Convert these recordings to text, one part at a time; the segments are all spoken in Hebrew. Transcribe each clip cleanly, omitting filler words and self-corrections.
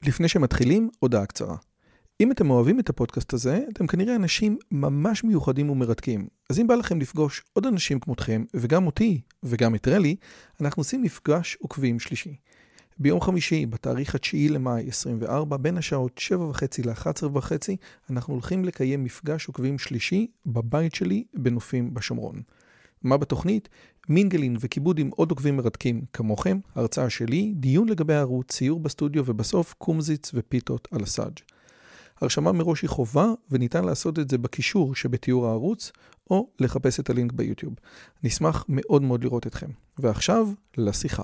לפני שמתחילים, הודעה קצרה. אם אתם אוהבים את הפודקאסט הזה, אתם כנראה אנשים ממש מיוחדים ומרתקים. אז אם בא לכם לפגוש עוד אנשים כמותכם, וגם אותי, וגם את רלי, אנחנו עושים מפגש עוקבים שלישי. ביום חמישי, בתאריך 9 למאי 24, בין השעות 7:30 ל-11:30, אנחנו הולכים לקיים מפגש עוקבים שלישי בבית שלי בנופים בשומרון. מה בתוכנית? מינגלין וכיבוד עם עוד עוקבים מרתקים כמוכם, הרצאה שלי, דיון לגבי הערוץ, ציור בסטודיו ובסוף קומזיץ ופיתות על הסאג'. הרשמה מראש היא חובה וניתן לעשות את זה בקישור שבתיאור הערוץ או לחפש את הלינק ביוטיוב. נשמח מאוד מאוד לראות אתכם. ועכשיו לשיחה.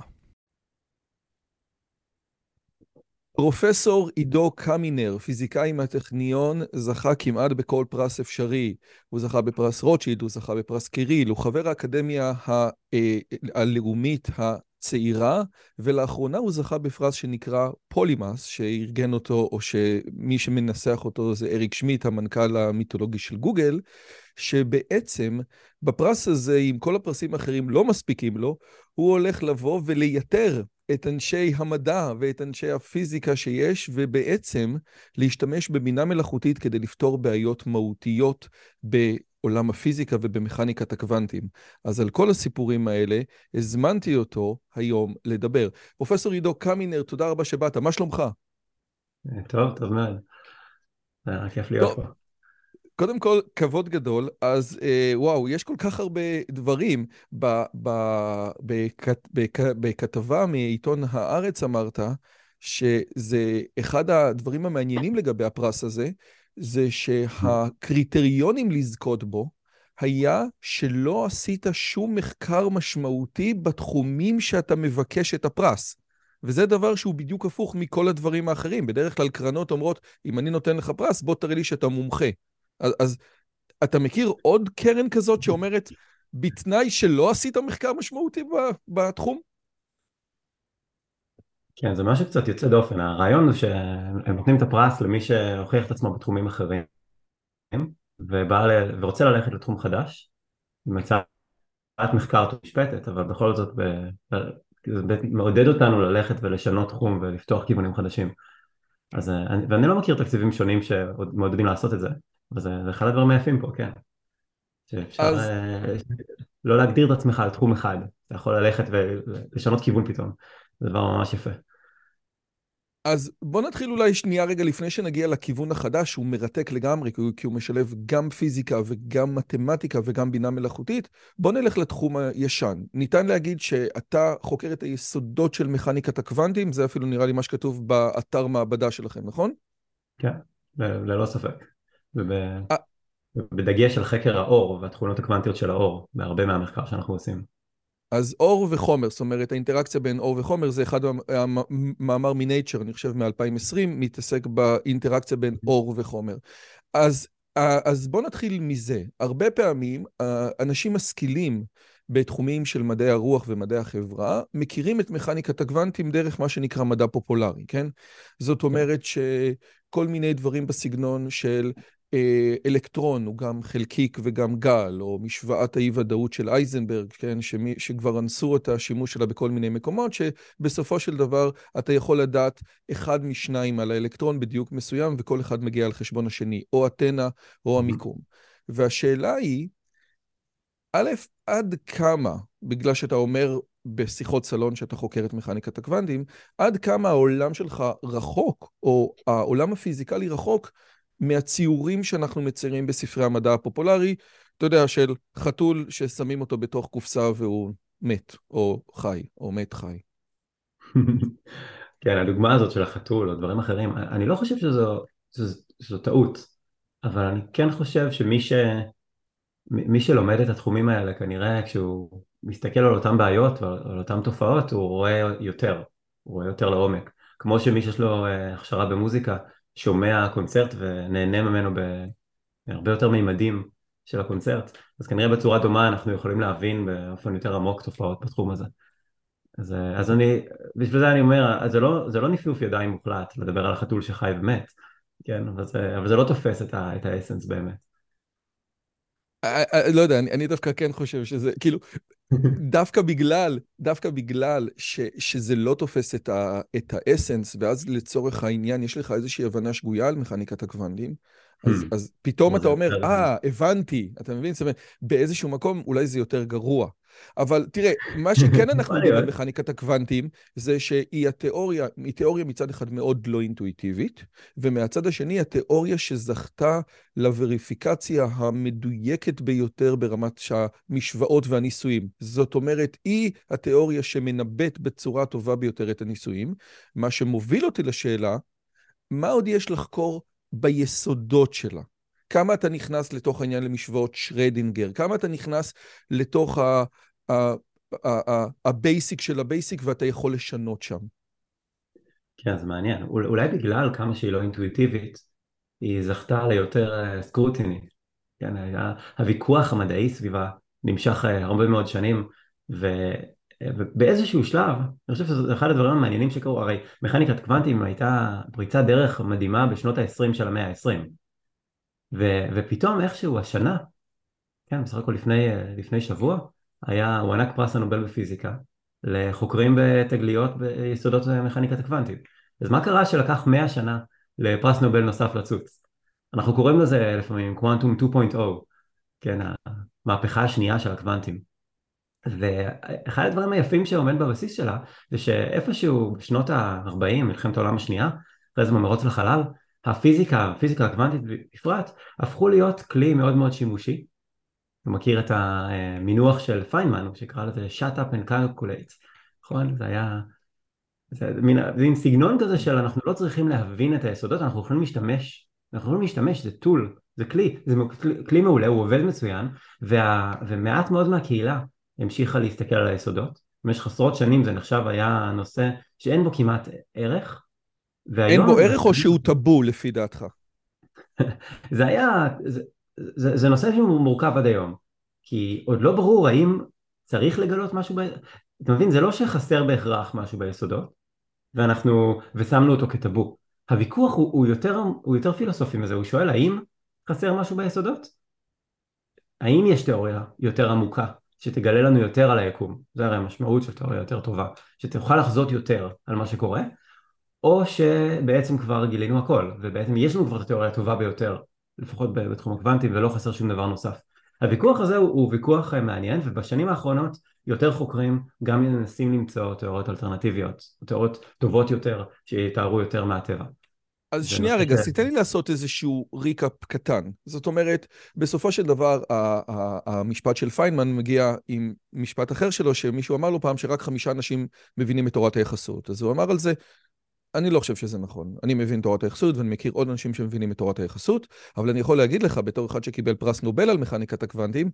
פרופסור עידו קמינר, פיזיקאי מהטכניון, זכה כמעט בכל פרס אפשרי. הוא זכה בפרס רוטשילד, הוא זכה בפרס קיריל, הוא חבר האקדמיה הלאומית הצעירה, ולאחרונה הוא זכה בפרס שנקרא פולימאס, שארגן אותו, או שמי שמנסח אותו זה אריק שמיט, המנכ"ל המיתולוגי של גוגל, שבעצם בפרס הזה, אם כל הפרסים האחרים לא מספיקים לו, הוא הולך לבוא ולייתר את אנשי המדע ואת אנשי הפיזיקה שיש, ובעצם להשתמש בבינה מלאכותית כדי לפתור בעיות מהותיות בעולם הפיזיקה ובמכניקת הקוונטים. אז על כל הסיפורים האלה, הזמנתי אותו היום לדבר. פרופסור עידו קמינר, תודה רבה שבאת, מה שלומך? טוב, טוב מאוד. היה כיף להיות טוב, פה. קודם כל, כבוד גדול, אז וואו, יש כל כך הרבה דברים. בכתבה מעיתון הארץ אמרת, שזה אחד הדברים המעניינים לגבי הפרס הזה, זה שהקריטריונים לזכות בו, היה שלא עשית שום מחקר משמעותי בתחומים שאתה מבקש את הפרס. וזה דבר שהוא בדיוק הפוך מכל הדברים האחרים. בדרך כלל קרנות אומרות, אם אני נותן לך פרס, בוא תראה לי שאתה מומחה. אז אתה מכיר עוד קרן כזאת שאומרת, בתנאי שלא עשית מחקר משמעותי בתחום? כן, זה משהו קצת יוצא דופן. הרעיון הוא שהם נותנים את הפרס למי שהוכיח את עצמו בתחומים אחרים, ורוצה ללכת לתחום חדש, עם הצעת מחקר משפטת, אבל בכל זאת זה מעודד אותנו ללכת ולשנות תחום ולפתוח כיוונים חדשים. ואני לא מכיר תקציבים שונים שמעודדים לעשות את זה, אבל זה אחד הדברים היפים פה, כן. שאפשר אז לא להגדיר את עצמך לתחום אחד, אתה יכול ללכת ולשנות כיוון פתאום, זה דבר ממש יפה. אז בוא נתחיל אולי שנייה רגע לפני שנגיע לכיוון החדש, שהוא מרתק לגמרי, כי הוא משלב גם פיזיקה וגם מתמטיקה וגם בינה מלאכותית. בוא נלך לתחום הישן. ניתן להגיד שאתה חוקר את היסודות של מכניקת הקוונטים, זה אפילו נראה לי מה שכתוב באתר מעבדה שלכם, נכון? כן, ללא ספק. אה, ובדגש על חקר האור והתכונות הקוונטיות של האור, בהרבה מהמחקר שאנחנו עושים. אז אור וחומר, זאת אומרת, האינטראקציה בין אור וחומר, זה אחד המאמר מנייצ'ר, אני חושב מ-2020, מתעסק באינטראקציה בין אור וחומר. אז בוא נתחיל מזה. הרבה פעמים, אנשים משכילים בתחומים של מדעי הרוח ומדעי החברה, מכירים את מכניקת הקוונטים דרך מה שנקרא מדע פופולרי, כן? זאת אומרת שכל מיני דברים בסגנון של אלקטרון הוא גם חלקיק וגם גל, או משוואת האי-ודאות של אייזנברג, כן, שכבר אנסו את השימוש שלה בכל מיני מקומות, שבסופו של דבר אתה יכול לדעת אחד משניים על האלקטרון בדיוק מסוים, וכל אחד מגיע על חשבון השני, או אתנה או המיקום. והשאלה היא, א', עד כמה, בגלל שאתה אומר בשיחות סלון שאתה חוקר את מכניקת הקוונטים, עד כמה העולם שלך רחוק, או העולם הפיזיקלי רחוק, מהציורים שאנחנו מציירים בספרי המדע הפופולרי, אתה יודע, של חתול ששמים אותו בתוך קופסה והוא מת, או חי, או מת חי. כן, הדוגמה הזאת של החתול או דברים אחרים, אני לא חושב שזו טעות, אבל אני כן חושב מי שלומד את התחומים האלה, כנראה כשהוא מסתכל על אותם בעיות ועל אותם תופעות, הוא רואה יותר לעומק. כמו שמי שיש לו הכשרה במוזיקה, שומע קונצרט ונהנה ממנו בהרבה יותר מימדים של הקונצרט, אז כנראה בצורה דומה אנחנו יכולים להבין באופן יותר עמוק תופעות בתחום הזה. בשביל זה אני אומר, זה לא נפנוף ידיים מוחלט לדבר על החתול שחי ומת, כן? אבל זה לא תופס את האסנס באמת. לא יודע, אני דווקא כן חושב שזה, כאילו, דווקא בגלל שזה לא תופס את האסנס, ואז לצורך העניין יש לך איזושהי הבנה שגויה על מכניקת הקוונטים, אז פתאום אתה זה אומר, יותר... הבנתי, אתה מבין? זאת אומרת, באיזשהו מקום אולי זה יותר גרוע. אבל תראה, מה שכן אנחנו יכול יודעים על להיות. מכניקת הקוונטים, זה שהיא התיאוריה, היא תיאוריה מצד אחד מאוד לא אינטואיטיבית, ומהצד השני התיאוריה שזכתה לווריפיקציה המדויקת ביותר ברמת המשוואות והניסויים. זאת אומרת, היא התיאוריה שמנבאת בצורה הטובה ביותר את הניסויים, מה שמוביל אותי לשאלה, מה עוד יש לחקור ביסודות שלה? כמה אתה נכנס לתוך העניין למשוואות שרדינגר? כמה אתה נכנס לתוך הבייסיק של הבייסיק ואתה יכול לשנות שם? כן, זה מעניין. אולי בגלל כמה שהיא לא אינטואיטיבית, היא זכתה ליותר סקרוטיני. כן, הוויכוח המדעי סביבה נמשך הרבה מאוד שנים, ובאיזשהו שלב, אני חושב שזה אחד הדברים המעניינים שקרו, הרי מכניקת קוונטים הייתה פריצת דרך מדהימה בשנות ה-20 של המאה ה-20, ופתאום איכשהו השנה, כן, בסך הכל לפני שבוע, הוענק פרס הנובל בפיזיקה לחוקרים בתגליות ביסודות מכניקת הקוונטים. אז מה קרה שלקח 100 שנה לפרס נובל נוסף לצוץ? אנחנו קוראים לזה לפעמים קוונטום 2.0, כן, המהפכה השנייה של הקוונטים. ואחד הדברים היפים שעומד בבסיס שלה, זה שאיפשהו בשנות ה-40, מלחמת העולם השנייה, אחרי זה במרוץ לחלל, הפיזיקה הקוונטית בפרט, הפכו להיות כלי מאוד מאוד שימושי. אתה מכיר את המינוח של פיינמן, הוא שקרא לזה shut up and calculate, נכון? זה מין סגנון כזה של אנחנו לא צריכים להבין את היסודות, אנחנו יכולים להשתמש, זה טול, זה כלי מעולה, הוא עובד מצוין, ומעט מאוד מהקהילה המשיכה להסתכל על היסודות. במשך עשרות שנים זה נחשב היה נושא שאין בו כמעט ערך, אין בו והיום ערך או שהוא טאבו לפי דעתך? זה היה, זה נושא שהוא מורכב עד היום, כי עוד לא ברור האם צריך לגלות משהו, אתה מבין, זה לא שחסר בהכרח משהו ביסודות, ושמנו אותו כטאבו. הוויכוח הוא יותר פילוסופי מזה, הוא שואל האם חסר משהו ביסודות? האם יש תיאוריה יותר עמוקה, שתגלה לנו יותר על היקום? זה הרי המשמעות של תיאוריה יותר טובה, שתוכל לחזות יותר על מה שקורה, או שבעצם כבר גילינו הכל, ובעצם יש לנו כבר את התיאוריה הטובה ביותר, לפחות בתחום הקוונטים, ולא חסר שום דבר נוסף. הוויכוח הזה הוא ויכוח מעניין, ובשנים האחרונות יותר חוקרים גם מנסים למצוא תיאוריות אלטרנטיביות, תיאוריות טובות יותר, שיתארו יותר מהטבע. אז שנייה רגע, תן לי לעשות איזשהו ריקאפ קטן. זאת אומרת, בסופו של דבר, המשפט של פיינמן מגיע עם משפט אחר שלו, שמישהו אמר לו פעם שרק 5 אנשים מבינים את תורת היחסות. אז הוא אמר על זה, אני לא חושב שזה נכון. אני מבין תורת היחסות, ואני מכיר עוד אנשים שמבינים את תורת היחסות, אבל אני יכול להגיד לך, בתור אחד שקיבל פרס נובל על מכניקת הקוונטים,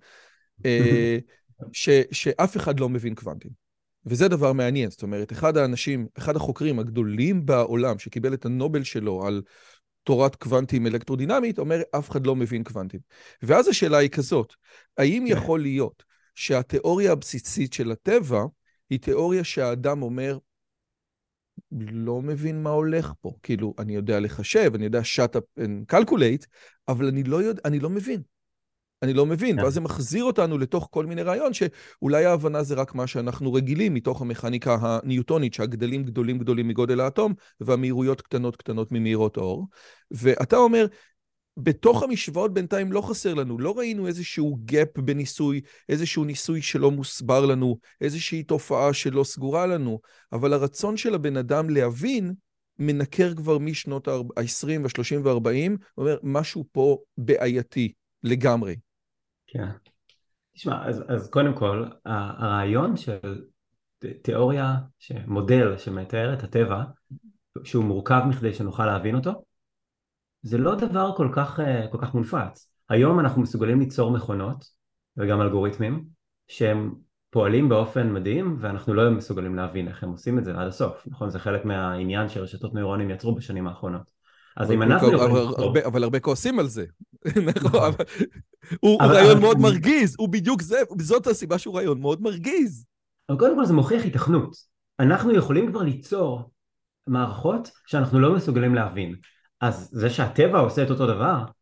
שאף אחד לא מבין קוונטים. וזה דבר מעניין, זאת אומרת, אחד החוקרים הגדולים בעולם שקיבל את הנובל שלו על תורת קוונטים אלקטרודינמית, אומר, אף אחד לא מבין קוונטים. ואז השאלה היא כזאת, האם יכול להיות שהתיאוריה הבסיסית של הטבע היא תיאוריה שהאדם אומר, לא מבין מה הולך פה. כאילו, אני יודע לחשב, אני יודע shut up and calculate, אבל אני לא מבין. אני לא מבין, ואז זה מחזיר אותנו לתוך כל מיני רעיון, שאולי ההבנה זה רק מה שאנחנו רגילים מתוך המכניקה הניוטונית, שהגדלים גדולים גדולים מגודל האטום, והמהירויות קטנות קטנות ממהירות האור. ואתה אומר, בתוך המשוואות בינתיים לא חסר לנו, לא ראינו איזשהו גאפ בניסוי, איזשהו ניסוי שלא מוסבר לנו, איזושהי תופעה שלא סגורה לנו, אבל הרצון של הבן אדם להבין, מנקר כבר משנות ה-20 וה-30 וה-40, אומר, משהו פה בעייתי לגמרי. כן. תשמע, אז קודם כל, הרעיון של תיאוריה, מודל שמתאר את הטבע, שהוא מורכב מכדי שנוכל להבין אותו, זה לא דבר כל כך מונפץ. היום אנחנו מסוגלים ליצור מכונות, וגם אלגוריתמים, שהם פועלים באופן מדהים, ואנחנו לא מסוגלים להבין איך הם עושים את זה עד הסוף. נכון? זה חלק מהעניין שרשתות נוירונים יצרו בשנים האחרונות. אז אם אנחנו יכולים לכתוב... אבל הרבה כועסים על זה. נכון. הוא רעיון מאוד מרגיז, הוא בדיוק זה, זאת הסיבה שהוא רעיון מאוד מרגיז. אבל קודם כל זה מוכיח התכנות. אנחנו יכולים כבר ליצור מערכות שאנחנו לא מסוגלים להבין. אז זה שהטבע עושה את אותו דבר,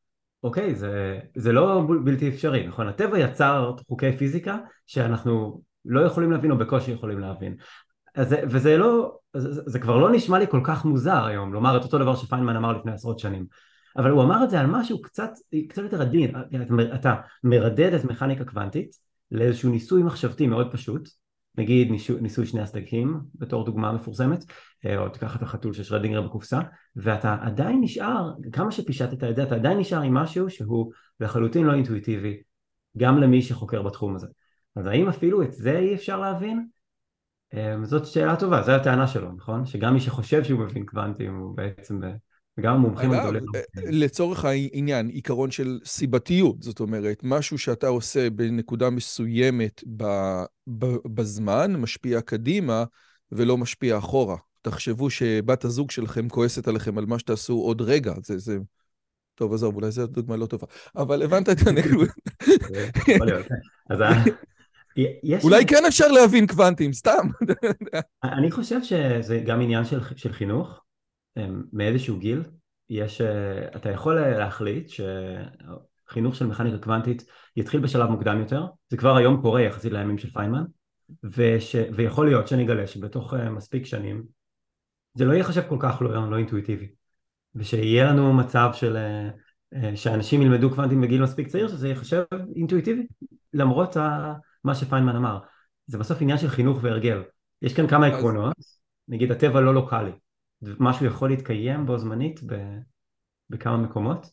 אוקיי, זה לא בלתי אפשרי, נכון? הטבע יצר חוקי פיזיקה שאנחנו לא יכולים להבין או בקושי יכולים להבין. וזה לא, זה כבר לא נשמע לי כל כך מוזר היום, לומר את אותו דבר שפיינמן אמר לפני עשרות שנים. אבל הוא אמר את זה על משהו קצת יותר עדין. אתה מרדד את מכניקה קוונטית לאיזשהו ניסוי מחשבתי מאוד פשוט, נגיד ניסוי שני הסדקים בתור דוגמה מפורסמת, או תיקח את החתול של שרדינגר בקופסה, ואתה עדיין נשאר, כמה שפישטת את זה, אתה עדיין נשאר עם משהו שהוא לחלוטין לא אינטואיטיבי, גם למי שחוקר בתחום הזה. אז האם אפילו את זה אי אפשר להבין? זאת שאלה טובה, זו הטענה שלו, נכון? שגם מי שחושב שהוא מבין קוונטים הוא בעצם, וגם המומחים אגב, הגדולים לא מבינים. לצורך העניין, עיקרון של סיבתיות, זאת אומרת, משהו שאתה עושה בנקודה מסוימת בזמן, משפיע קדימה ולא משפיע אחורה. תחשבו שבת הזוג שלכם כועסת עליכם על מה שתעשו עוד רגע, זה... טוב, עזוב, אולי זו דוגמה לא טובה, אבל הבנת את הנקודה. יכול להיות. אז יש אולי כן אפשר להבין קוונטים, סתם. אני חושב שזה גם עניין של חינוך, מאיזשהו גיל. אתה יכול להחליט שחינוך של מכניקה קוונטית יתחיל בשלב מוקדם יותר, זה כבר היום קורה יחסית לימים של פיינמן, ויכול להיות שנגלה שבתוך מספיק שנים זה לא יהיה חשב כל כך לא אינטואיטיבי, ושיהיה לנו מצב שאנשים ילמדו קוונטים בגיל מספיק צעיר, שזה יחשב אינטואיטיבי, למרות מה שפיינמן אמר. זה בסוף עניין של חינוך והרגל. יש כאן כמה אז עקרונות, נגיד הטבע לא לוקאלי, משהו יכול להתקיים בו זמנית בכמה מקומות,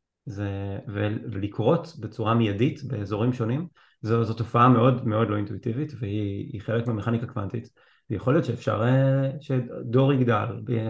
ולקרות בצורה מיידית באזורים שונים, זו תופעה מאוד מאוד לא אינטואיטיבית, והיא חלק מהמכניקה קוונטית, ויכול להיות שאפשר שדור יגדל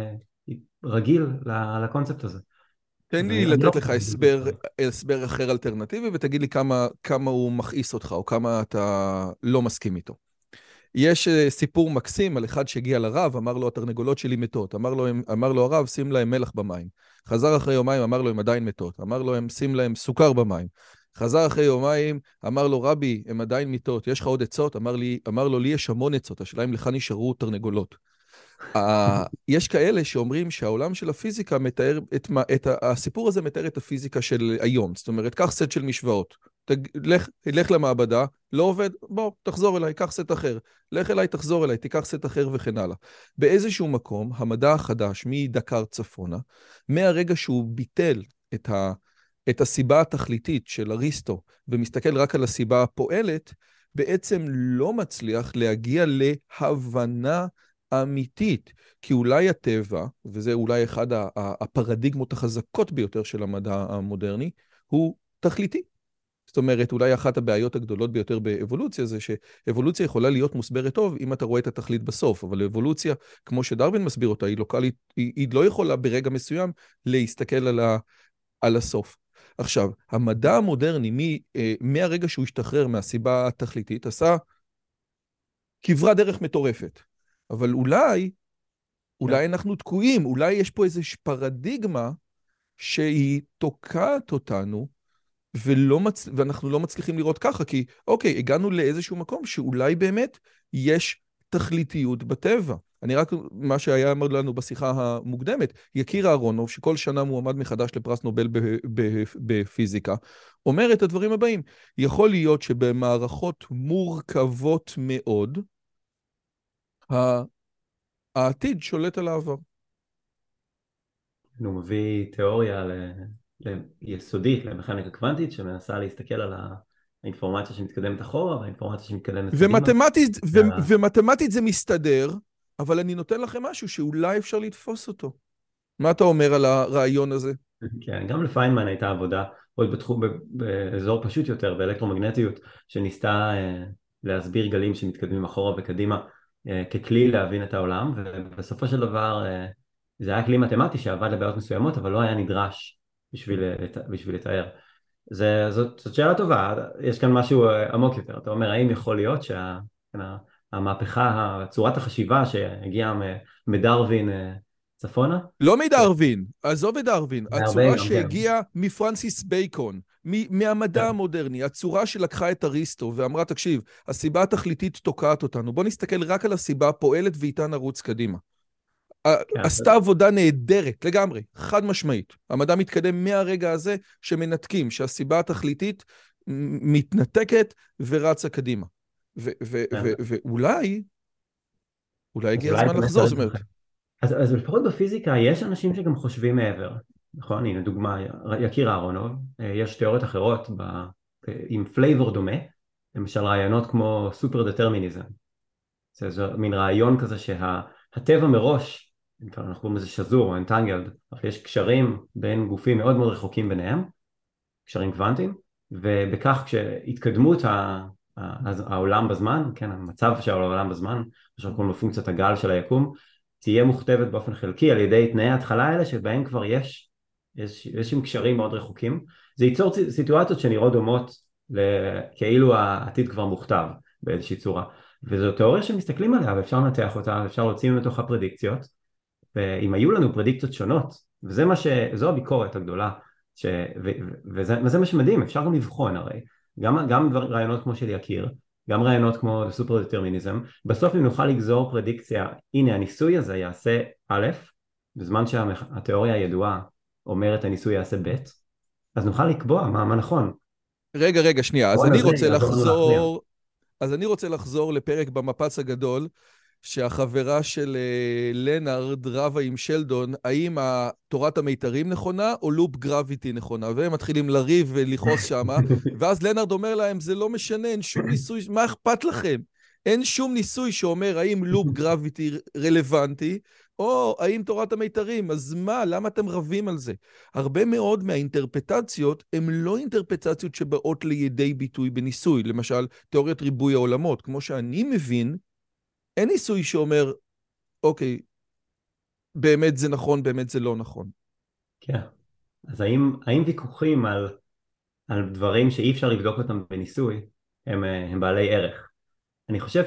רגיל לקונספט הזה. תן לי ואני לא לתת לך חושב שזה אפשרי. הסבר אחר אלטרנטיבי, ותגיד לי כמה הוא מכעיס אותך, או כמה אתה לא מסכים איתו. יש סיפור מקסים על אחד שהגיע לרב, אמר לו, התרנגולות שלי מתות. אמר לו הרב, שים להם מלח במים. חזר אחרי יומיים, אמר לו, הם עדיין מתות. אמר לו, שים להם סוכר במים. חזר אחרי יומיים, אמר לו, רבי, הם עדיין מתות. יש לך עוד עצות? אמר לו, לי יש המון עצות. השאלה אם לך נשארו תרנגולות. יש כאלה שאומרים שהעולם של הפיזיקה מתאר, הסיפור הזה מתאר את הפיזיקה של היום. זאת אומרת, קח סט של משוואות. לך למעבדה, לא עובד, בוא, תחזור אליי, קח סט אחר. לך אליי, תחזור אליי, תיקח סט אחר וכן הלאה. באיזשהו מקום, המדע החדש, מדקר צפונה, מהרגע שהוא ביטל את הסיבה התכליתית של אריסטו, ומסתכל רק על הסיבה הפועלת, בעצם לא מצליח להגיע להבנה אמיתית, כי אולי הטבע, וזה אולי אחד הפרדיגמות החזקות ביותר של המדע המודרני, הוא תכליתי. זאת אומרת, אולי אחת הבעיות הגדולות ביותר באבולוציה זה שאבולוציה יכולה להיות מוסברת טוב אם אתה רואה את התכלית בסוף, אבל אבולוציה, כמו שדרווין מסביר אותה, היא לוקלית, היא לא יכולה ברגע מסוים להסתכל על הסוף. עכשיו, המדע המודרני, מהרגע שהוא השתחרר מהסיבה התכליתית, עשה כברת דרך מטורפת. אבל אולי אנחנו תקועים, אולי יש פה איזושהי פרדיגמה שהיא תוקעת אותנו, ואנחנו לא מצליחים לראות ככה, כי אוקיי, הגענו לאיזשהו מקום שאולי באמת יש תכליתיות בטבע. אני רק, מה שהיה אמר לנו בשיחה המוקדמת, יקיר אהרונוב, שכל שנה מועמד מחדש לפרס נובל בפיזיקה, אומר את הדברים הבאים, יכול להיות שבמערכות מורכבות מאוד, העתיד שולט על העבר. הוא מביא תיאוריה יסודית למכניקה קוונטית שמנסה להסתכל על האינפורמציה שמתקדמת אחורה והאינפורמציה שמתקדמת קדימה. ומתמטית זה מסתדר, אבל אני נותן לכם משהו שאולי אפשר לתפוס אותו. מה אתה אומר על הרעיון הזה? כן, גם לפיינמן הייתה עבודה עוד בתחום, באזור פשוט יותר, באלקטרומגנטיות, שניסתה להסביר גלים שמתקדמים אחורה וקדימה ככלי להבין את העולם, ובסופו של דבר זה היה כלי מתמטי שעבד לבעיות מסוימות, אבל לא היה נדרש בשביל לתאר. זאת שאלה טובה, יש כאן משהו עמוק יותר. אתה אומר, האם יכול להיות שהמהפכה, צורת החשיבה שהגיעה מדרווין צפונה? לא מדרווין, עזוב את דרווין, הצורה גם שהגיעה מפרנסיס בייקון, מהמדע המודרני, הצורה שלקחה את אריסטו ואמרה, תקשיב, הסיבה התכליתית תוקעת אותנו, בוא נסתכל רק על הסיבה הפועלת ואיתה נרוץ קדימה. כן, עשתה עבודה נהדרת, לגמרי, חד משמעית. המדע מתקדם מהרגע הזה שמנתקים, שהסיבה התכליתית מתנתקת ורצה קדימה. כן. ואולי, אולי אז הגיע אולי הזמן באמת לחזור, צריך זאת אומרת. אז לפחות בפיזיקה יש אנשים שגם חושבים מעבר, נכון? הנה דוגמה, יקיר אהרונוב, יש תיאוריות אחרות עם פלייבור דומה, למשל רעיונות כמו סופר דטרמיניזם, זה מין רעיון כזה שהטבע מראש, אנחנו קוראים לזה שזור או אנטנגלד, יש קשרים בין גופים מאוד מאוד רחוקים ביניהם, קשרים קוונטיים, ובכך כשהתקדמות העולם בזמן, כן, המצב של העולם בזמן, שאנחנו קוראים לו פונקציית הגל של היקום, תהיה מוכתבת באופן חלקי על ידי תנאי ההתחלה האלה שבהם כבר יש עם קשרים מאוד רחוקים. זה ייצור סיטואציות שנראות דומות כאילו העתיד כבר מוכתב באיזושהי צורה, וזו תיאוריה שמסתכלים עליה ואפשר לנתח אותה ואפשר להוציא מתוך הפרדיקציות, ואם היו לנו פרדיקציות שונות, זו הביקורת הגדולה, וזה מה שמדהים, אפשר גם לבחון הרי, גם רעיונות כמו של יקיר, גם רעיונות כמו סופר דטרמיניזם, בסוף אם נוכל לגזור פרדיקציה, הנה הניסוי הזה יעשה א', בזמן שהתיאוריה הידועה אומרת הניסוי יעשה ב', אז נוכל לקבוע מה נכון. רגע, שנייה, אז הרעיון אני הזה רוצה יעזור לנו להכריע. לחזור, אז אני רוצה לחזור לפרק במפץ הגדול, שהחברה של לנארד רבה עם שלדון, האם תורת המיתרים נכונה או לופ גרביטי נכונה, והם מתחילים לריב ולכעוס שמה, ואז לנארד אומר להם, זה לא משנה, אין שום ניסוי, מה אכפת לכם? אין שום ניסוי שאומר האם לופ גרביטי רלוונטי, או האם תורת המיתרים, אז מה, למה אתם רבים על זה? הרבה מאוד מהאינטרפטציות הן לא אינטרפטציות שבאות לידי ביטוי בניסוי, למשל תיאוריית ריבוי העולמות, כמו שאני מבין, אין ניסוי שאומר, אוקיי, באמת זה נכון, באמת זה לא נכון. כן, אז האם ויכוחים על דברים שאי אפשר לבדוק אותם בניסוי, הם בעלי ערך? אני חושב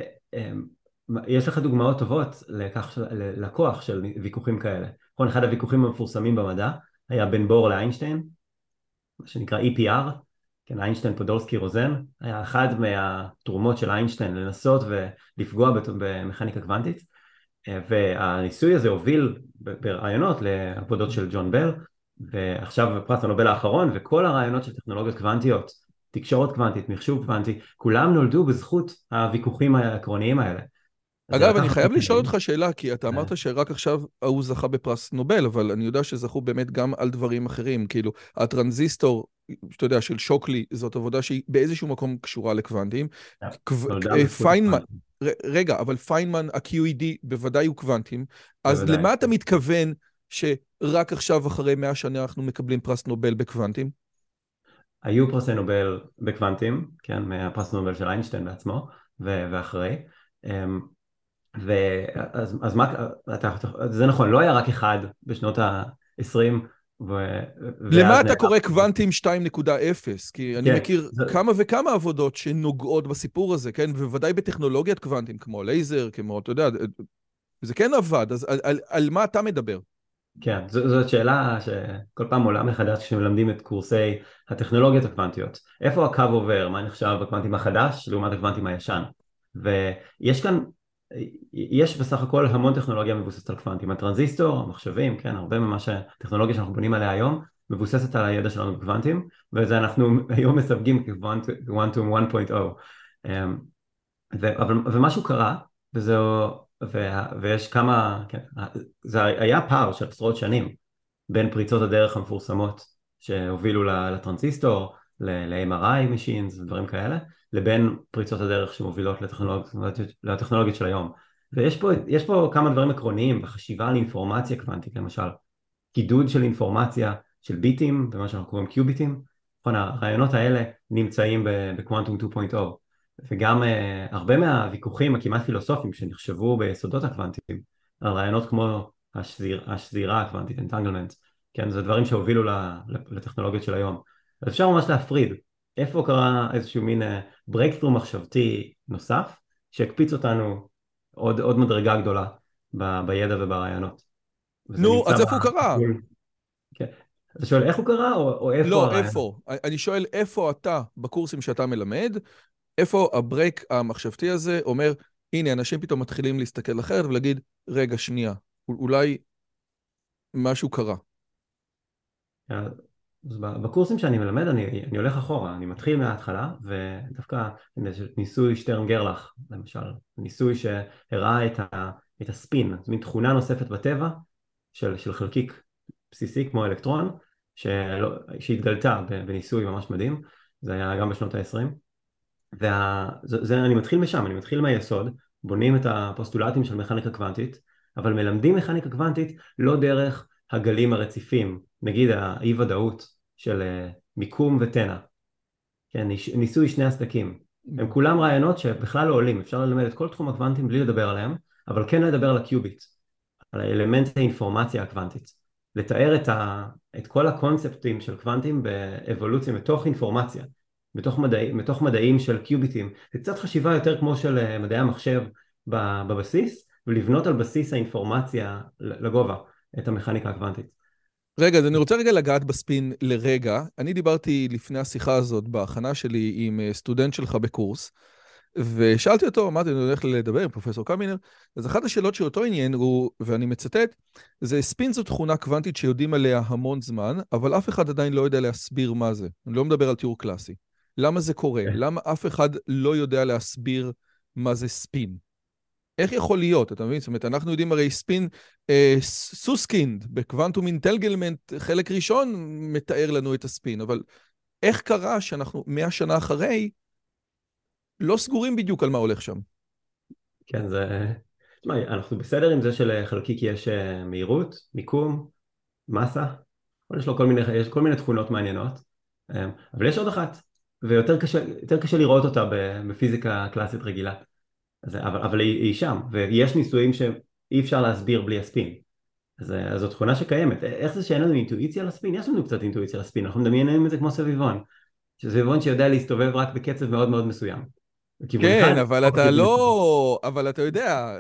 שיש לך דוגמאות טובות לכוח של ויכוחים כאלה. נכון, אחד הוויכוחים המפורסמים במדע היה בין בור לאיינשטיין, מה שנקרא EPR, כן, איינשטיין, פודולסקי, רוזן, היה אחד מהתרומות של איינשטיין לנסות ולפגוע במכניקה קוונטית, והניסוי הזה הוביל ברעיונות לעבודות של ג'ון בל, ועכשיו פרס הנובל האחרון, וכל הרעיונות של טכנולוגיות קוונטיות, תקשורת קוונטית, מחשוב קוונטי, כולם נולדו בזכות הוויכוחים העקרוניים האלה. אגב, אני חייב לשאול אותך שאלה, כי אתה אמרת שרק עכשיו הוא זכה בפרס נובל, אבל אני יודע שזכו באמת גם על דברים אחרים, כאילו, הטרנזיסטור, שאתה יודע, של שוקלי, זאת עבודה שהיא באיזשהו מקום קשורה לקוונטים. נולדה בזכות פיינמן, הקוונטים. רגע, אבל פיינמן, ה-QED, בוודאי הוא קוונטים, אז בוודאי. למה אתה מתכוון שרק עכשיו, אחרי 100 שנה, אנחנו מקבלים פרס נובל בקוונטים? היו פרסי נובל בקוונטים, כן, מהפרס נובל של איינשטיין בעצמו, ואחרי. אז מה, זה נכון, לא היה רק אחד בשנות ה-20, למה ואז אתה קורא קוונטים 2.0? כי אני כן, מכיר כמה וכמה עבודות שנוגעות בסיפור הזה, כן? ובוודאי בטכנולוגיית קוונטים, כמו לייזר, כמו, אתה יודע, זה כן עבד, אז על מה אתה מדבר? כן, זאת שאלה שכל פעם עולה מחדש כשמלמדים את קורסי הטכנולוגיות הקוונטיות. איפה הקו עובר? מה נחשב בקוונטים החדש לעומת הקוונטים הישן? ויש כאן, יש בסך הכל המון טכנולוגיה מבוססת על קוונטים. הטרנזיסטור, המחשבים, כן, הרבה ממה שהטכנולוגיה שאנחנו בונים עליה היום, מבוססת על הידע שלנו בקוונטים, וזה אנחנו היום מסווגים כקוונטום 1.0. ומשהו קרה, ויש כמה, כן, זה היה פער של עשרות שנים בין פריצות הדרך המפורסמות שהובילו לטרנזיסטור, ל-MRI machines ודברים כאלה, לבין פריצות הדרך שמובילות לטכנולוגיות של היום. ויש פה כמה דברים עקרוניים בחשיבה על אינפורמציה קוונטית, למשל, קידוד של אינפורמציה של ביטים, במה שאנחנו קוראים קיוביטים, הרעיונות האלה נמצאים בקוונטום 2.0, וגם הרבה מהוויכוחים הכמעט פילוסופיים שנחשבו ביסודות הקוונטים, על רעיונות כמו השזירה הקוונטית, entanglement, כן, זה דברים שהובילו לטכנולוגיות של היום. אז אפשר ממש להפריד איפה קרה איזשהו מין breakthrough מחשבתי נוסף, שהקפיץ אותנו עוד מדרגה גדולה בידע וברעיונות. נו, אז איפה הוא קרה? כן. אתה שואל איך הוא קרה או איפה לא, הרעיון? איפה. אני שואל איפה אתה, בקורסים שאתה מלמד, איפה הברייק המחשבתי הזה אומר, הנה, אנשים פתאום מתחילים להסתכל אחרת ולהגיד, רגע, שנייה, אולי משהו קרה. אז בקורסים שאני מלמד אני הולך אחורה, אני מתחיל מההתחלה, ודווקא ניסוי שטרן גרלח למשל, ניסוי שהראה את הספין, זו מין תכונה נוספת בטבע של חלקיק בסיסי כמו אלקטרון, שהתגלתה בניסוי ממש מדהים, זה היה גם בשנות ה-20, אני מתחיל משם, אני מתחיל מהיסוד, בונים את הפוסטולטים של מכניקה קוונטית, אבל מלמדים מכניקה קוונטית לא דרך הגלים הרציפים, נגיד האי ודאות של מיקום ותנע, כן, ניסוי שני הסדקים, הם כולם רעיונות שבכלל לא עולים, אפשר ללמד את כל תחום הקוונטים בלי לדבר עליהם, אבל כן לדבר על הקיוביט, על האלמנט האינפורמציה הקוונטית, לתאר את כל הקונספטים של קוונטים באבולוציה מתוך אינפורמציה, מתוך מדעים של קיוביטים, זה קצת חשיבה יותר כמו של מדעי המחשב בבסיס, ולבנות על בסיס האינפורמציה לגובה את המכניקה הקוונטית. רגע, אז אני רוצה רגע לגעת בספין לרגע. אני דיברתי לפני השיחה הזאת בהכנה שלי עם סטודנט שלך בקורס, ושאלתי אותו, אמרתי, אני הולך לדבר עם פרופסור קמינר, אז אחת השאלות שאותו עניין הוא, ואני מצטט, זה ספין זו תכונה קוונטית שיודעים עליה המון זמן, אבל אף אחד עדיין לא יודע להסביר מה זה. אני לא מדבר על תיאור קלאסי. למה זה קורה? למה אף אחד לא יודע להסביר מה זה ספין? איך יכול להיות? אתה מבין? זאת אומרת, אנחנו יודעים הרי ספין, סוסקינד, בקוונטום אינטנגלמנט, חלק ראשון מתאר לנו את הספין, אבל איך קרה שאנחנו 100 שנה אחרי, לא סגורים בדיוק על מה הולך שם? כן, תשמע, אנחנו בסדר עם זה שלחלקיק יש מהירות, מיקום, מסה, יש כל מיני תכונות מעניינות, אבל יש עוד אחת, ויותר קשה לראות אותה בפיזיקה קלאסית רגילה, אבל היא שם, ויש ניסויים שאי אפשר להסביר בלי הספין, אז זו תכונה שקיימת. איך זה שאין לנו אינטואיציה לספין? יש לנו קצת אינטואיציה לספין, אנחנו מדמיינים את זה כמו סביבון, שסביבון שיודע להסתובב רק בקצב מאוד מאוד מסוים. כן, אבל אתה לא, אבל אתה יודע,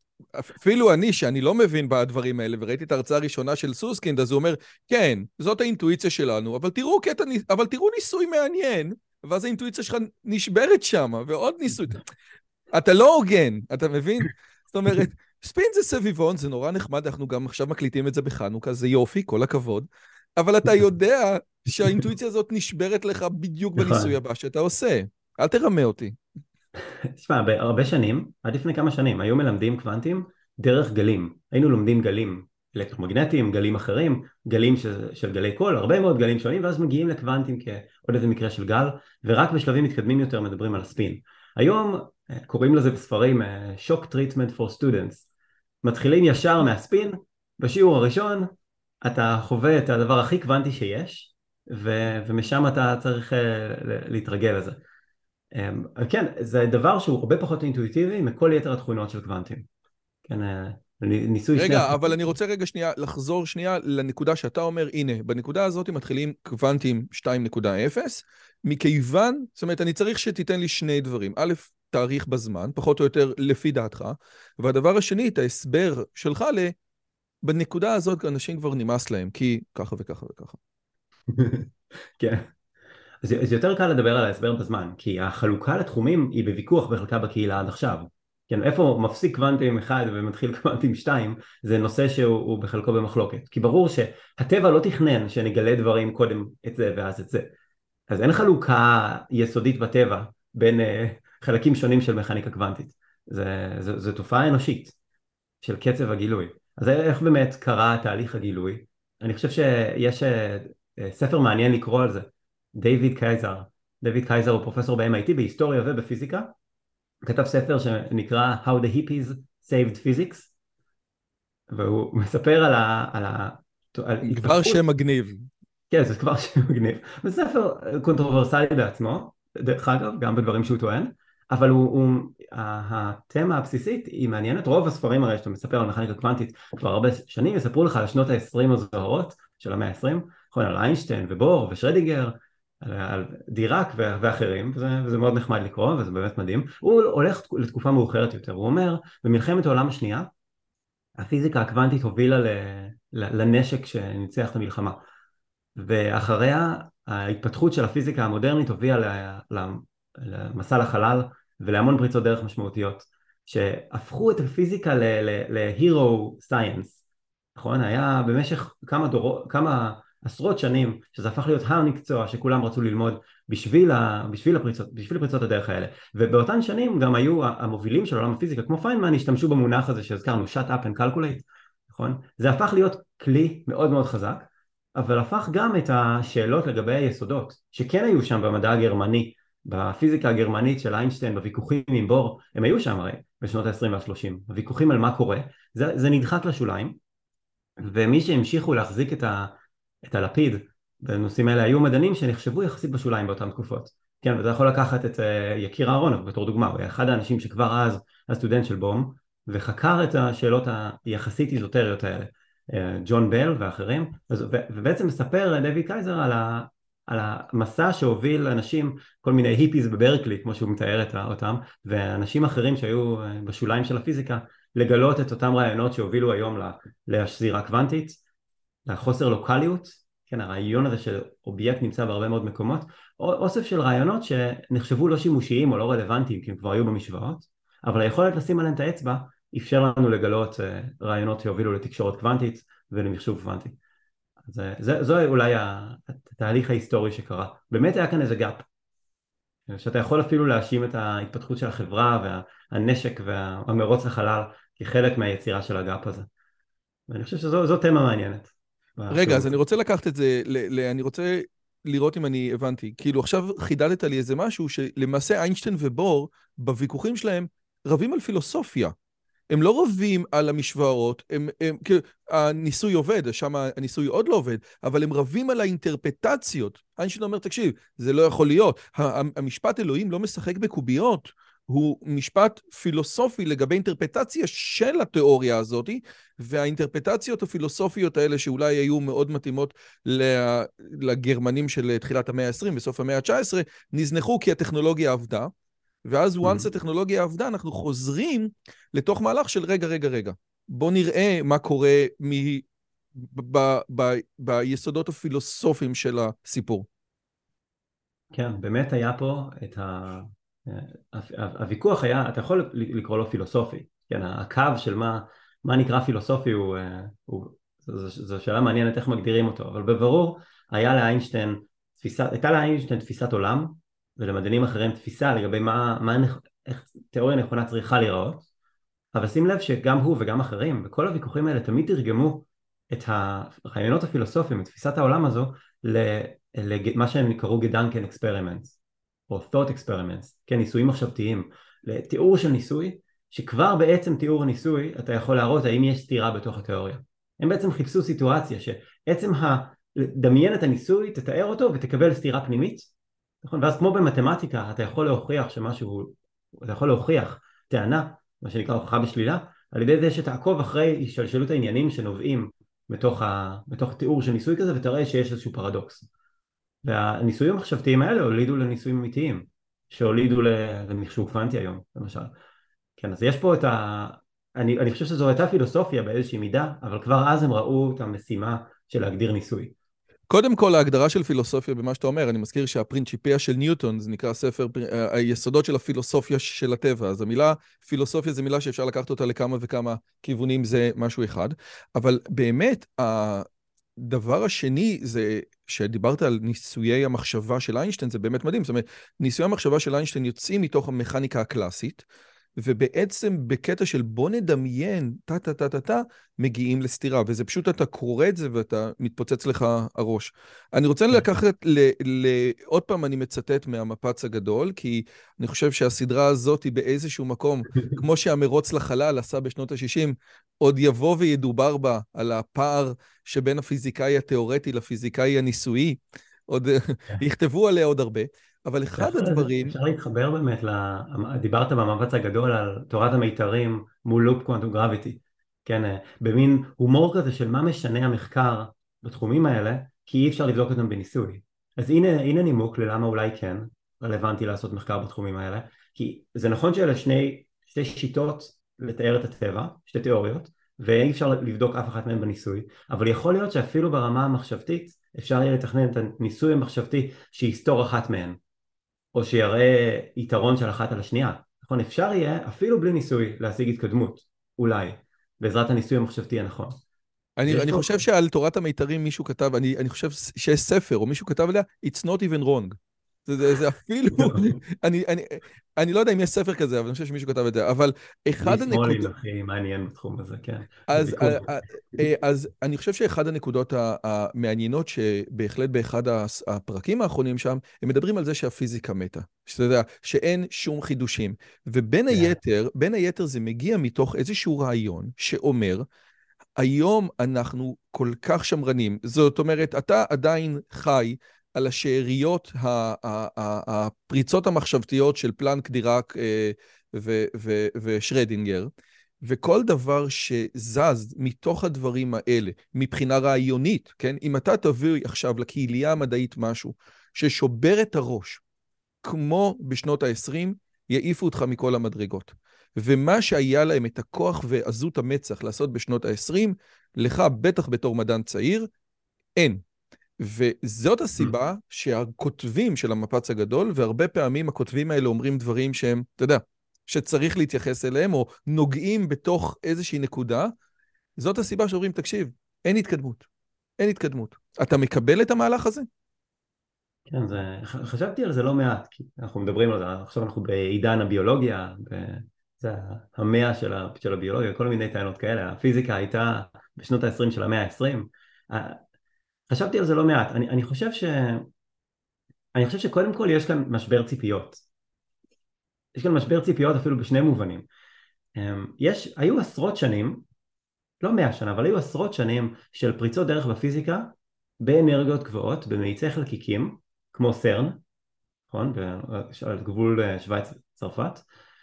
אפילו אני, שאני לא מבין בדברים האלה, וראיתי את ההרצאה הראשונה של סוסקינד, אז הוא אומר, כן, זאת האינטואיציה שלנו, אבל תראו ניסוי מעניין, ואז האינטואיציה שלך נשברת שם, ועוד ניסוי. אתה לא הוגן, אתה מבין? זאת אומרת, ספין זה סביבון, זה נורא נחמד, אנחנו גם עכשיו מקליטים את זה בחנוכה, זה יופי, כל הכבוד, אבל אתה יודע שהאינטואיציה הזאת נשברת לך בדיוק בניסוי הבא שאתה עושה. אל תרמה אותי. תשמע, בהרבה שנים, עד לפני כמה שנים, היו מלמדים קוונטים דרך גלים. היינו לומדים גלים אלקטרומגנטיים, גלים אחרים, גלים של גלי קול, הרבה מאוד גלים שונים, ואז מגיעים לקוונטים כעוד איזה מקרה של גל, ורק בשלבים מתקדמים יותר מדברים על הספין. היום קוראים לזה בספרים Shock Treatment for Students. מתחילים ישר מהספין, בשיעור הראשון אתה חווה את הדבר הכי קוונטי שיש, ומשם אתה צריך להתרגל לזה. כן, זה דבר שהוא הרבה פחות אינטואיטיבי מכל יתר התכונות של קוונטים. כן, ניסוי שני... רגע, אבל אני רוצה רגע שנייה לחזור שנייה לנקודה שאתה אומר, הנה, בנקודה הזאת מתחילים קוונטים 2.0, מכיוון, זאת אומרת, אני צריך שתיתן לי שני דברים. א', תאריך בזמן, פחות או יותר לפי דעתך, והדבר השני, את ההסבר שלך בנקודה הזאת אנשים כבר נמאס להם, כי ככה וככה וככה. כן. אז יותר קל לדבר על ההסבר בזמן, כי החלוקה לתחומים היא בוויכוח בחלקה בקהילה עד עכשיו. כן, איפה מפסיק קוונטים 1 ומתחיל קוונטים 2, זה נושא שהוא בחלקו במחלוקת. כי ברור שהטבע לא תכנן שנגלה דברים קודם את זה ואז את זה. אז אין חלוקה יסודית בטבע בין חלקים שונים של מכניקה קוונטית. זו תופעה אנושית של קצב הגילוי. אז איך באמת קרה תהליך הגילוי? אני חושב שיש ספר מעניין לקרוא על זה. דיוויד קייזר הוא פרופסור ב-MIT בהיסטוריה ובפיזיקה, כתב ספר שנקרא How the Hippies Saved Physics, והוא מספר על כבר שם מגניב. כן, זה כבר שם מגניב. זה ספר קונטרוברסלי בעצמו, דרך אגב, גם בדברים שהוא טוען, אבל התמה הבסיסית היא מעניינת. רוב הספרים הרי שאתה מספר על מכניקה קוונטית כבר הרבה שנים, יספרו לך על שנות ה-20 הזוהרות של המאה ה-20, נכון, על איינשטיין ובור ושרדיגר, על דיראק ואחרים, וזה מאוד נחמד לקרוא, וזה באמת מדהים. הוא הולך לתקופה מאוחרת יותר, הוא אומר, במלחמת העולם השנייה, הפיזיקה הקוונטית הובילה לנשק שניצח את המלחמה, ואחריה ההתפתחות של הפיזיקה המודרנית הובילה למסע לחלל, ולהמון פריצות דרך משמעותיות, שהפכו את הפיזיקה להירו סייאנס, נכון? היה במשך כמה עשרות שנים, שזה הפך להיות המקצוע שכולם רצו ללמוד בשביל פריצות הדרך האלה. ובאותן שנים גם היו המובילים של עולם הפיזיקה, כמו פיינמן, השתמשו במונח הזה שהזכרנו, shut up and calculate, נכון? זה הפך להיות כלי מאוד מאוד חזק, אבל הפך גם את השאלות לגבי היסודות, שכן היו שם במדע הגרמני, בפיזיקה הגרמנית של איינשטיין, בוויכוחים עם בור, הם היו שם הרי בשנות ה-20 וה-30, הוויכוחים על מה קורה, זה נדחק לשוליים, ומי שהמשיכו להחזיק את הלפיד בנושאים האלה היו מדענים שנחשבו יחסית בשוליים באותן תקופות. כן, ואתה יכול לקחת את יקיר אהרונוב בתור דוגמה, הוא היה אחד האנשים שכבר אז הסטודנט של בום, וחקר את השאלות היחסית איזוטריות האלה, ג'ון בל ואחרים, ובעצם מספר דויד קייזר על המסע שהוביל אנשים, כל מיני היפיז בברקלי, כמו שהוא מתאר אותם, ואנשים אחרים שהיו בשוליים של הפיזיקה, לגלות את אותם רעיונות שהובילו היום לשזירה קוונטית, לחוסר לוקליות, כן, הרעיון הזה של אובייקט נמצא בהרבה מאוד מקומות, או אוסף של רעיונות שנחשבו לא שימושיים או לא רלוונטיים, כי הם כבר היו במשוואות, אבל היכולת לשים עליהם את האצבע, אפשר לנו לגלות רעיונות שהובילו לתקשורת קוונטית ולמחשוב קוונטי. זו אולי התהליך ההיסטורי שקרה. באמת היה כאן איזה גאפ, שאתה יכול אפילו להאשים את ההתפתחות של החברה והנשק והמרוץ לחלל כחלק מהיצירה של הגאפ הזה. ואני חושב שזו תמה מעניינת. רגע, אז אני רוצה לקחת את זה, אני רוצה לראות אם אני הבנתי. כאילו עכשיו חידדת לי איזה משהו שלמעשה איינשטיין ובור בוויכוחים שלהם רבים על פילוסופיה. הם לא רבים על המשוואות, הניסוי עובד, שם הניסוי עוד לא עובד, אבל הם רבים על האינטרפטציות. איינשטיין אומר, תקשיב, זה לא יכול להיות. המשפט אלוהים לא משחק בקוביות, הוא משפט פילוסופי לגבי אינטרפטציה של התיאוריה הזאת, והאינטרפטציות הפילוסופיות האלה שאולי היו מאוד מתאימות לגרמנים של תחילת המאה ה-20 וסוף המאה ה-19, נזנחו כי הטכנולוגיה עבדה, ואז once הטכנולוגיה עבדה, אנחנו חוזרים לתוך מהלך של רגע. בוא נראה מה קורה ביסודות הפילוסופיים של הסיפור. כן, באמת היה פה הוויכוח היה, אתה יכול לקרוא לו פילוסופי, כן, הקו של מה נקרא פילוסופי זו שאלה מעניינת איך מגדירים אותו, אבל בברור הייתה לאיינשטיין תפיסת עולם, ולמדענים אחרים תפיסה לגבי איך תיאוריה נכונה צריכה להיראות, אבל שים לב שגם הוא וגם אחרים, בכל הוויכוחים האלה תמיד תרגמו את הרעיונות הפילוסופיים, את תפיסת העולם הזו, למה שהם קראו גדנקן אקספרימנטס, או thought experiments, כן, ניסויים מחשבתיים, לתיאור של ניסוי, שכבר בעצם תיאור הניסוי אתה יכול להראות האם יש סתירה בתוך התיאוריה. הם בעצם חיפשו סיטואציה שעצם דמיין את הניסוי, תתאר אותו ותקבל סתירה פנימית, נכון? ואז כמו במתמטיקה אתה יכול להוכיח טענה, מה שנקרא הוכחה בשלילה, על ידי זה שתעקוב אחרי השתלשלות העניינים שנובעים בתוך תיאור של ניסוי כזה, ותראה שיש איזשהו פרדוקס. והניסויים המחשבתיים האלה הולידו לניסויים אמיתיים, שהולידו למחשוב קוונטי היום, למשל. כן, אז יש פה אני חושב שזו הייתה פילוסופיה באיזושהי מידה, אבל כבר אז הם ראו את המשימה של להגדיר ניסוי. קודם כל, ההגדרה של פילוסופיה במה שאתה אומר, אני מזכיר שהפרינציפיה של ניוטון, זה נקרא ספר, היסודות של הפילוסופיה של הטבע, אז המילה פילוסופיה זה מילה שאפשר לקחת אותה לכמה וכמה כיוונים, זה משהו אחד, אבל באמת, הדבר השני זה שדיברת על ניסויי המחשבה של איינשטיין, זה באמת מדהים, זאת אומרת, ניסויי המחשבה של איינשטיין יוצאים מתוך המכניקה הקלאסית, ובעצם בקטע של בוא נדמיין, מגיעים לסתירה, וזה פשוט אתה קורא את זה ואתה מתפוצץ לך הראש. אני רוצה לקחת, עוד פעם אני מצטט מהמפץ הגדול, כי אני חושב שהסדרה הזאת היא באיזשהו מקום, כמו שהמרוץ לחלל עשה בשנות ה-60, עוד יבוא וידובר בה על הפער שבין הפיזיקאי התיאורטי לפיזיקאי הניסויי, עוד יכתבו עליה עוד הרבה. אבל אחד הדברים... אפשר להתחבר באמת, דיברת במאמץ הגדול על תורת המיתרים מול לופ קוונטום גרביטי, כן, במין הומור כזה של מה משנה המחקר בתחומים האלה, כי אי אפשר לבדוק אותם בניסוי. אז הנה נימוק ללמה אולי כן רלוונטי לעשות מחקר בתחומים האלה, כי זה נכון שאלה שתי שיטות לתאר את הטבע, שתי תיאוריות, ואי אפשר לבדוק אף אחת מהן בניסוי, אבל יכול להיות שאפילו ברמה המחשבתית אפשר יהיה לתכנן את הניסוי המחשבתי שיסתור אחת מהן, או שיראה יתרון של אחת על השנייה. נכון, אפשר יהיה אפילו בלי ניסוי להשיג התקדמות, אולי, בעזרת הניסוי המחשבתי הנכון. אני חושב שעל תורת המיתרים מישהו כתב, אני חושב שיש ספר, או מישהו כתב עליה, It's not even wrong. זה אפילו, אני, אני, אני לא יודע אם יש ספר כזה, אבל אני חושב שמישהו כתב את זה, אבל לי אחד שמאלים הנקודות, הכי מעניין בתחום הזה, כן, אז, בוויכוח. אז אני חושב שאחד הנקודות המעניינות שבהחלט באחד הפרקים האחרונים שם, הם מדברים על זה שהפיזיקה מתה, שאתה יודע, שאין שום חידושים. ובין כן. היתר, בין היתר זה מגיע מתוך איזשהו רעיון שאומר, היום אנחנו כל כך שמרנים, זאת אומרת, אתה עדיין חי על השאריות, הפריצות המחשבתיות של פלנק, דיראק ושרדינגר, וכל דבר שזז מתוך הדברים האלה, מבחינה רעיונית, כן? אם אתה תביא עכשיו לקהילייה המדעית משהו ששובר את הראש, כמו בשנות ה-20, יעיפו אותך מכל המדרגות. ומה שהיה להם את הכוח ועזות המצח לעשות בשנות ה-20, לך, בטח בתור מדען צעיר, אין. וזאת הסיבה שהכותבים של המפץ הגדול, והרבה פעמים הכותבים האלה אומרים דברים שהם, אתה יודע, שצריך להתייחס אליהם, או נוגעים בתוך איזושהי נקודה, זאת הסיבה שאומרים, תקשיב, אין התקדמות. אין התקדמות. אתה מקבל את המהלך הזה? כן, חשבתי על זה לא מעט, כי אנחנו מדברים על זה, עכשיו אנחנו בעידן הביולוגיה, זה המאה של הביולוגיה, כל מיני טענות כאלה, הפיזיקה הייתה בשנות ה-20 של המאה ה-20, חשבתי על זה לא מעט, אני חושב שקודם כל יש כאן משבר ציפיות, יש כאן משבר ציפיות אפילו בשני מובנים, היו עשרות שנים, לא 100 שנה, אבל היו עשרות שנים של פריצות דרך בפיזיקה, באנרגיות גבוהות, במאיצי חלקיקים, כמו סרן, נכון? על גבול שוויץ צרפת,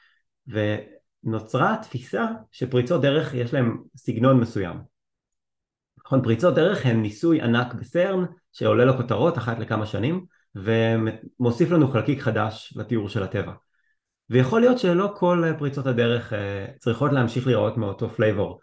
ונוצרה תפיסה שפריצות דרך יש להם סגנון מסוים. נכון, פריצות דרך הן ניסוי ענק בסרן, שעולה לו כותרות אחת לכמה שנים, ומוסיף לנו חלקיק חדש לתיאור של הטבע. ויכול להיות שלא כל פריצות הדרך צריכות להמשיך לראות מאותו פלייבור,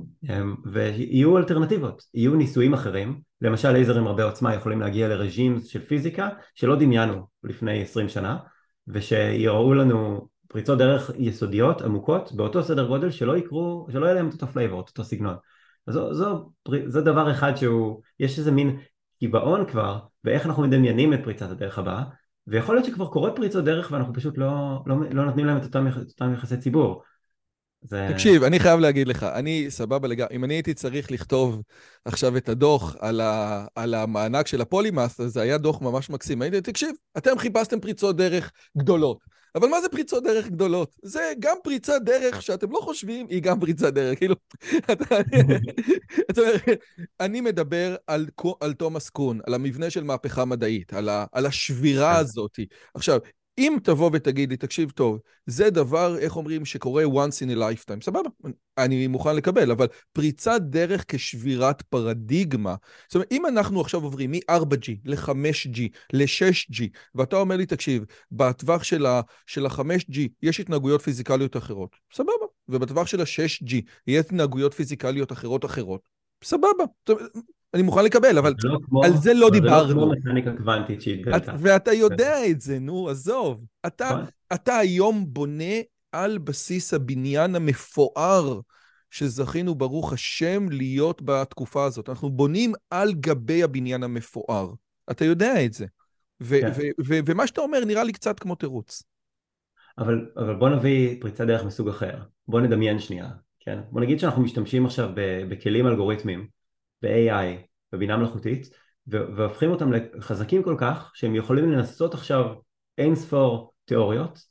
ויהיו אלטרנטיבות, יהיו ניסויים אחרים, למשל לייזרים הרבה עוצמה יכולים להגיע לרג'ימס של פיזיקה שלא דמיינו לפני 20 שנה, ושיראו לנו פריצות דרך יסודיות, עמוקות, באותו סדר גודל שלא יהיה להם אותו פלייבור, אותו סגנון. אז זה דבר אחד יש איזה מין קיבעון כבר, באיך אנחנו מדמיינים את פריצת הדרך הבאה, ויכול להיות שכבר קורה פריצות דרך ואנחנו פשוט לא נותנים להם את אותם יחסי ציבור. תקשיב, אני חייב להגיד לך, אני סבבה לגמרי, אם אני הייתי צריך לכתוב עכשיו את הדוח על המענק של הפולימאס, אז זה היה דוח ממש מקסים. הייתי, תקשיב, אתם חיפשתם פריצות דרך גדולות, אבל מה זה פריצות דרך גדולות? זה גם פריצת דרך שאתם לא חושבים, היא גם פריצת דרך, כאילו, אתה אומר, אני מדבר על תומאס קון, על המבנה של מהפכה מדעית, על השבירה הזאת. עכשיו, אם תבוא ותגיד לי, תקשיב טוב, זה דבר, איך אומרים, שקורה once in a lifetime, סבבה, אני מוכן לקבל, אבל פריצת דרך כשבירת פרדיגמה, זאת אומרת, אם אנחנו עכשיו עוברים מ-4G ל-5G ל-6G, ואתה אומר לי, תקשיב, בטווח של ה-5G יש התנהגויות פיזיקליות אחרות, סבבה, ובטווח של ה-6G יש התנהגויות פיזיקליות אחרות, סבבה, אני מוכן לקבל, אבל על זה לא זה לא דיברנו. כמו מכניקה קוונטית שהתגלתה. ואתה יודע את זה, נו, עזוב. נכון. אתה היום בונה על בסיס הבניין המפואר שזכינו ברוך השם להיות בתקופה הזאת. אנחנו בונים על גבי הבניין המפואר. אתה יודע את זה. כן. ומה שאתה אומר נראה לי קצת כמו תירוץ. אבל בוא נביא פריצת דרך מסוג אחר. בוא נדמיין שנייה. כן? בוא נגיד שאנחנו משתמשים עכשיו בכלים אלגוריתמיים, ב-AI, בבינה מלאכותית, והופכים אותם לחזקים כל כך שהם יכולים לנסות עכשיו אין ספור תיאוריות,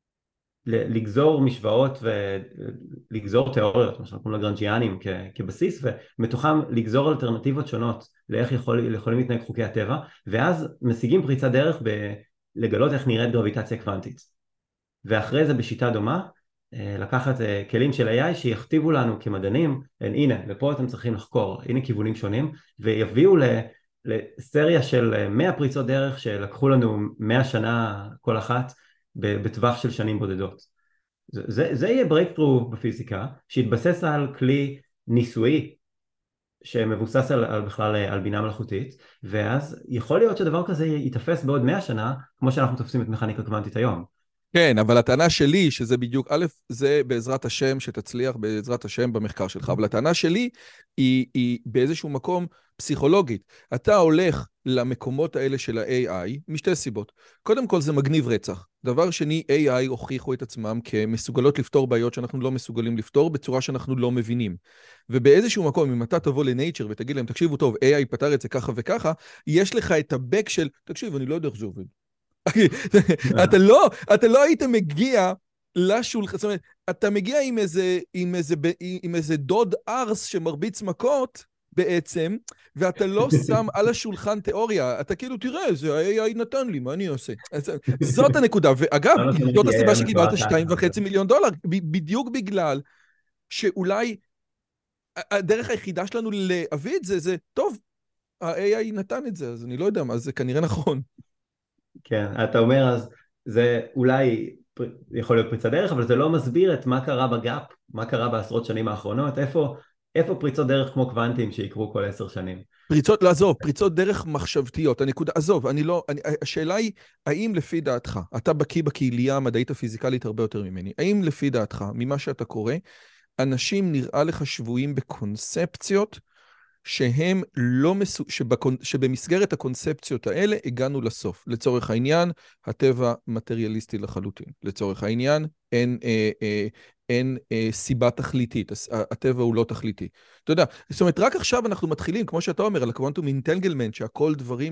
לגזור משוואות ולגזור תיאוריות, מה שאנחנו קוראים לגרנג'יאנים כבסיס, ומתוכם לגזור אלטרנטיבות שונות לאיך יכולים להתנהג חוקי הטבע, ואז משיגים פריצת דרך לגלות איך נראית גרביטציה קוונטית. ואחרי זה בשיטה דומה, לקחת כלים של AI שיכתיבו לנו כמדענים, הנה, ופה אתם צריכים לחקור, הנה כיוונים שונים, ויביאו לסריה של 100 פריצות דרך שלקחו לנו 100 שנה כל אחת, בטווח של שנים בודדות. זה יהיה breakthrough בפיזיקה, שהתבסס על כלי ניסויי, שמבוסס בכלל על בינה מלאכותית, ואז יכול להיות שדבר כזה ייתפס בעוד 100 שנה, כמו שאנחנו תופסים את מכניקה קוונטית היום. כן, אבל הטענה שלי, שזה בדיוק, א', זה בעזרת השם, שתצליח בעזרת השם במחקר שלך, אבל הטענה שלי היא באיזשהו מקום פסיכולוגית. אתה הולך למקומות האלה של ה-AI משתי סיבות. קודם כל, זה מגניב רצח. דבר שני, AI הוכיחו את עצמם כמסוגלות לפתור בעיות שאנחנו לא מסוגלים לפתור בצורה שאנחנו לא מבינים. ובאיזשהו מקום, אם אתה תבוא לנייצ'ר ותגיד להם, תקשיבו טוב, AI פתר את זה ככה וככה, יש לך את הבק של, תקשיב, אני לא יודע איך זה עובד. אתה לא היית מגיע לשולחן, זאת אומרת, אתה מגיע עם איזה דוד ארס שמרביץ מכות בעצם, ואתה לא שם על השולחן תיאוריה, אתה כאילו, תראה, זה ה-AI נתן לי, מה אני עושה? זאת הנקודה, ואגב, לא נותן זאת כי הסיבה היה שקיבלת מתואר ככה. 2.5 מיליון דולר, בדיוק בגלל שאולי הדרך היחידה שלנו להביא את זה, זה, טוב, ה-AI נתן את זה, אז אני לא יודע מה, זה כנראה נכון. כן, אתה אומר אז זה אולי יכול להיות פריצת דרך, אבל זה לא מסביר את מה קרה בגאפ, מה קרה בעשרות שנים האחרונות, איפה פריצות דרך כמו קוונטים שיקרו כל 10 שנים. פריצות, לא, עזוב, פריצות דרך מחשבתיות, הנקודה, עזוב, השאלה היא, האם לפי דעתך, אתה בקיא בקהילייה המדעית הפיזיקלית הרבה יותר ממני, האם לפי דעתך, ממה שאתה קורא, אנשים נראה לך שבויים בקונספציות, שהם לא שבמסגרת הקונספציות האלה הגענו לסוף. לצורך העניין, הטבע מטריאליסטי לחלוטין. לצורך העניין, אין סיבה תכליתית, הטבע הוא לא תכליתי. אתה יודע, זאת אומרת, רק עכשיו אנחנו מתחילים, כמו שאתה אומר, על הקוונטום אינטנגלמנט, שהכל דברים,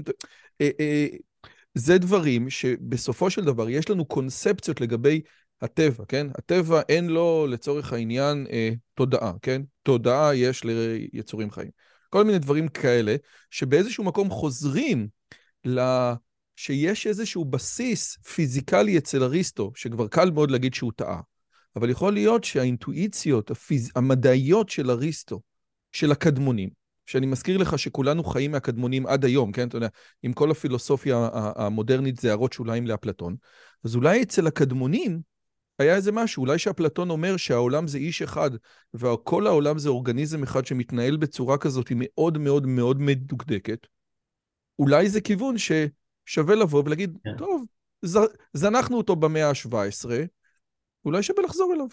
זה דברים שבסופו של דבר יש לנו קונספציות לגבי הטבע, כן? הטבע אין לו לצורך העניין תודעה, כן? תודעה יש ליצורים חיים. כל מיני דברים כאלה, שבאיזשהו מקום חוזרים שיש איזשהו בסיס פיזיקלי אצל אריסטו, שכבר קל מאוד להגיד שהוא טעה, אבל יכול להיות שהאינטואיציות המדעיות של אריסטו, של הקדמונים, שאני מזכיר לך שכולנו חיים מהקדמונים עד היום, כן? אתה יודע, עם כל הפילוסופיה המודרנית זה הערות שוליים לאפלטון, אז אולי אצל הקדמונים היה איזה משהו, אולי שאפלטון אומר שהעולם זה איש אחד, וכל העולם זה אורגניזם אחד שמתנהל בצורה כזאת, היא מאוד מאוד מאוד מדוקדקת, אולי זה כיוון ששווה לבוא ולהגיד, כן. טוב, זנחנו אותו במאה ה-17, אולי שווה לחזור אליו.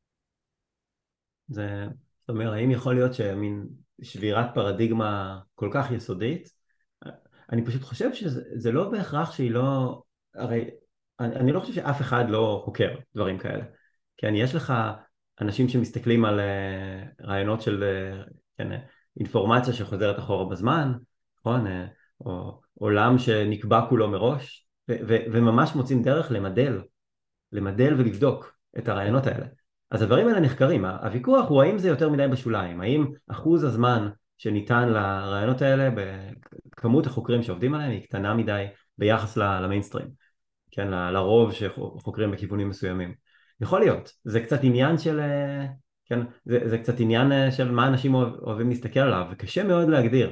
זאת אומרת, האם יכול להיות שמין שבירת פרדיגמה כל כך יסודית, אני פשוט חושב שזה לא בהכרח שהיא לא, הרי אני לא חושב שאף אחד לא חוקר דברים כאלה, כן, יש לך אנשים שמסתכלים על רעיונות של כן, אינפורמציה שחוזרת אחורה בזמן, נכון, או עולם שנקבע כולו מראש, וממש מוצאים דרך למדל ולבדוק את הרעיונות האלה. אז הדברים האלה נחקרים, הוויכוח הוא האם זה יותר מדי בשוליים, האם אחוז הזמן שניתן לרעיונות האלה בכמות החוקרים שעובדים עליהם היא קטנה מדי ביחס למיינסטרים, כן, לרוב שחוקרים בכיוונים מסוימים. יכול להיות, זה קצת עניין של, כן, זה קצת עניין של מה אנשים אוהבים להסתכל עליו, וקשה מאוד להגדיר,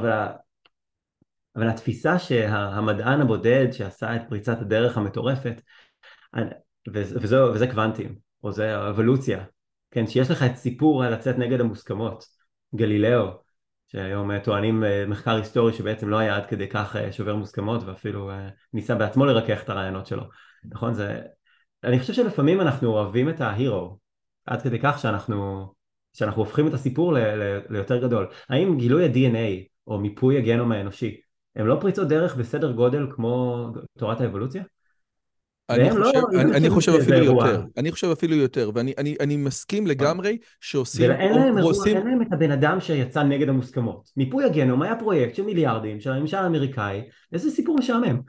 אבל התפיסה שהמדען הבודד שעשה את פריצת הדרך המטורפת, וזה קוונטים, או זה אבולוציה, כן, שיש לך את סיפור על לצאת נגד המוסכמות, גלילאו, שהיום טוענים מחקר היסטורי שבעצם לא היה עד כדי כך שובר מוסכמות, ואפילו ניסה בעצמו לרכך את הרעיונות שלו, נכון? אני חושב שלפעמים אנחנו אוהבים את ההירו, עד כדי כך שאנחנו הופכים את הסיפור ליותר גדול. האם גילוי ה-DNA, או מיפוי הגנום האנושי, הם לא פריצות דרך בסדר גודל כמו תורת האבולוציה? אני חושב אפילו יותר, אני חושב אפילו יותר, ואני מסכים לגמרי שעושים, אין להם את הבן אדם שיצא נגד המוסכמות. מיפוי הגנום היה פרויקט של מיליארדים של הממשל האמריקאי, איזה סיפור משעמם.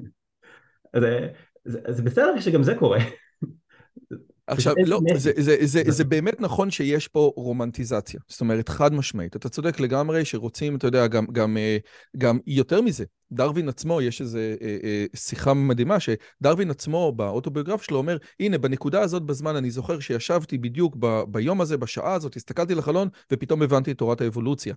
זה בסדר שגם זה קורה. עכשיו, לא, זה באמת נכון שיש פה רומנטיזציה, זאת אומרת, חד משמעית. אתה צודק לגמרי שרוצים, אתה יודע, גם יותר מזה. דרווין עצמו, יש איזו שיחה מדהימה, שדרווין עצמו באוטוביוגרף שלו אומר, הנה, בנקודה הזאת בזמן אני זוכר שישבתי בדיוק ביום הזה, בשעה הזאת, הסתכלתי לחלון, ופתאום הבנתי את תורת האבולוציה.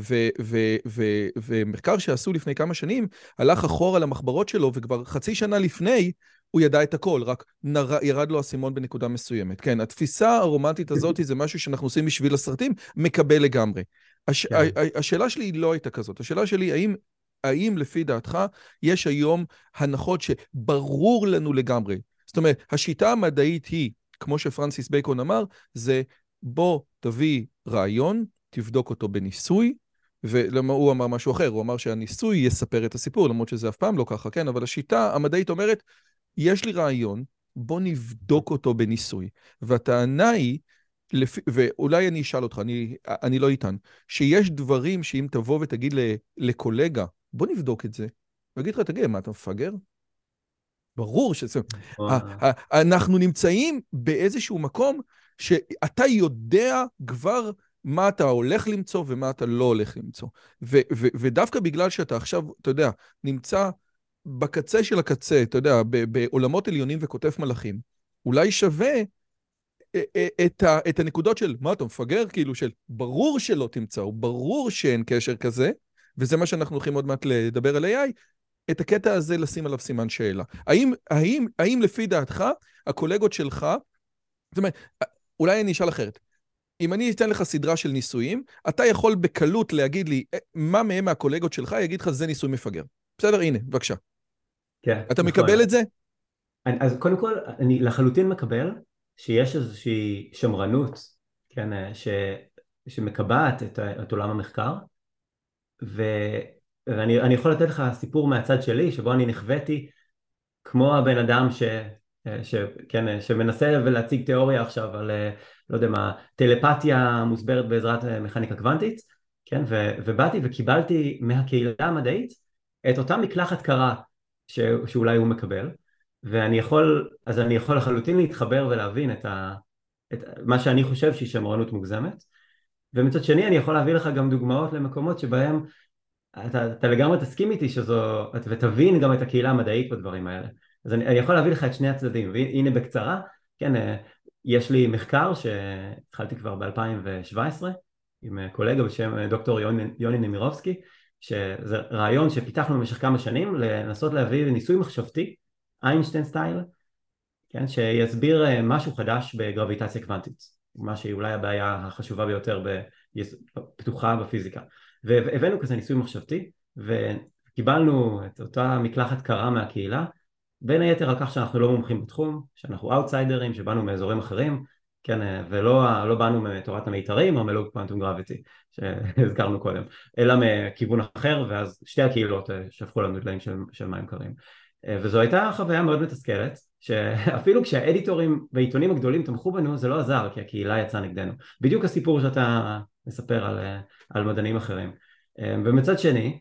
ומחקר שעשו לפני כמה שנים, הלך אחורה למחברות שלו, וכבר חצי שנה לפני, הוא ידע את הכל, רק ירד לו הסימון בנקודה מסוימת. כן, התפיסה הרומנטית הזאת זה משהו שאנחנו עושים בשביל הסרטים, מקבל לגמרי. השאלה שלי היא לא הייתה כזאת. השאלה שלי, האם לפי דעתך יש היום הנחות שברור לנו לגמרי זאת אומרת, השיטה המדעית היא, כמו שפרנסיס בייקון אמר, זה בוא תביא רעיון, תבדוק אותו בניסוי, ולמה הוא אמר משהו אחר, הוא אמר שהניסוי יספר את הסיפור, למרות שזה אף פעם לא ככה, כן? אבל השיטה המדעית אומרת, יש לי רעיון, בוא נבדוק אותו בניסוי. והטענה היא, ואולי אני אשאל אותך, אני לא איתן, שיש דברים שאם תבוא ותגיד לקולגה, בוא נבדוק את זה, ואגיד לך, תגיד, מה אתה מפגר? ברור שזה... אנחנו נמצאים באיזשהו מקום שאתה יודע כבר מה אתה הולך למצוא ומה אתה לא הולך למצוא. ודווקא בגלל שאתה עכשיו, אתה יודע, נמצא בקצה של הקצה, אתה יודע, בעולמות עליונים וכותב מלאכים, אולי שווה את הנקודות של מה אתה מפגר, כאילו של ברור שלא תמצא, או ברור שאין קשר כזה, וזה מה שאנחנו הולכים עוד מעט לדבר על AI, את הקטע הזה לשים עליו סימן שאלה. האם לפי דעתך, הקולגות שלך, זאת אומרת, אולי אני אשאל אחרת, אם אני אתן לך סדרה של ניסויים, אתה יכול בקלות להגיד לי, מה מהם מהקולגות שלך יגיד לך, זה ניסוי מפגר. בסדר, הנה, בבקשה. כן, אתה נכון. מקבל את זה? אז קודם כל, אני לחלוטין מקבל שיש איזושהי שמרנות, כן, שמקבעת את עולם המחקר, ואני יכול לתת לך סיפור מהצד שלי, שבו אני נכוויתי כמו הבן אדם כן, שמנסה ולהציג תיאוריה עכשיו על, לא יודע מה, טלפתיה מוסברת בעזרת מכניקה קוונטית, כן, ובאתי וקיבלתי מהקהילה המדעית את אותה מקלחת קרה שאולי הוא מקבל, אז אני יכול לחלוטין להתחבר ולהבין את מה שאני חושב שהיא שמרנות מוגזמת, ומצד שני אני יכול להביא לך גם דוגמאות למקומות שבהם אתה לגמרי תסכים איתי ותבין גם את הקהילה המדעית בדברים האלה. אז אני יכול להביא לך את שני הצדדים, והנה בקצרה, כן, יש לי מחקר שהתחלתי כבר ב-2017 עם קולגה בשם דוקטור יוני נמירובסקי, שזה רעיון שפיתחנו במשך כמה שנים לנסות להביא ניסוי מחשבתי, איינשטיין סטייל, כן, שיסביר משהו חדש בגרביטציה קוונטית, מה שהיא אולי הבעיה החשובה ביותר פתוחה בפיזיקה. והבאנו כזה ניסוי מחשבתי, וקיבלנו את אותה מקלחת קרה מהקהילה, בין היתר על כך שאנחנו לא מומחים בתחום, שאנחנו אאוטסיידרים, שבאנו מאזורים אחרים, כן, ולא באנו מתורת המיתרים או מלוג קוונטום גרביטי, שהזכרנו קודם, אלא מכיוון אחר, ואז שתי הקהילות שפכו לנו דליים של מים קרים. וזו הייתה חוויה מאוד מתסכלת, שאפילו כשהאדיטורים והעיתונים הגדולים תמכו בנו, זה לא עזר, כי הקהילה יצאה נגדנו. בדיוק הסיפור שאתה מספר על מדענים אחרים. ומצד שני,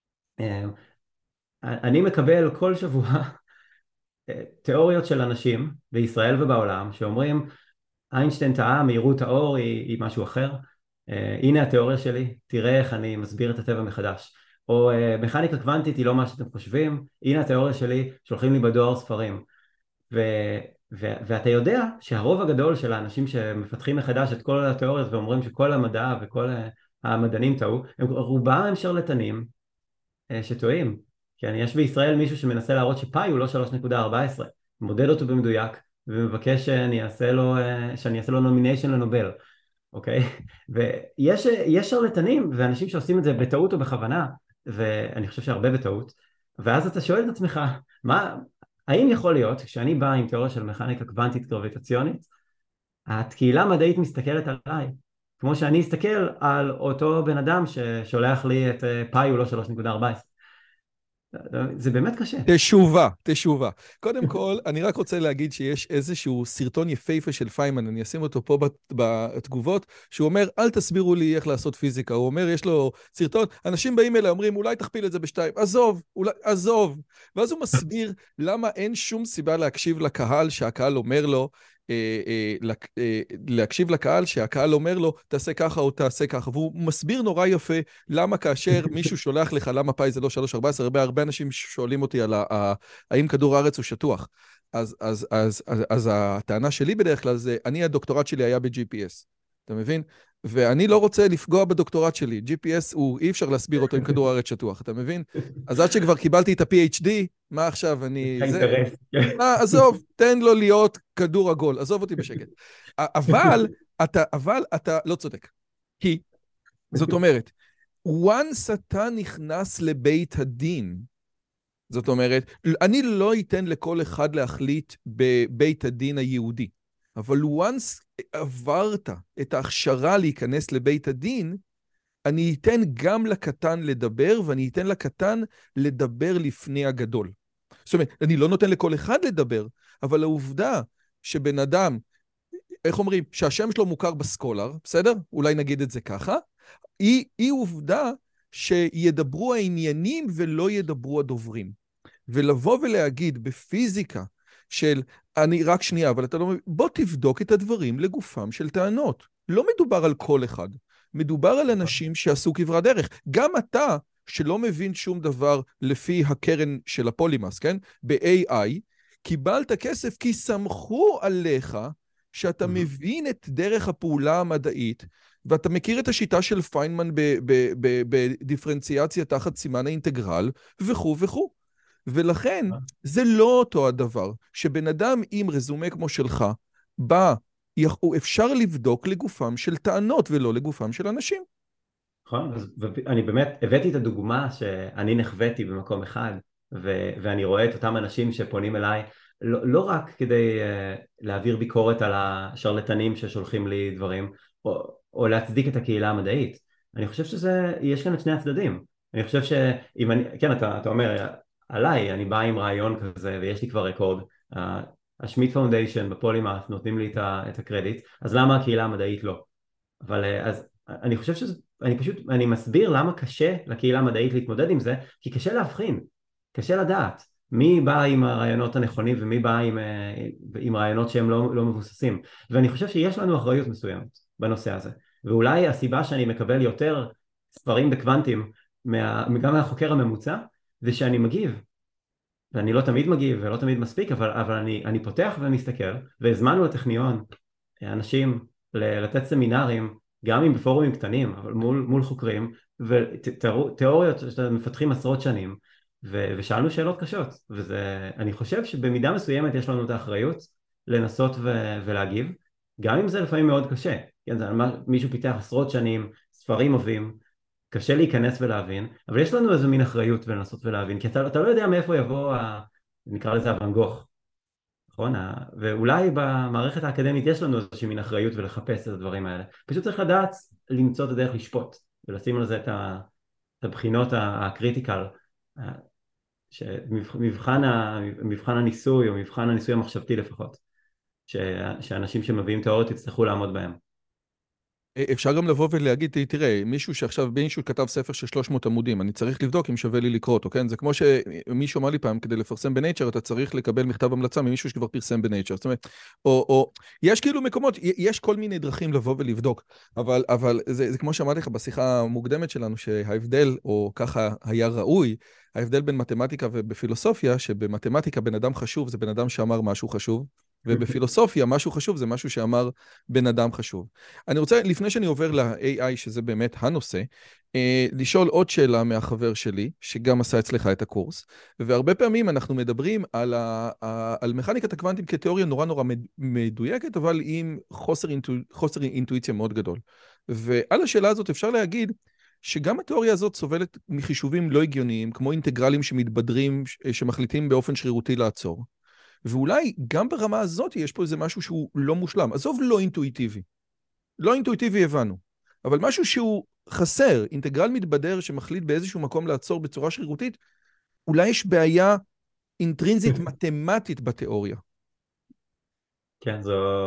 אני מקבל כל שבוע תיאוריות של אנשים בישראל ובעולם שאומרים, איינשטיין טעה, מהירות האור היא משהו אחר, הנה התיאוריה שלי, תראה איך אני מסביר את הטבע מחדש. או מכניקה קוונטית היא לא מה שאתם חושבים, הנה התיאוריה שלי, שולחים לי בדואר ספרים. ואתה יודע שהרוב הגדול של האנשים שמפתחים מחדש את כל התיאוריות ואומרים שכל המדע וכל המדענים טעו, רובם הם שרלטנים שטועים. כן, יש בישראל מישהו שמנסה להראות שפאי הוא לא 3.14, מודד אותו במדויק ומבקש שאני אעשה לו נומיניישן לנובל, אוקיי? ויש שרלטנים ואנשים שעושים את זה בטעות או בכוונה, ואני חושב שהרבה בטעות, ואז אתה שואל את עצמך, האם יכול להיות, כשאני בא עם תיאוריה של מכניקה קוונטית גרביטציונית, הקהילה המדעית מסתכלת עליי, כמו שאני אסתכל על אותו בן אדם ששולח לי את פאי הוא לא 3.14. זה באמת קשה. תשובה. קודם כל, אני רק רוצה להגיד שיש איזשהו סרטון יפהפה של פיימן, אני אשים אותו פה בתגובות, שהוא אומר, אל תסבירו לי איך לעשות פיזיקה. הוא אומר, יש לו סרטון, אנשים באים אליי, אומרים, אולי תכפיל את זה בשתיים, עזוב. ואז הוא מסביר למה אין שום סיבה להקשיב לקהל, שהקהל אומר לו, להקשיב לקהל שהקהל אומר לו תעשה ככה או תעשה ככה, והוא מסביר נורא יפה למה כאשר מישהו שולח לך למה פאי זה לא 3.14, הרבה אנשים שואלים אותי על האם כדור הארץ הוא שטוח, אז הטענה שלי בדרך כלל זה, הדוקטורט שלי היה ב-GPS, אתה מבין? ואני לא רוצה לפגוע בדוקטורט שלי, GPS אי אפשר להסביר אותו עם כדור הארץ שטוח, אתה מבין? אז עד שכבר קיבלתי את ה-PhD, מה עכשיו עזוב, תן לו להיות כדור עגול, עזוב אותי בשקט. אבל אתה לא צודק. כי, זאת אומרת, once אתה נכנס לבית הדין, זאת אומרת, אני לא אתן לכל אחד להחליט בבית הדין היהודי, אבל once עברת את ההכשרה להיכנס לבית הדין, אני אתן גם לקטן לדבר, ואני אתן לקטן לדבר לפני הגדול. זאת אומרת, אני לא נותן לכל אחד לדבר, אבל העובדה שבן אדם, איך אומרים, שהשם שלו מוכר בסקולר, בסדר? אולי נגיד את זה ככה, היא עובדה שידברו העניינים ולא ידברו הדוברים. ולבוא ולהגיד בפיזיקה של, אני רק שנייה, אבל אתה לא מבין, בוא תבדוק את הדברים לגופם של טענות. לא מדובר על כל אחד, מדובר על אנשים שעשו כברת דרך. גם אתה, שלא מבין שום דבר לפי הקרן של הפולימאס, כן? ב-AI, קיבלת כסף כי סמכו עליך שאתה מבין את דרך הפעולה המדעית, ואתה מכיר את השיטה של פיינמן בדיפרנציאציה תחת סימן האינטגרל, וכו' וכו'. ולכן זה לא אותו הדבר, שבן אדם עם רזומה כמו שלך, בא, אפשר לבדוק לגופם של טענות ולא לגופם של אנשים. נכון, ואני באמת הבאתי את הדוגמה שאני נחוויתי במקום אחד, ואני רואה את אותם אנשים שפונים אליי, לא רק כדי להעביר ביקורת על השרלטנים ששולחים לי דברים, או להצדיק את הקהילה המדעית. אני חושב יש כאן את שני הצדדים. אני חושב שאם אני, כן, אתה אומר, עליי, אני בא עם רעיון כזה, ויש לי כבר רקורד, השמיט פאונדיישן בפולימאס נותנים לי את הקרדיט, אז למה הקהילה המדעית לא? אבל אז אני חושב אני מסביר למה קשה לקהילה המדעית להתמודד עם זה, כי קשה להבחין, קשה לדעת מי בא עם הרעיונות הנכונים ומי בא עם רעיונות שהם לא מבוססים. ואני חושב שיש לנו אחריות מסוימת בנושא הזה, ואולי הסיבה שאני מקבל יותר ספרים בקוונטים גם מהחוקר הממוצע, זה שאני מגיב, ואני לא תמיד מגיב ולא תמיד מספיק, אבל אני פותח ומסתכל, והזמנו לטכניון אנשים לתת סמינרים, גם אם בפורומים קטנים, אבל מול חוקרים, ותיאוריות שמפתחים עשרות שנים, ושאלנו שאלות קשות, ואני חושב שבמידה מסוימת יש לנו את האחריות לנסות ולהגיב, גם אם זה לפעמים מאוד קשה, כן, מישהו פיתח עשרות שנים, ספרים עובים, קשה להיכנס ולהבין, אבל יש לנו איזו מין אחריות ולנסות ולהבין, כי אתה לא יודע מאיפה יבוא, נקרא לזה ואן גוך, נכון? ואולי במערכת האקדמית יש לנו איזושהי מין אחריות ולחפש את הדברים האלה. פשוט צריך לדעת למצוא את הדרך לשפוט, ולשים על זה את הבחינות הקריטיקל, מבחן הניסוי, או מבחן הניסוי המחשבתי לפחות, שאנשים שמביאים תיאוריות יצטרכו לעמוד בהם. אפשר גם לבוא ולהגיד, תראה, מישהו כתב ספר של 300 עמודים, אני צריך לבדוק אם שווה לי לקרוא אותו, כן? זה כמו שמישהו אמר לי פעם, כדי לפרסם בנייצ'ר, אתה צריך לקבל מכתב המלצה ממישהו שכבר פרסם בנייצ'ר. זאת אומרת, או יש כאילו מקומות, יש כל מיני דרכים לבוא ולבדוק, אבל זה כמו שאמרתי לך בשיחה המוקדמת שלנו, שההבדל, או ככה היה ראוי, ההבדל בין מתמטיקה ובפילוסופיה, שבמתמטיקה בן אדם חשוב, זה בן אדם שאמר משהו חשוב, ובפילוסופיה משהו חשוב זה משהו שאמר בן אדם חשוב. אני רוצה, לפני שאני עובר ל-AI, שזה באמת הנושא, לשאול עוד שאלה מהחבר שלי, שגם עשה אצלך את הקורס, והרבה פעמים אנחנו מדברים על מכניקת הקוונטים כתיאוריה נורא נורא מדויקת, אבל עם חוסר אינטואיציה מאוד גדול. ועל השאלה הזאת אפשר להגיד, שגם התיאוריה הזאת סובלת מחישובים לא הגיוניים, כמו אינטגרלים שמתבדרים, שמחליטים באופן שרירותי לעצור. ואולי גם ברמה הזאת יש פה איזה משהו שהוא לא מושלם. עזוב לא אינטואיטיבי. לא אינטואיטיבי הבנו. אבל משהו שהוא חסר, אינטגרל מתבדר שמחליט באיזשהו מקום לעצור בצורה שרירותית, אולי יש בעיה אינטרינזית מתמטית בתיאוריה. כן,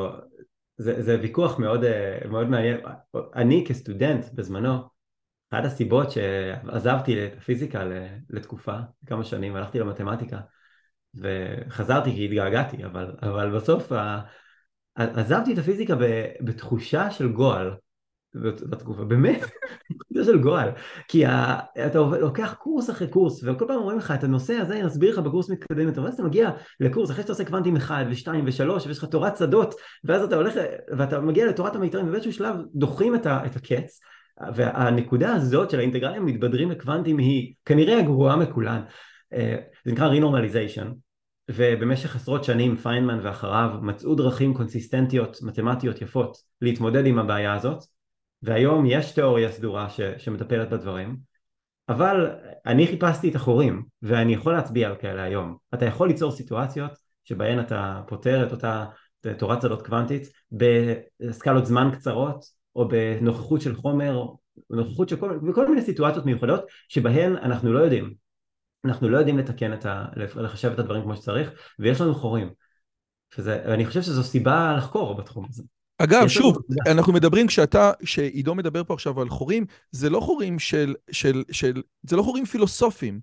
זה ויכוח מאוד, מאוד מעניין. אני כסטודנט בזמנו, אחת הסיבות שעזבתי את הפיזיקה לתקופה, כמה שנים, הלכתי למתמטיקה, וחזרתי כי התגעגעתי, אבל בסוף עזבתי את הפיזיקה בתחושה של גועל, בתקופה, באמת, תחושה של גועל, כי אתה לוקח קורס אחרי קורס, וכל פעם אומרים לך את הנושא הזה, אני אסביר לך בקורס מתקדם, ואז אתה מגיע לקורס, אחרי שאתה עושה קוונטים 1 ו2 ו3, ויש לך תורת שדות, ואז אתה הולך, ואתה מגיע לתורת המיתרים, ובאיזשהו שלב דוחים את הקץ, והנקודה הזאת של האינטגרלים מתבדרים לקוונטים היא כנראה הגרועה מכולן. זה נקרא רנורמליזיישן, ובמשך עשרות שנים פיינמן ואחריו מצאו דרכים קונסיסטנטיות מתמטיות יפות להתמודד עם הבעיה הזאת, והיום יש תיאוריה סדורה שמטפלת בדברים, אבל אני חיפשתי את החורים, ואני יכול להצביע על כאלה היום. אתה יכול ליצור סיטואציות שבהן אתה פותר את אותה תורת שדות קוונטית בסקלות זמן קצרות, או בנוכחות של חומר, בנוכחות של בכל מיני סיטואציות מיוחדות, שבהן אנחנו לא יודעים. אנחנו לא יודעים לתקן לחשב את הדברים כמו שצריך, ויש לנו חורים. ואני חושב שזו סיבה לחקור בתחום הזה. אגב, יש לנו שוב, אנחנו מדברים, כשעידו מדבר פה עכשיו על חורים, זה לא חורים זה לא חורים פילוסופיים.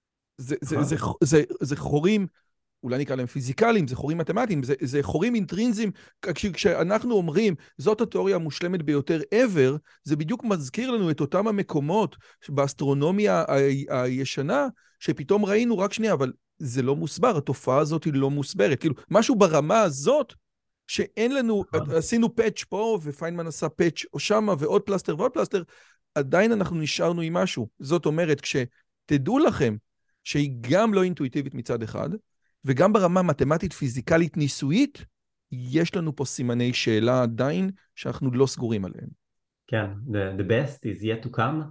זה חורים, אולי נקרא להם פיזיקליים, זה חורים מתמטיים, זה חורים אינטרינזיים. כשאנחנו אומרים, זאת התיאוריה המושלמת ביותר ever, זה בדיוק מזכיר לנו את אותם המקומות באסטרונומיה הישנה, שפתאום ראינו, רק שנייה, אבל זה לא מוסבר, התופעה הזאת היא לא מוסברת. כאילו, משהו ברמה הזאת, שאין לנו, עשינו פאץ' פה, ופיינמן עשה פאץ' או שמה, ועוד פלסטר ועוד פלסטר, עדיין אנחנו נשארנו עם משהו. זאת אומרת, כשתדעו לכם שהיא גם לא אינטואיטיבית מצד אחד, וגם ברמה מתמטית, פיזיקלית, ניסויית, יש לנו פה סימני שאלה עדיין שאנחנו לא סגורים עליהם. כן, the best is yet to come,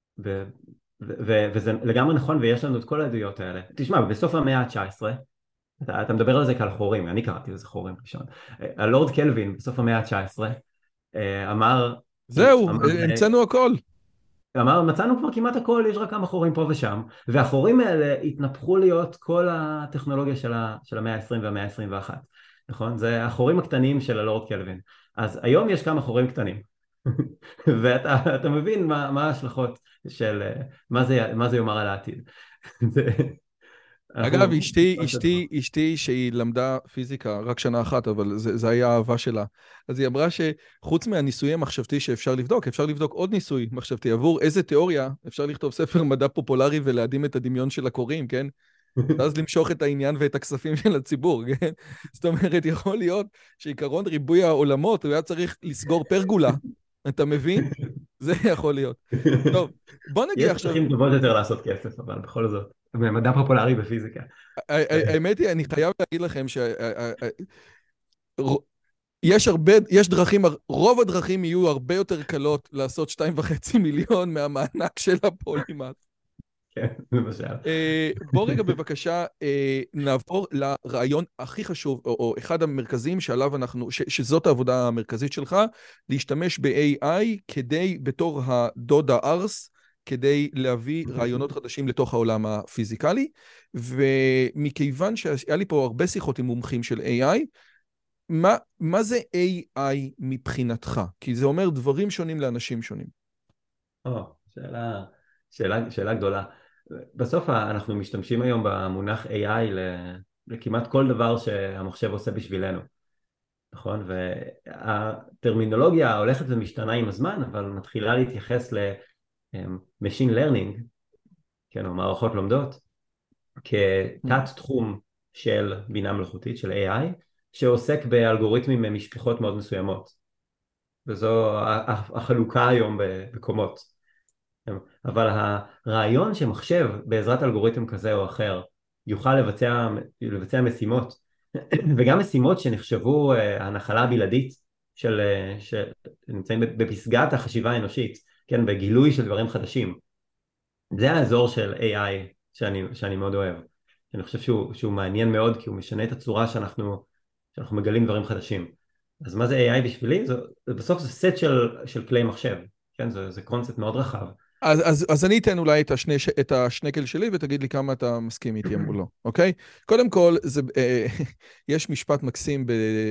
וזה לגמרי נכון, ויש לנו את כל העדויות האלה. תשמע, בסוף המאה ה-19, אתה מדבר על זה כעל חורים, אני קראתי לזה חורים ראשון. הלורד קלווין, בסוף המאה ה-19, אמר... זהו, המצאנו הכל. אמר, מצאנו כבר כמעט הכל, יש רק כמה חורים פה ושם, והחורים האלה התנפחו להיות כל הטכנולוגיה של המאה ה-20 והמאה ה-21, נכון? זה החורים הקטנים של הלורד קלווין. אז היום יש כמה חורים קטנים, ואתה מבין מה ההשלכות של מה זה יאמר על העתיד. אגב, אשתי שהיא למדה פיזיקה רק שנה אחת, אבל זה היה האהבה שלה. אז היא אמרה שחוץ מהניסוי המחשבתי שאפשר לבדוק, אפשר לבדוק עוד ניסוי מחשבתי. עבור איזה תיאוריה אפשר לכתוב ספר מדע פופולרי ולהדהים את הדמיון של הקוראים, כן? ואז למשוך את העניין ואת הכספים של הציבור, כן? זאת אומרת, יכול להיות שעיקרון ריבוי העולמות, הוא היה צריך לסגור פרגולה. אתה מבין? זה יכול להיות. טוב, בוא נגיע עכשיו... יש דרכים טובות יותר לעשות כסף, אבל בכל זאת, מדע פופולרי בפיזיקה. האמת היא, אני חייב להגיד לכם יש דרכים, רוב הדרכים יהיו הרבה יותר קלות לעשות 2.5 מיליון מהמענק של הפולימט. כן, למשל. בוא רגע בבקשה נעבור לרעיון הכי חשוב, או אחד המרכזיים שעליו שזאת העבודה המרכזית שלך, להשתמש ב-AI כדי, בתור הדוד הארס, כדי להביא רעיונות חדשים לתוך העולם הפיזיקלי, ומכיוון שהיה לי פה הרבה שיחות עם מומחים של AI, מה זה AI מבחינתך? כי זה אומר דברים שונים לאנשים שונים. שאלה גדולה. בסוף אנחנו משתמשים היום במונח AI לכמעט כל דבר שהמחשב עושה בשבילנו, נכון? והטרמינולוגיה הולכת ומשתנה עם הזמן, אבל מתחילה להתייחס ל-machine learning, כן, או מערכות לומדות, כתת תחום של בינה מלאכותית, של AI, שעוסק באלגוריתמים ממשפחות מאוד מסוימות. וזו החלוקה היום בקומות. אבל הרעיון שמחשב בעזרת אלגוריתם כזה או אחר יוכל לבצע משימות, וגם משימות שנחשבו הנחלה הבלעדית שנמצאים בפסגת החשיבה האנושית, כן, בגילוי של דברים חדשים. זה האזור של AI שאני מאוד אוהב. אני חושב שהוא מעניין מאוד, כי הוא משנה את הצורה שאנחנו מגלים דברים חדשים. אז מה זה AI בשבילי? בסוף זה סט של כלי מחשב, כן? זה קונספט מאוד רחב. אז אני אתן אולי את השנקל שלי, ותגיד לי כמה אתה מסכים איתי או לא, אוקיי? קודם כל, יש משפט מקסים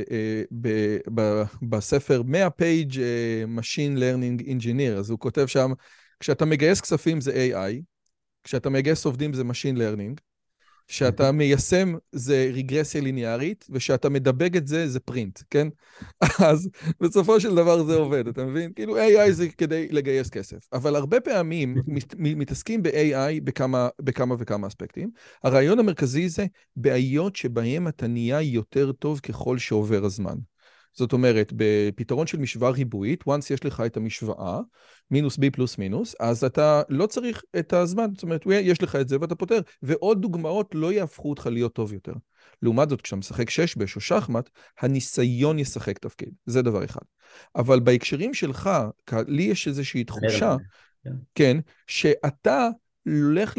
בספר 100 page Machine Learning Engineer, אז הוא כותב שם, כשאתה מגייס כספים זה AI, כשאתה מגייס עובדים זה Machine Learning, כשאתה מיישם זה רגרסיה ליניארית, וכשאתה מדבג את זה, זה פרינט, כן? אז בסופו של דבר זה עובד, אתה מבין? כאילו AI זה כדי לגייס כסף. אבל הרבה פעמים מתעסקים ב-AI בכמה וכמה אספקטים. הרעיון המרכזי זה בעיות שבהם אתה נהיה יותר טוב ככל שעובר הזמן. זאת אומרת, בפתרון של משוואה ריבועית, once יש לך את המשוואה, מינוס b פלוס מינוס, אז אתה לא צריך את הזמן, זאת אומרת, יש לך את זה ואתה פותר, ועוד דוגמאות לא יהפכו אותך להיות טוב יותר. לעומת זאת, כשאתה משחק שש-בש או שחמט, הניסיון ישחק תפקיד, זה דבר אחד. אבל בהקשרים שלך, לי יש איזושהי תחושה, כן, שאתה הולך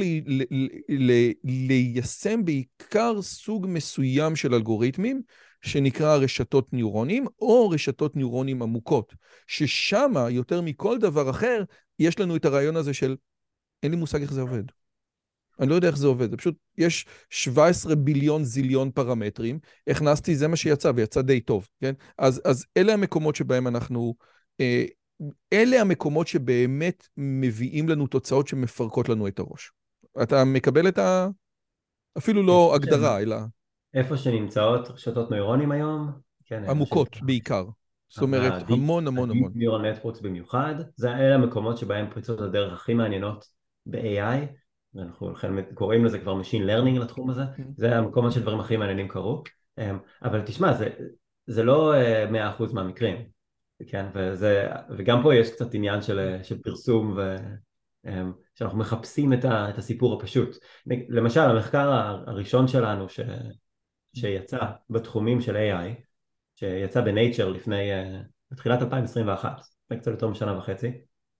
ליישם בעיקר סוג מסוים של אלגוריתמים, שנקרא רשתות ניורונים, או רשתות ניורונים עמוקות, ששם, יותר מכל דבר אחר, יש לנו את הרעיון הזה של, אין לי מושג איך זה עובד. אני לא יודע איך זה עובד, זה פשוט, יש 17 ביליון זיליון פרמטרים, הכנסתי, זה מה שיצא, ויצא די טוב, כן? אז אלה המקומות שבהם אנחנו, אלה המקומות שבאמת מביאים לנו תוצאות שמפרקות לנו את הראש. אתה מקבל את אפילו לא הגדרה, אלא איפה שנמצאות רשתות נוירונים היום, כן, עמוקות בעיקר. זאת אומרת, המון המון ה-Deep המון. Neural Networks במיוחד, אלה המקומות שבהם פריצות הדרך הכי מעניינות ב-AI, ואנחנו קוראים לזה כבר Machine Learning לתחום הזה, זה המקומות שדברים הכי מעניינים קרו, אבל תשמע, זה לא 100% מהמקרים, כן, וגם פה יש קצת עניין של פרסום שאנחנו מחפשים את הסיפור הפשוט. למשל, המחקר הראשון שלנו שיצא בתחומים של AI, שיצא בנייצ'ר בתחילת 2021, לפני קצת יותר משנה וחצי,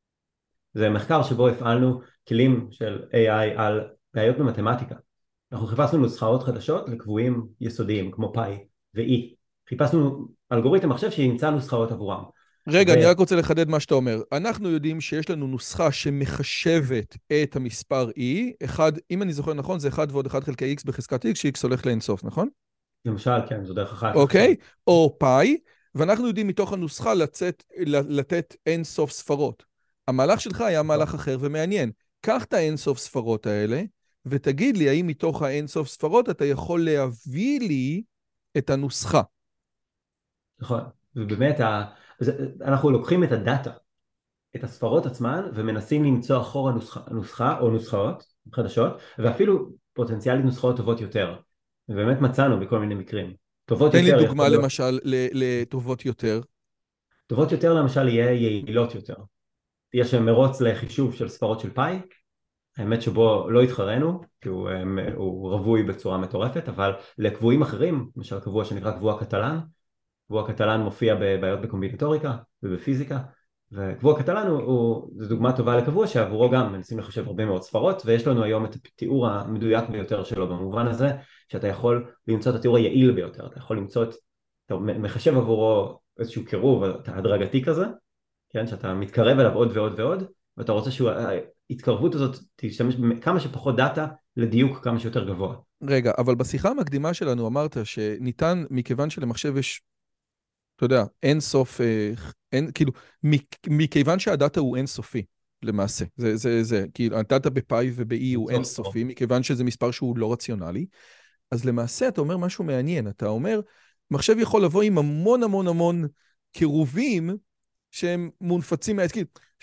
זה מחקר שבו הפעלנו כלים של AI על בעיות במתמטיקה. אנחנו חיפשנו נוסחאות חדשות לקבועים יסודיים כמו פאי ו-E. חיפשנו אלגוריתם מחשב שימצא נוסחאות עבורם. רגע, אני רק רוצה לחדד מה שאתה אומר. אנחנו יודעים שיש לנו נוסחה שמחשבת את המספר E, אחד, אם אני זוכר נכון, זה 1 ועוד 1 חלקי X בחזקת X, ש-X הולך לאינסוף, נכון? למשל, כן, זו דרך אחת. אוקיי, או פאי, ואנחנו יודעים מתוך הנוסחה לתת אינסוף ספרות. המהלך שלך היה מהלך אחר ומעניין. קח את האינסוף ספרות האלה, ותגיד לי האם מתוך האינסוף ספרות אתה יכול להביא לי את הנוסחה. נכון, ובאמת אנחנו לוקחים את הדאטה, את הספרות עצמן, ומנסים למצוא אחורה נוסחה או נוסחאות חדשות, ואפילו פוטנציאלית נוסחאות טובות יותר. ובאמת מצאנו בכל מיני מקרים. טובות יותר... תן לי דוגמה למשל לטובות יותר. טובות יותר למשל יהיה יעילות יותר. יש מרוץ לחישוב של ספרות של פאי, האמת שבו לא התחרנו, כי הוא רווי בצורה מטורפת, אבל לקבועים אחרים, למשל קבוע שנקרא קבוע קטלן, קבוע קטלן מופיע בבעיות בקומבינטוריקה ובפיזיקה, וקבוע קטלן זו דוגמה טובה לקבוע שעבורו גם מנסים לחשב הרבה מאוד ספרות, ויש לנו היום את התיאור המדויק ביותר שלו, במובן הזה שאתה יכול למצוא את התיאור היעיל ביותר, אתה יכול למצוא אתה מחשב עבורו איזשהו קירוב הדרגתי כזה, כן, שאתה מתקרב אליו עוד ועוד ועוד, ואתה רוצה שההתקרבות הזאת תשתמש בכמה שפחות דאטה לדיוק כמה שיותר גבוה. רגע, אבל בשיחה המקדימה שלנו אמרת שניתן, מכיוון שלמחשב יש, אתה יודע, אין סוף, כאילו, מכיוון שהדאטה הוא אין סופי, למעשה. זה, כאילו, הדאטה בפאי וב-E הוא אין סופי, מכיוון שזה מספר שהוא לא רציונלי, אז למעשה אתה אומר משהו מעניין, אתה אומר, מחשב יכול לבוא עם המון המון המון קירובים, שהם מונפצים מהעסקים,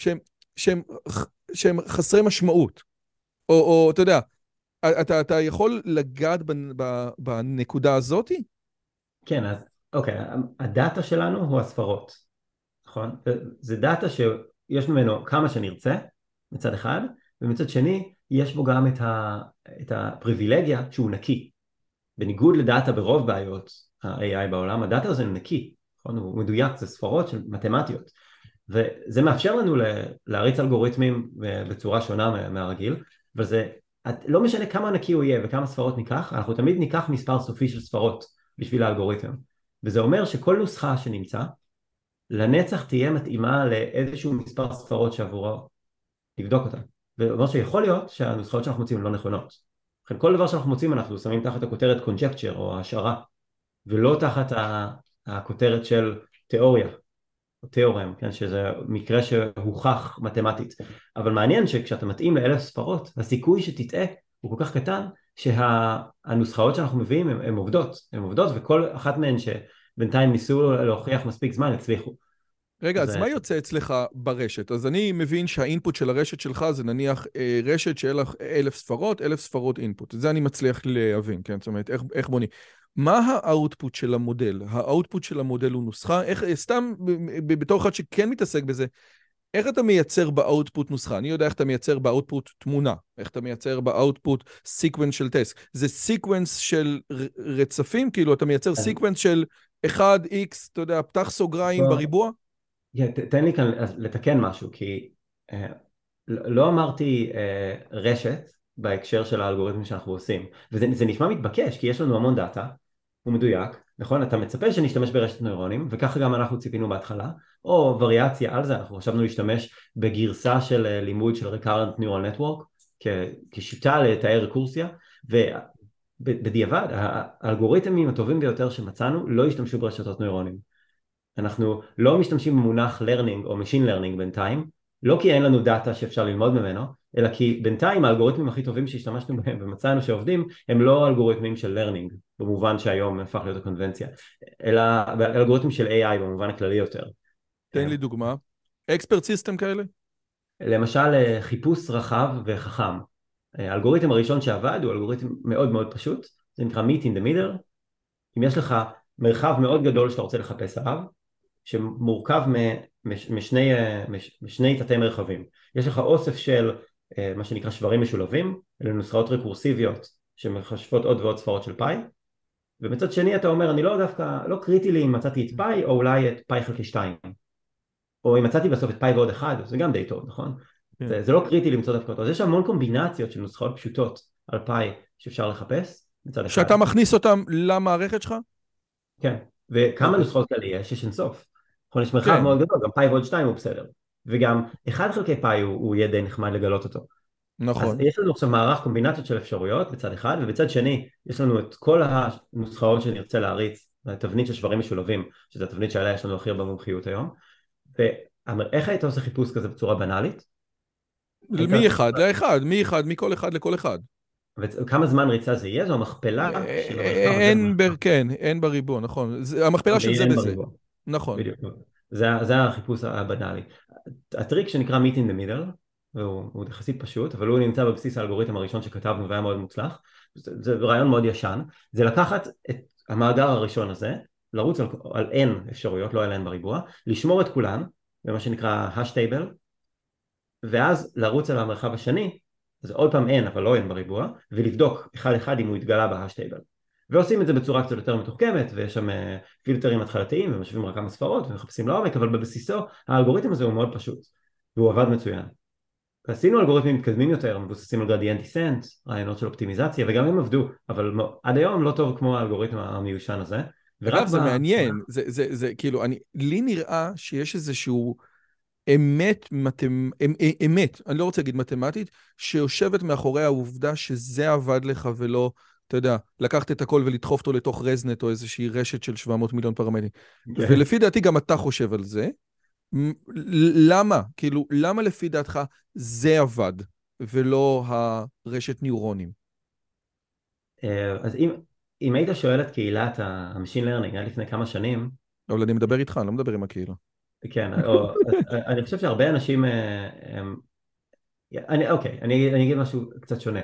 שהם חסרי משמעות. או אתה יודע, אתה יכול לגעת בנקודה הזאת? כן, אז אוקיי, הדאטה שלנו הוא הספרות, נכון? זה דאטה שיש ממנו כמה שנרצה, מצד אחד, ומצד שני, יש בו גם את הפריבילגיה שהוא נקי. בניגוד לדאטה ברוב בעיות ה-AI בעולם, הדאטה הזה נקי, נכון? הוא מדויק, זה ספרות של מתמטיות. וזה מאפשר לנו להריץ אלגוריתמים בצורה שונה מהרגיל, וזה לא משנה כמה נקי הוא יהיה וכמה ספרות ניקח, אנחנו תמיד ניקח מספר סופי של ספרות בשביל האלגוריתם. וזה אומר שכל נוסחה שנמצא, לנצח תהיה מתאימה לאיזשהו מספר ספרות שעבורו לבדוק אותה. וזה אומר שיכול להיות שהנוסחאות שאנחנו מוצאים הן לא נכונות. לכן כל דבר שאנחנו מוצאים אנחנו שמים תחת הכותרת conjecture או השערה, ולא תחת הכותרת של תיאוריה. או תיאורם, כן, שזה מקרה שהוכח מתמטית. אבל מעניין שכשאתה מתאים ל1,000 ספרות, הסיכוי שתטעה הוא כל כך קטן, שהנוסחאות שאנחנו מביאים הן עובדות, וכל אחת מהן שבינתיים ניסו להוכיח מספיק זמן, הצליחו. רגע, אז מה יוצא אצלך ברשת? אז אני מבין שהאינפוט של הרשת שלך זה נניח רשת של 1,000 ספרות, 1,000 ספרות אינפוט. זה אני מצליח להבין, כן? זאת אומרת, איך בונים? מה האוטפוט של המודל? האוטפוט של המודל הוא נוסחה? סתם בתור אחד שכן מתעסק בזה, איך אתה מייצר באוטפוט נוסחה? אני יודע איך אתה מייצר באוטפוט תמונה, איך אתה מייצר באוטפוט סיקוונס של טסק. זה סיקוונס של רצפים? כאילו אתה מייצר סיקוונס של 1x, אתה יודע, פתח סוגריים בריבוע? תן לי כאן לתקן משהו, כי לא אמרתי רשת בהקשר של האלגוריתמים שאנחנו עושים, וזה נשמע מתבקש, כי יש לנו המון דאטה, הוא מדויק, נכון? אתה מצפה שנשתמש ברשת נוירונים, וככה גם אנחנו ציפינו בהתחלה, או וריאציה על זה, אנחנו חשבנו להשתמש בגרסה של לימוד של Recurrent Neural Network, כשיטה לתאר רקורסיה, ובדיעבד, האלגוריתמים הטובים ביותר שמצאנו לא השתמשו ברשתות נוירונים. אנחנו לא משתמשים במונח learning או machine learning בינתיים, לא כי אין לנו דאטה שאפשר ללמוד ממנו, אלא כי בינתיים האלגוריתמים הכי טובים שהשתמשנו בהם ומצאנו שעובדים, הם לא אלגוריתמים של learning, במובן שהיום הפך להיות הקונבנציה, אלא אלגוריתמים של AI במובן הכללי יותר. תן לי דוגמה. אקספרט סיסטם כאלה? למשל חיפוש רחב וחכם. האלגוריתם הראשון שעבד הוא אלגוריתם מאוד מאוד פשוט, זה נקרא meet in the middle. אם יש לך מרחב מאוד גדול שאתה רוצה לחפש עליו, שמורכב משני תתי מרחבים. יש לך אוסף של מה שנקרא שברים משולבים, אלה נוסחאות רקורסיביות שמחשבות עוד ועוד ספרות של פאי, ומצד שני אתה אומר, אני לא דווקא, לא קריטי לי אם מצאתי את פאי או אולי את פאי חלקי 2, או אם מצאתי בסוף את פאי ועוד 1, זה גם די טוב, נכון? זה לא קריטי למצוא דווקא אותו, אז יש המון קומבינציות של נוסחאות פשוטות על פאי שאפשר לחפש מצד אחד. שאתה מכניס אותם למערכת שלך? כן, וכמה נוסחאות כאלה יש אינסוף. יש מרחב כן. מאוד גדול, גם פאי ועוד 2 הוא בסדר, וגם 1 חלקי פאי הוא יהיה די נחמד לגלות אותו. נכון. אז יש לנו עכשיו מערך קומבינציות של אפשרויות בצד אחד, ובצד שני יש לנו את כל הנוסחאות שנרצה להריץ, התבנית של שברים משולבים, שזה התבנית שעליה יש לנו הכי הרבה מומחיות היום. ואיך היית עושה חיפוש כזה בצורה בנאלית? מי אחד לאחד, מי אחד, מכל אחד לכל אחד. וכמה זמן ריצה זה יהיה? זו המכפלה של המרחב הזה. כן, אין בריבוע, נכון. המכפלה של זה בזה. נכון. בדיוק. זה החיפוש הבנאלי. הטריק שנקרא meet in the middle, הוא יחסית פשוט, אבל הוא נמצא בבסיס האלגוריתם הראשון שכתבנו והיה מאוד מוצלח. זה רעיון מאוד ישן. זה לקחת את המאגר הראשון הזה, לרוץ על n אפשרויות, לא על n בריבוע, לשמור את כולן, במה שנקרא hash table, ואז לרוץ על המרחב השני, זה עוד פעם n אבל לא n בריבוע, ולבדוק אחד אחד אם הוא התגלה ב-hash table. ועושים את זה בצורה קצת יותר מתוחכמת, ויש שם פילטרים התחלתיים, ומשווים רק כמה ספרות, ומחפשים לעומק, אבל בבסיסו האלגוריתם הזה הוא מאוד פשוט, והוא עבד מצוין. עשינו אלגוריתמים מתקדמים יותר, מבוססים על גרדיאנט דיסנט, רעיונות של אופטימיזציה, וגם הם עבדו, אבל עד היום לא טוב כמו האלגוריתם המיושן הזה. אגב, זה מעניין, זה כאילו, לי נראה שיש איזשהו אמת, אני לא רוצה להגיד מתמטית, שיושבת מאחורי העובדה שזה עבד לך ולא, אתה יודע, לקחת את הכל ולדחוף אותו לתוך רזנט או איזושהי רשת של 700 מיליון פרמטרים. ולפי דעתי גם אתה חושב על זה. למה? כאילו, למה לפי דעתך זה עבד ולא הרשת ניורונים? אז אם היית שואל את קהילת המשין לרנינג עד לפני כמה שנים, אבל אני מדבר איתך, אני לא מדבר עם הקהילה. כן, אני חושב שהרבה אנשים, אוקיי, אני אגיד משהו קצת שונה.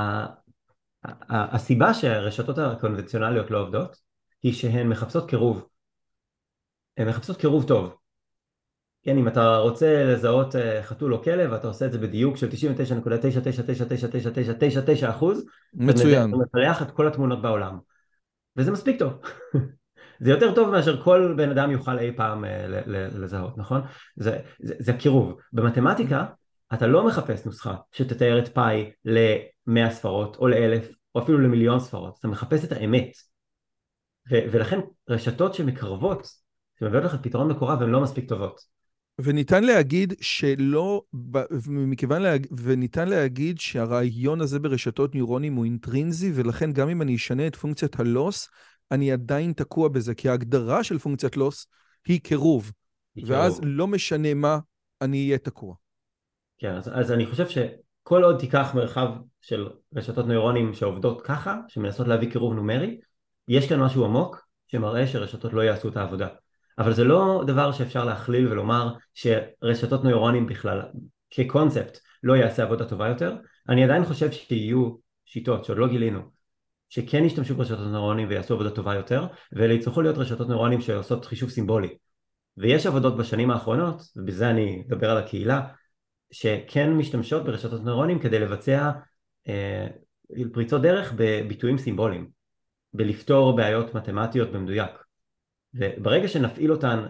הסיבה שהרשתות הקונבנציונליות לא עובדות, היא שהן מחפשות קירוב. הן מחפשות קירוב טוב. כן, אם אתה רוצה לזהות חתול או כלב, אתה עושה את זה בדיוק של 99.9999999%, מצוין. אתה מפריח את כל התמונות בעולם. וזה מספיק טוב. זה יותר טוב מאשר כל בן אדם יוכל אי פעם לזהות, נכון? זה הקירוב. במתמטיקה, אתה לא מחפש נוסחה שתתאר את פאי ל100 ספרות, או ל1000, או אפילו ל1,000,000 ספרות. אתה מחפש את האמת. ולכן רשתות שמקרבות, שמביאות לך פתרון מקורב, הן לא מספיק טובות. וניתן להגיד שלא, וניתן להגיד שהרעיון הזה ברשתות ניורונים הוא אינטרינזי, ולכן גם אם אני אשנה את פונקציית הלוס, אני עדיין תקוע בזה, כי ההגדרה של פונקציית לוס היא קירוב, ואז לא משנה מה, אני אהיה תקוע. כן, אז אני חושב שכל עוד תיקח מרחב של רשתות נוירונים שעובדות ככה, שמנסות להביא קירוב נומרי, יש כאן משהו עמוק שמראה שרשתות לא יעשו את העבודה. אבל זה לא דבר שאפשר להכליל ולומר שרשתות נוירונים בכלל, כקונספט, לא יעשה עבודה טובה יותר. אני עדיין חושב שיהיו שיטות שעוד לא גילינו, שכן ישתמשו ברשתות נוירונים ויעשו עבודה טובה יותר, ואלה יצטרכו להיות רשתות נוירונים שעושות חישוב סימבולי. ויש עבודות בשנים האחרונות, ובזה אני אדבר על הקהילה, שכן משתמשות ברשתות נוירונים כדי לבצע פריצות דרך בביטויים סימבוליים, בלפתור בעיות מתמטיות במדויק. וברגע שנפעיל אותן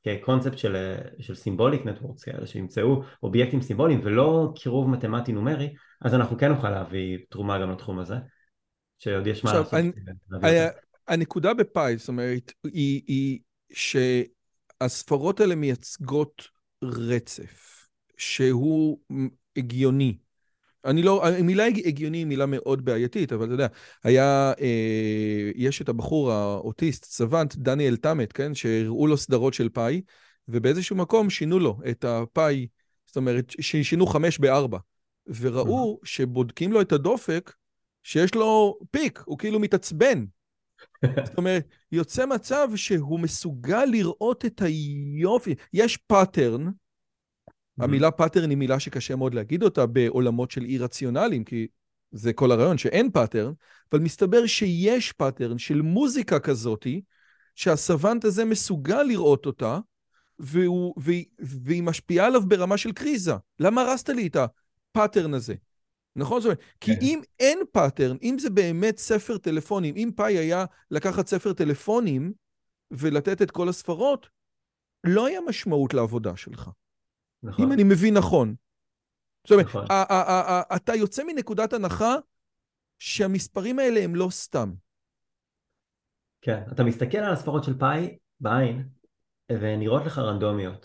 כקונספט של סימבוליק נטוורקס כאלה, שימצאו אובייקטים סימבוליים ולא קירוב מתמטי נומרי, אז אנחנו כן נוכל להביא תרומה גם לתחום הזה, שעוד יש מה עכשיו, לעשות להביא אותו. הנקודה בפאי, זאת אומרת, היא שהספרות האלה מייצגות רצף, שהוא הגיוני. אני לא, המילה הגיוני היא מילה מאוד בעייתית, אבל אתה יודע, יש את הבחור האוטיסט, סוונט, דניאל טאמט, כן, שהראו לו סדרות של פאי, ובאיזשהו מקום שינו לו את הפאי, זאת אומרת, שינו 5 ב-4, וראו שבודקים לו את הדופק, שיש לו פיק, הוא כאילו מתעצבן. זאת אומרת, יוצא מצב שהוא מסוגל לראות את היופי. יש פאטרן, המילה פאטרן היא מילה שקשה מאוד להגיד אותה בעולמות של אי רציונליים, כי זה כל הרעיון שאין פאטרן, אבל מסתבר שיש פאטרן של מוזיקה כזאת, שהסוונט הזה מסוגל לראות אותה, והיא משפיעה עליו ברמה של קריזה. למה הרסת לי את הפאטרן הזה? נכון? זאת אומרת, כי אם אין פאטרן, אם זה באמת ספר טלפונים, אם פאי היה לקחת ספר טלפונים ולתת את כל הספרות, לא היה משמעות לעבודה שלך. נכון. אם אני מבין נכון. זאת אומרת, נכון. אתה יוצא מנקודת הנחה שהמספרים האלה הם לא סתם. כן, אתה מסתכל על הספרות של פאי בעין, ונראות לך רנדומיות.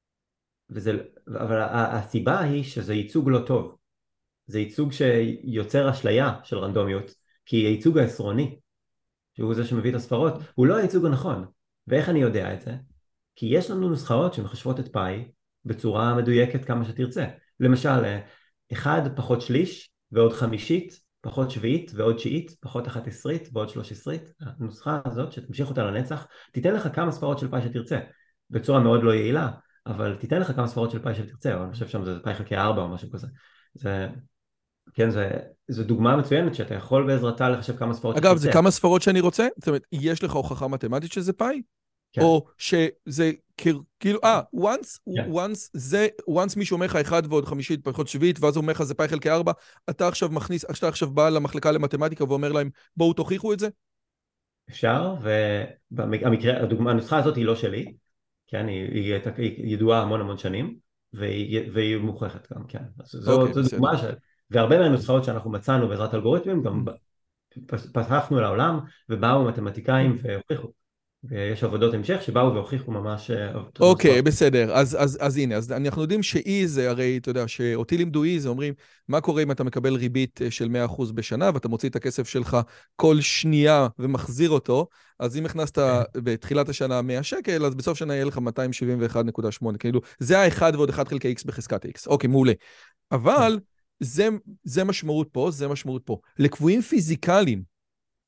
אבל הסיבה היא שזה ייצוג לא טוב. זה ייצוג שיוצר אשליה של רנדומיות, כי הייצוג העשרוני, שהוא זה שמביא את הספרות, הוא לא הייצוג הנכון. ואיך אני יודע את זה? כי יש לנו נוסחאות שמחשבות את פאי בצורה מדויקת כמה שתרצה. למשל, 1 פחות שליש ועוד חמישית, פחות שביעית ועוד תשיעית, פחות 11 ועוד 13. הנוסחה הזאת שתמשיך אותה לנצח, תיתן לך כמה ספרות של פאי שתרצה, בצורה מאוד לא יעילה, אבל תיתן לך כמה ספרות של פאי שתרצה, או אני חושב שם זה פאי חלקי 4 או משהו כזה. כן, זו דוגמה מצוינת שאתה יכול בעזרתה לחשב כמה ספרות שתרצה. אגב, זה כמה ספרות שאני רוצה? זאת אומרת, יש לך הוכחה מתמטית שזה פאי? כן. או שזה כאילו, once מישהו אומר לך 1 ועוד חמישית פחות שביעית, ואז הוא אומר לך זה פאי חלקי 4, אתה עכשיו בא למחלקה למתמטיקה ואומר להם, בואו תוכיחו את זה? אפשר, הנוסחה הזאת היא לא שלי, כן, היא ידועה המון שנים, והיא מוכחת גם, כן. זו דוגמה והרבה מהנוסחאות שאנחנו מצאנו בעזרת אלגוריתמים, גם פתחנו לעולם, ובאו מתמטיקאים והוכיחו. ויש עבודות המשך שבאו והוכיחו ממש... אוקיי, בסדר. אז הנה, אז אנחנו יודעים שאי זה, הרי אתה יודע, שאותי לימדו אי זה, אומרים, מה קורה אם אתה מקבל ריבית של 100% בשנה, ואתה מוציא את הכסף שלך כל שנייה ומחזיר אותו, אז אם הכנסת בתחילת השנה 100 שקל, אז בסוף שנה יהיה לך 271.8, כאילו, זה ה-1 ועוד 1 חלקי x בחזקת x. אוקיי, מעולה. אבל זה משמעות פה, זה משמעות פה. לקבועים פיזיקליים,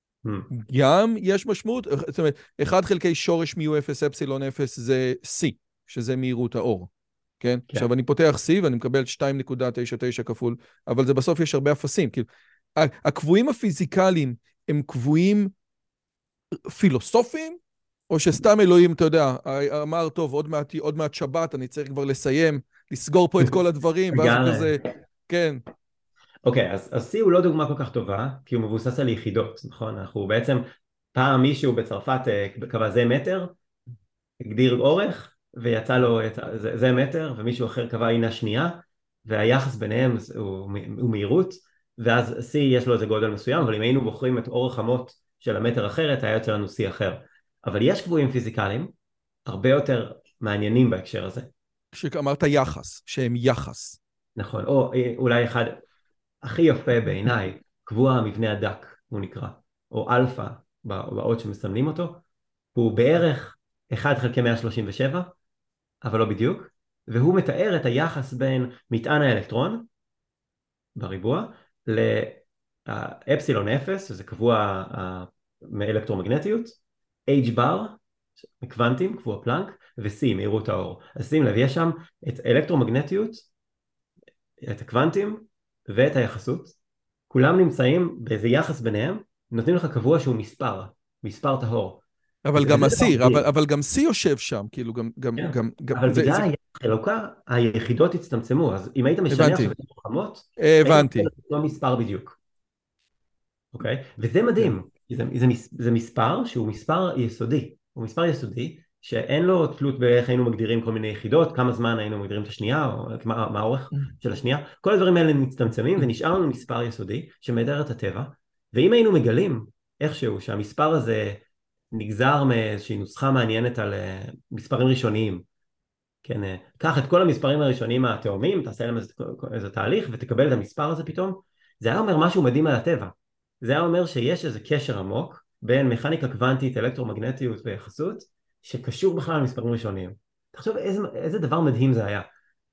גם יש משמעות, זאת אומרת, 1 חלקי שורש מיו 0 אפסילון 0 זה C, שזה מהירות האור, כן? עכשיו אני פותח C ואני מקבל 2.99 כפול, אבל זה בסוף יש הרבה אפסים, כאילו, הקבועים הפיזיקליים הם קבועים פילוסופיים, או שסתם אלוהים, אתה יודע, אמר, טוב, עוד מעט שבת, אני צריך כבר לסיים, לסגור פה את כל הדברים, ואז הוא כזה, כן. אוקיי, אז C הוא לא דוגמה כל כך טובה, כי הוא מבוסס על יחידות, נכון? אנחנו בעצם, פעם מישהו בצרפת קבע זה מטר, הגדיר אורך, ויצא לו זה מטר, ומישהו אחר קבע עינה שנייה, והיחס ביניהם הוא מהירות, ואז C יש לו איזה גודל מסוים, אבל אם היינו בוחרים את אורך המוט של המטר אחרת, היה יוצא לנו C אחר. אבל יש קבועים פיזיקליים, הרבה יותר מעניינים בהקשר הזה. שאמרת יחס, שהם יחס. נכון, או אולי אחד... הכי יפה בעיניי, קבוע המבנה הדק, הוא נקרא, או אלפא, באות שמסמנים אותו, הוא בערך 1 חלקי 137, אבל לא בדיוק, והוא מתאר את היחס בין מטען האלקטרון, בריבוע, לאפסילון 0, שזה קבוע מאלקטרומגנטיות, H בר, מקוונטים, קבוע פלנק, ו-C, מהירות האור. אז שים לב, יש שם את אלקטרומגנטיות, את הקוונטים, ואת היחסות, כולם נמצאים באיזה יחס ביניהם, נותנים לך קבוע שהוא מספר טהור. אבל גם C, אבל גם C יושב שם, כאילו גם... אבל בגלל החלוקה, היחידות הצטמצמו, אז אם היית משנה עכשיו את החכמות, הבנתי. לא מספר בדיוק. אוקיי? וזה מדהים, זה מספר שהוא מספר יסודי, הוא מספר יסודי, שאין לו תלות באיך היינו מגדירים כל מיני יחידות, כמה זמן היינו מגדירים את השנייה, או מה האורך של השנייה, כל הדברים האלה מצטמצמים, ונשאר לנו מספר יסודי שמתאר את הטבע, ואם היינו מגלים איכשהו שהמספר הזה נגזר מאיזושהי נוסחה מעניינת על מספרים ראשוניים, כן, קח את כל המספרים הראשוניים התאומים, תעשה להם איזה תהליך ותקבל את המספר הזה פתאום, זה היה אומר משהו מדהים על הטבע. זה היה אומר שיש איזה קשר עמוק בין מכניקה קוונטית, אלקטרומגנטיות ויחסות, שקשור בכלל למספרים ראשוניים. תחשוב איזה דבר מדהים זה היה.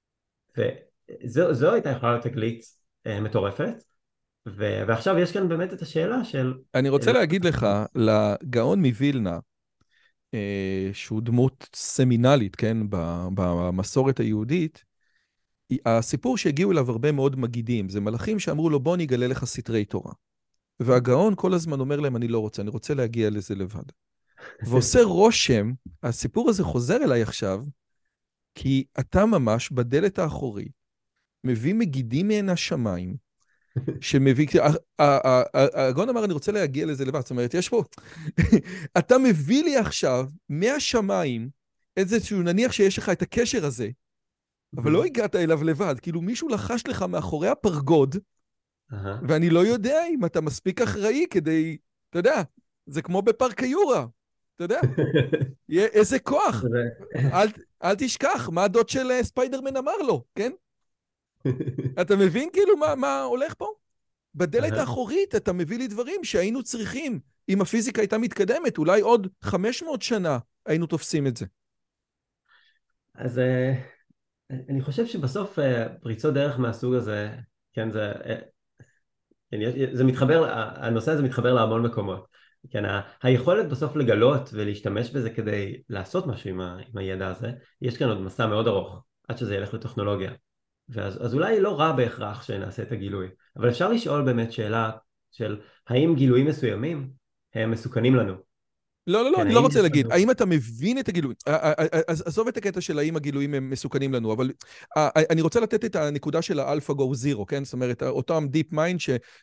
וזו הייתה יכולה להיות תגלית מטורפת, ועכשיו יש כאן באמת את השאלה של... אני רוצה להגיד לך, לגאון מווילנה, שהוא דמות סמינלית, כן, במסורת היהודית, הסיפור שהגיעו אליו הרבה מאוד מגידים, זה מלאכים שאמרו לו בוא נגלה לך סתרי תורה. והגאון כל הזמן אומר להם אני לא רוצה, אני רוצה להגיע לזה לבד. ועושה רושם, הסיפור הזה חוזר אליי עכשיו, כי אתה ממש בדלת האחורית, מביא מגידים מעין השמיים, שמביא, הגאון אמר אני רוצה להגיע לזה לבד, זאת אומרת יש פה, אתה מביא לי עכשיו מהשמיים, איזשהו נניח שיש לך את הקשר הזה, אבל לא הגעת אליו לבד, כאילו מישהו לחש לך מאחורי הפרגוד, ואני לא יודע אם אתה מספיק אחראי כדי, אתה יודע, זה כמו בפארק היורה, אתה יודע, איזה כוח, אל תשכח, מה הדוד של ספיידרמן אמר לו, כן? אתה מבין כאילו מה הולך פה? בדלת האחורית אתה מביא לי דברים שהיינו צריכים, אם הפיזיקה הייתה מתקדמת, אולי עוד 500 שנה היינו תופסים את זה. אז אני חושב שבסוף פריצות דרך מהסוג הזה, כן, זה מתחבר, הנושא הזה מתחבר להמון מקומות. כן, היכולת בסוף לגלות ולהשתמש בזה כדי לעשות משהו עם הידע הזה, יש כאן עוד מסע מאוד ארוך, עד שזה ילך לטכנולוגיה. אז אולי לא רע בהכרח שנעשה את הגילוי, אבל אפשר לשאול באמת שאלה של האם גילויים מסוימים הם מסוכנים לנו? לא, לא, לא, כן, אני לא רוצה להגיד. האם אתה מבין את הגילויים? אז עזוב את הקטע של האם הגילויים הם מסוכנים לנו, אבל אני רוצה לתת את הנקודה של האלפא-גו זירו, כן? זאת אומרת, אותם דיפ מיינד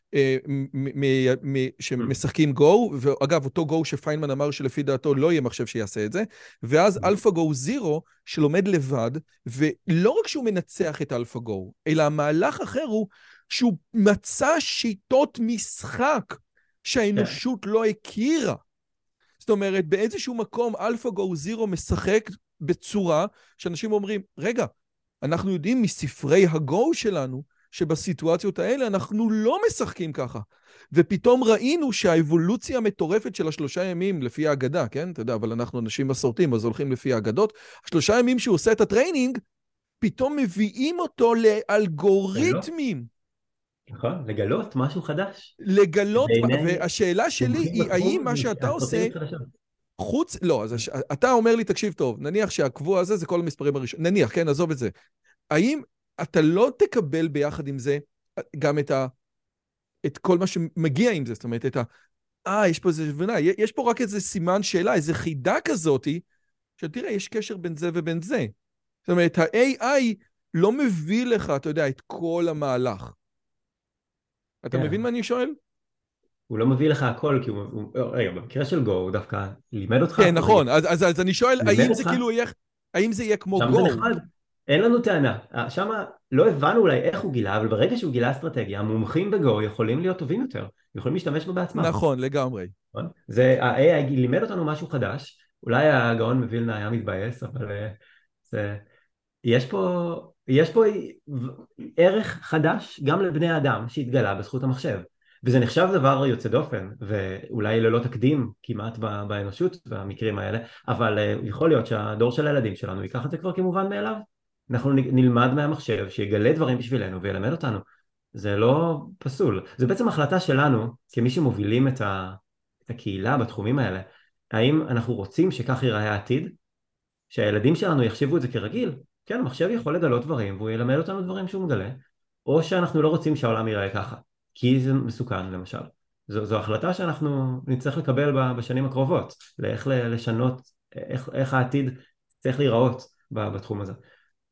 שמשחקים גו, ואגב, אותו גו שפיינמן אמר שלפי דעתו לא יהיה מחשב שיעשה את זה, ואז אלפא-גו זירו שלומד לבד, ולא רק שהוא מנצח את אלפא-גו, אלא המהלך אחר הוא שהוא מצא שיטות משחק שהאנושות לא הכירה. זאת אומרת, באיזשהו מקום אלפא-גו זירו משחק בצורה שאנשים אומרים, רגע, אנחנו יודעים מספרי הגו שלנו, שבסיטואציות האלה אנחנו לא משחקים ככה. ופתאום ראינו שהאבולוציה המטורפת של 3 ימים, לפי האגדה, כן? אתה יודע, אבל אנחנו אנשים מסורתיים, אז הולכים לפי האגדות. 3 ימים שהוא עושה את הטריינינג, פתאום מביאים אותו לאלגוריתמים. נכון, לגלות משהו חדש. לגלות, והשאלה שלי היא, האם מה שאתה עושה, חוץ, לא, אז אתה אומר לי, תקשיב טוב, נניח שהקבוע הזה זה כל המספרים הראשונים, נניח, כן, עזוב את זה. האם אתה לא תקבל ביחד עם זה גם את כל מה שמגיע עם זה, זאת אומרת, יש פה איזה שבנה, יש פה רק איזה סימן שאלה, איזה חידה כזאת, שתראה, יש קשר בין זה ובין זה. זאת אומרת, ה-AI לא מביא לך, אתה יודע, את כל המהלך. אתה מבין מה אני שואל? הוא לא מביא לך הכל, כי רגע, במקרה של גו הוא דווקא לימד אותך. כן, נכון, אז אני שואל, האם זה כאילו יהיה, האם זה יהיה כמו גו? שם זה נחמד, אין לנו טענה, שם לא הבנו אולי איך הוא גילה, אבל ברגע שהוא גילה אסטרטגיה, המומחים בגו יכולים להיות טובים יותר, יכולים להשתמש בו בעצמם. נכון, לגמרי. ה-AI לימד אותנו משהו חדש, אולי הגאון מווילנה היה מתבאס, אבל יש פה ערך חדש גם לבני האדם שהתגלה בזכות המחשב, וזה נחשב דבר יוצא דופן, ואולי ללא תקדים כמעט באנושות במקרים האלה, אבל יכול להיות שהדור של הילדים שלנו ייקח את זה כבר כמובן מאליו. אנחנו נלמד מהמחשב שיגלה דברים בשבילנו וילמד אותנו. זה לא פסול, זה בעצם החלטה שלנו כמי שמובילים את הקהילה בתחומים האלה. האם אנחנו רוצים שכך ייראה העתיד? שהילדים שלנו יחשבו את זה כרגיל? כן, המחשב יכול לגלות דברים והוא ילמד אותנו דברים שהוא מגלה, או שאנחנו לא רוצים שהעולם ייראה ככה, כי זה מסוכן למשל. זו החלטה שאנחנו נצטרך לקבל בשנים הקרובות, לאיך לשנות, איך העתיד צריך להיראות בתחום הזה.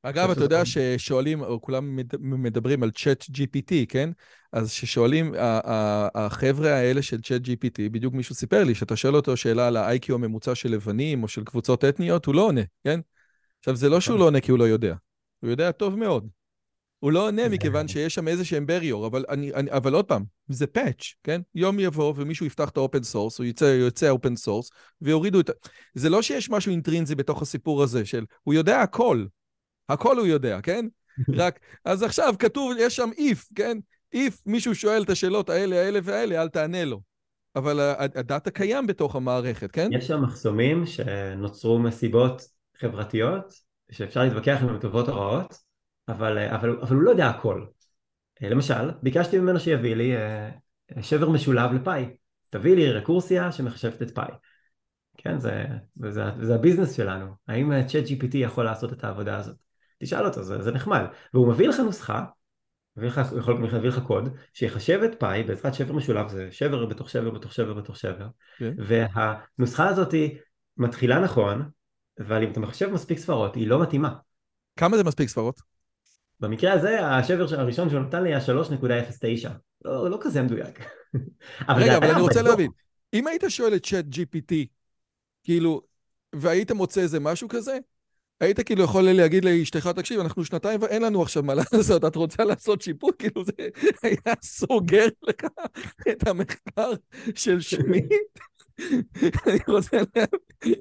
אני חושב אגב, אתה שזה... יודע ששואלים, או כולם מדברים על צ'אט GPT, כן? אז ששואלים, החבר'ה האלה של צ'אט GPT, בדיוק מישהו סיפר לי, שאתה שואל אותו שאלה על ה-IQ הממוצע של לבנים או של קבוצות אתניות, הוא לא עונה, כן? עכשיו, זה לא שהוא נכון. לא עונה כי הוא לא יודע. הוא יודע טוב מאוד. הוא לא עונה מכיוון זה- שיש שם איזה שהם בריור, אבל עוד פעם, זה פאץ', כן? יום יבוא ומישהו יפתח את האופן סורס, הוא יוצא האופן סורס, ויורידו את... זה לא שיש משהו אינטרינזי בתוך הסיפור הזה של... הוא יודע הכל. הכל הוא יודע, כן? רק, אז עכשיו כתוב, יש שם if, כן? if מישהו שואל את השאלות האלה והאלה, אל תענה לו. אבל הדאטה קיים בתוך המערכת, כן? יש שם מחסומים שנוצרו מסיבות חברתיות, שאפשר להתווכח אם הן טובות או רעות, אבל הוא לא יודע הכל. למשל, ביקשתי ממנו שיביא לי שבר משולב לפאי. תביא לי רקורסיה שמחשבת את פאי. כן, זה הביזנס שלנו. האם צ'אט GPT יכול לעשות את העבודה הזאת? תשאל אותו, זה נחמד. והוא מביא לך נוסחה, הוא יכול להביא לך קוד, שיחשב את פאי בעזרת שבר משולב, זה שבר בתוך שבר בתוך שבר בתוך שבר. כן. והנוסחה הזאת היא מתחילה נכון, אבל אם אתה מחשב מספיק ספרות, היא לא מתאימה. כמה זה מספיק ספרות? במקרה הזה, השבר הראשון שהוא נתן לי היה 3.09. לא כזה מדויק. אבל רגע, זה אבל היה אני רוצה בדוק. להבין, אם היית שואל את צ'אט GPT, כאילו, והיית מוצא איזה משהו כזה, היית כאילו יכול להגיד לאשתך, תקשיב, אנחנו שנתיים ואין לנו עכשיו מה לעשות, את רוצה לעשות שיפוט? כאילו זה היה סוגר לך את המחקר של שמית? אני רוצה להבין.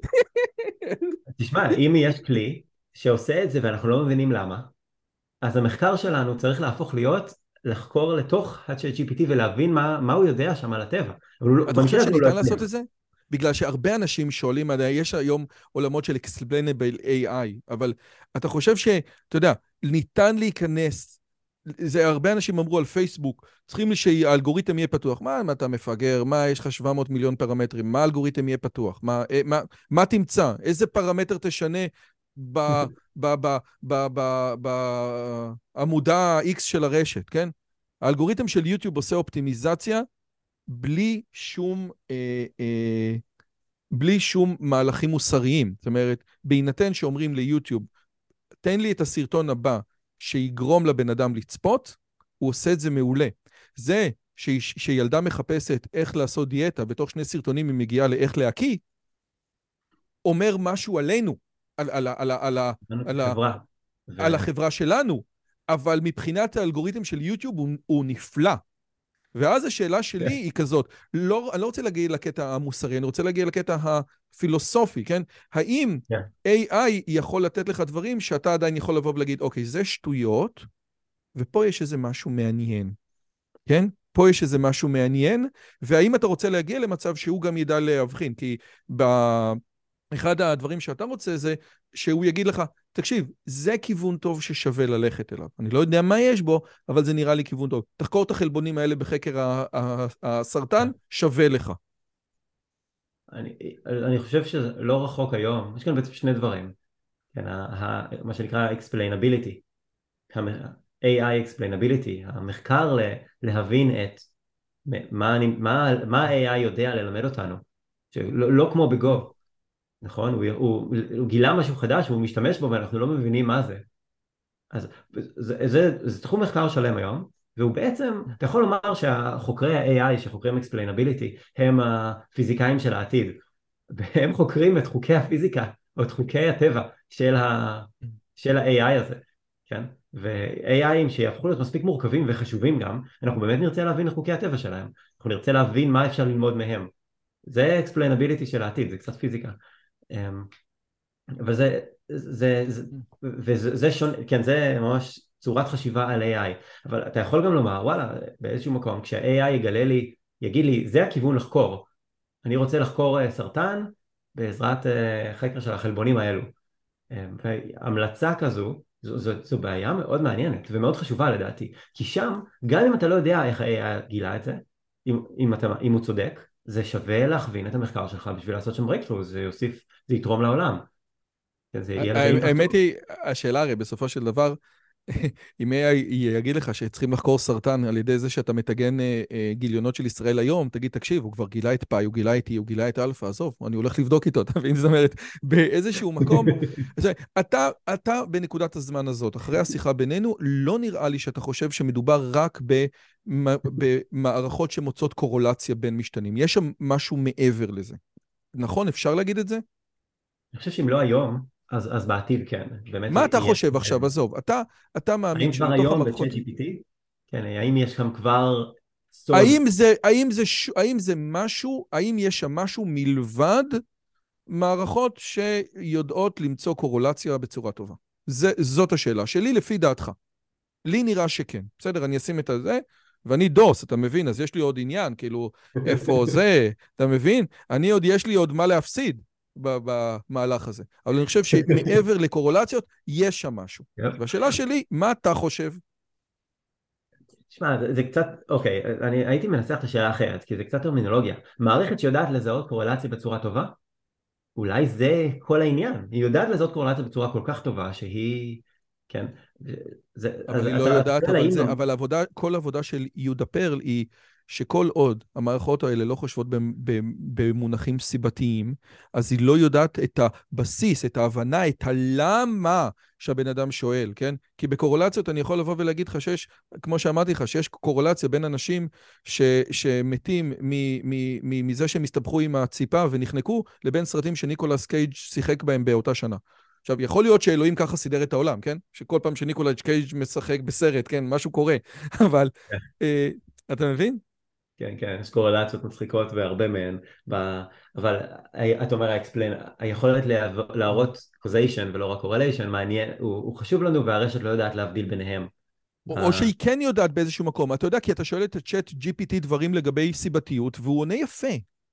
תשמע, אם יש כלי שעושה את זה ואנחנו לא מבינים למה, אז המחקר שלנו צריך להפוך להיות לחקור לתוך ה-chat GPT ולהבין מה הוא יודע שם על הטבע. אבל אתה חושב במקרה הזה הוא לא שניתן לעשות הצליח. את זה? בגלל שהרבה אנשים שואלים, יש היום עולמות של explainable AI, אבל אתה חושב אתה יודע, ניתן להיכנס, זה הרבה אנשים אמרו על פייסבוק, צריכים שהאלגוריתם יהיה פתוח. מה אתה מפגר? מה, יש לך 700 מיליון פרמטרים? מה האלגוריתם יהיה פתוח? מה תמצא? איזה פרמטר תשנה ב- בעמודה X של הרשת, כן? האלגוריתם של יוטיוב עושה אופטימיזציה בלי בלי שום מהלכים מוסריים. זאת אומרת, בהינתן שאומרים ליוטיוב, תן לי את הסרטון הבא שיגרום לבן אדם לצפות, הוא עושה את זה מעולה. זה שילדה מחפשת איך לעשות דיאטה, בתוך שני סרטונים היא מגיעה לאיך להקיא, אומר משהו עלינו, חברה. על החברה שלנו, אבל מבחינת האלגוריתם של יוטיוב הוא נפלא. ואז השאלה שלי היא כזאת, אני לא רוצה להגיע לקטע המוסרי, אני רוצה להגיע לקטע הפילוסופי, כן? האם AI יכול לתת לך דברים שאתה עדיין יכול לבוא ולהגיד, אוקיי, זה שטויות, ופה יש איזה משהו מעניין, כן? פה יש איזה משהו מעניין, והאם אתה רוצה להגיע למצב שהוא גם ידע להבחין, כי אחד הדברים שאתה רוצה זה שהוא יגיד לך, תקשיב, זה כיוון טוב ששווה ללכת אליו. אני לא יודע מה יש בו, אבל זה נראה לי כיוון טוב. תחקור את החלבונים האלה בחקר הסרטן, שווה לך. אני חושב שלא רחוק היום, יש כאן בעצם שני דברים. כן, מה שנקרא explainability, AI explainability, המחקר להבין את מה ה-AI יודע ללמד אותנו, לא כמו בגו, נכון? הוא גילה משהו חדש והוא משתמש בו ואנחנו לא מבינים מה זה. אז זה תחום מחקר שלם היום, והוא בעצם, אתה יכול לומר שהחוקרי ה-AI שחוקרים explainability הם הפיזיקאים של העתיד, והם חוקרים את חוקי הפיזיקה או את חוקי הטבע של ה-AI הזה, כן? ו-AIים שיהפכו להיות מספיק מורכבים וחשובים גם, אנחנו באמת נרצה להבין את חוקי הטבע שלהם, אנחנו נרצה להבין מה אפשר ללמוד מהם. זה explainability של העתיד, זה קצת פיזיקה. אבל וזה שונה, כן, זה ממש צורת חשיבה על AI, אבל אתה יכול גם לומר, וואלה, באיזשהו מקום, כשה-AI יגיד לי, זה הכיוון לחקור, אני רוצה לחקור סרטן בעזרת חקר של החלבונים האלו. והמלצה כזו, זו בעיה מאוד מעניינת ומאוד חשובה לדעתי, כי שם, גם אם אתה לא יודע איך ה-AI גילה את זה, אם הוא צודק, זה שווה להכווין את המחקר שלך בשביל לעשות שם breakthrough, זה יתרום לעולם. זה יהיה לזה אימפקט האמת טוב. היא, השאלה הרי בסופו של דבר, אם AI יגיד לך שצריכים לחקור סרטן על ידי זה שאתה מטגן גיליונות של ישראל היום, תגיד, תקשיב, הוא כבר גילה את פאי, הוא גילה את E, הוא גילה את אלפא, עזוב, אני הולך לבדוק איתו, אתה מבין? זאת אומרת, באיזשהו מקום, אתה בנקודת הזמן הזאת, אחרי השיחה בינינו, לא נראה לי שאתה חושב שמדובר רק במערכות שמוצאות קורולציה בין משתנים. יש שם משהו מעבר לזה. נכון? אפשר להגיד את זה? אני חושב שאם לא היום, אז בעתיד כן. באמת מה אתה יהיה... חושב עכשיו? עזוב, אתה מאמין האם כבר שלתוך היום המערכות... ב-Chat GPT? כן, האם יש שם כבר סוד? האם יש שם משהו מלבד מערכות שיודעות למצוא קורולציה בצורה טובה? זאת השאלה שלי, לפי דעתך. לי נראה שכן. בסדר, אני אשים את זה, ואני דוס, אתה מבין? אז יש לי עוד עניין, כאילו, איפה זה, אתה מבין? יש לי עוד מה להפסיד במהלך הזה. אבל אני חושב שמעבר לקורולציות, יש שם משהו. והשאלה שלי, מה אתה חושב? תשמע, זה קצת, אוקיי, אני הייתי מנסח את השאלה אחרת, כי זה קצת טרמינולוגיה. מערכת שיודעת לזהות קורלציה בצורה טובה, אולי זה כל העניין. היא יודעת לזהות קורלציה בצורה כל כך טובה שהיא, כן, אבל היא לא אתה יודעת, שואל האם... אבל כל עבודה של יהודה פרל היא שכל עוד המערכות האלה לא חושבות במונחים סיבתיים, אז היא לא יודעת את הבסיס, את ההבנה, את הלמה שהבן אדם שואל, כן? כי בקורולציות אני יכול לבוא ולהגיד לך שיש, כמו שאמרתי לך, שיש קורולציה בין אנשים שמתים מזה שהם הסתבכו עם הציפה ונחנקו, לבין סרטים שניקולס קייג' שיחק בהם באותה שנה. עכשיו, יכול להיות שאלוהים ככה סידר את העולם, כן? שכל פעם שניקולס קייג' משחק בסרט, כן? משהו קורה. אבל, אתה מבין? כן, כן, יש קורלציות מצחיקות והרבה מהן, אבל אתה אומר, היכולת להראות causation ולא רק correlation, מעניין, הוא חשוב לנו והרשת לא יודעת להבדיל ביניהם. או שהיא כן יודעת באיזשהו מקום. אתה יודע, כי אתה שואל את הצ'אט GPT דברים לגבי סיבתיות, והוא עונה יפה.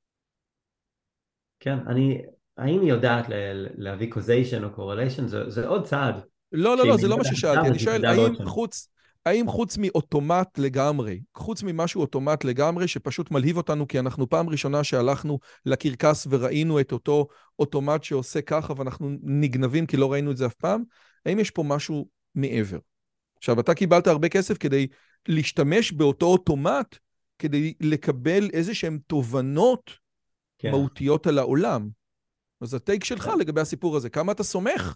כן, האם היא יודעת להביא causation או correlation, זה עוד צעד. לא, זה לא מה ששאלתי. אני שואל, האם חוץ מאוטומט לגמרי, חוץ ממשהו אוטומט לגמרי, שפשוט מלהיב אותנו, כי אנחנו פעם ראשונה שהלכנו לקרקס וראינו את אותו אוטומט שעושה ככה, ואנחנו נגנבים כי לא ראינו את זה אף פעם, האם יש פה משהו מעבר? עכשיו, אתה קיבלת הרבה כסף כדי להשתמש באותו אוטומט, כדי לקבל איזה שהן תובנות מהותיות על העולם. אז הטייק שלך לגבי הסיפור הזה, כמה אתה סומך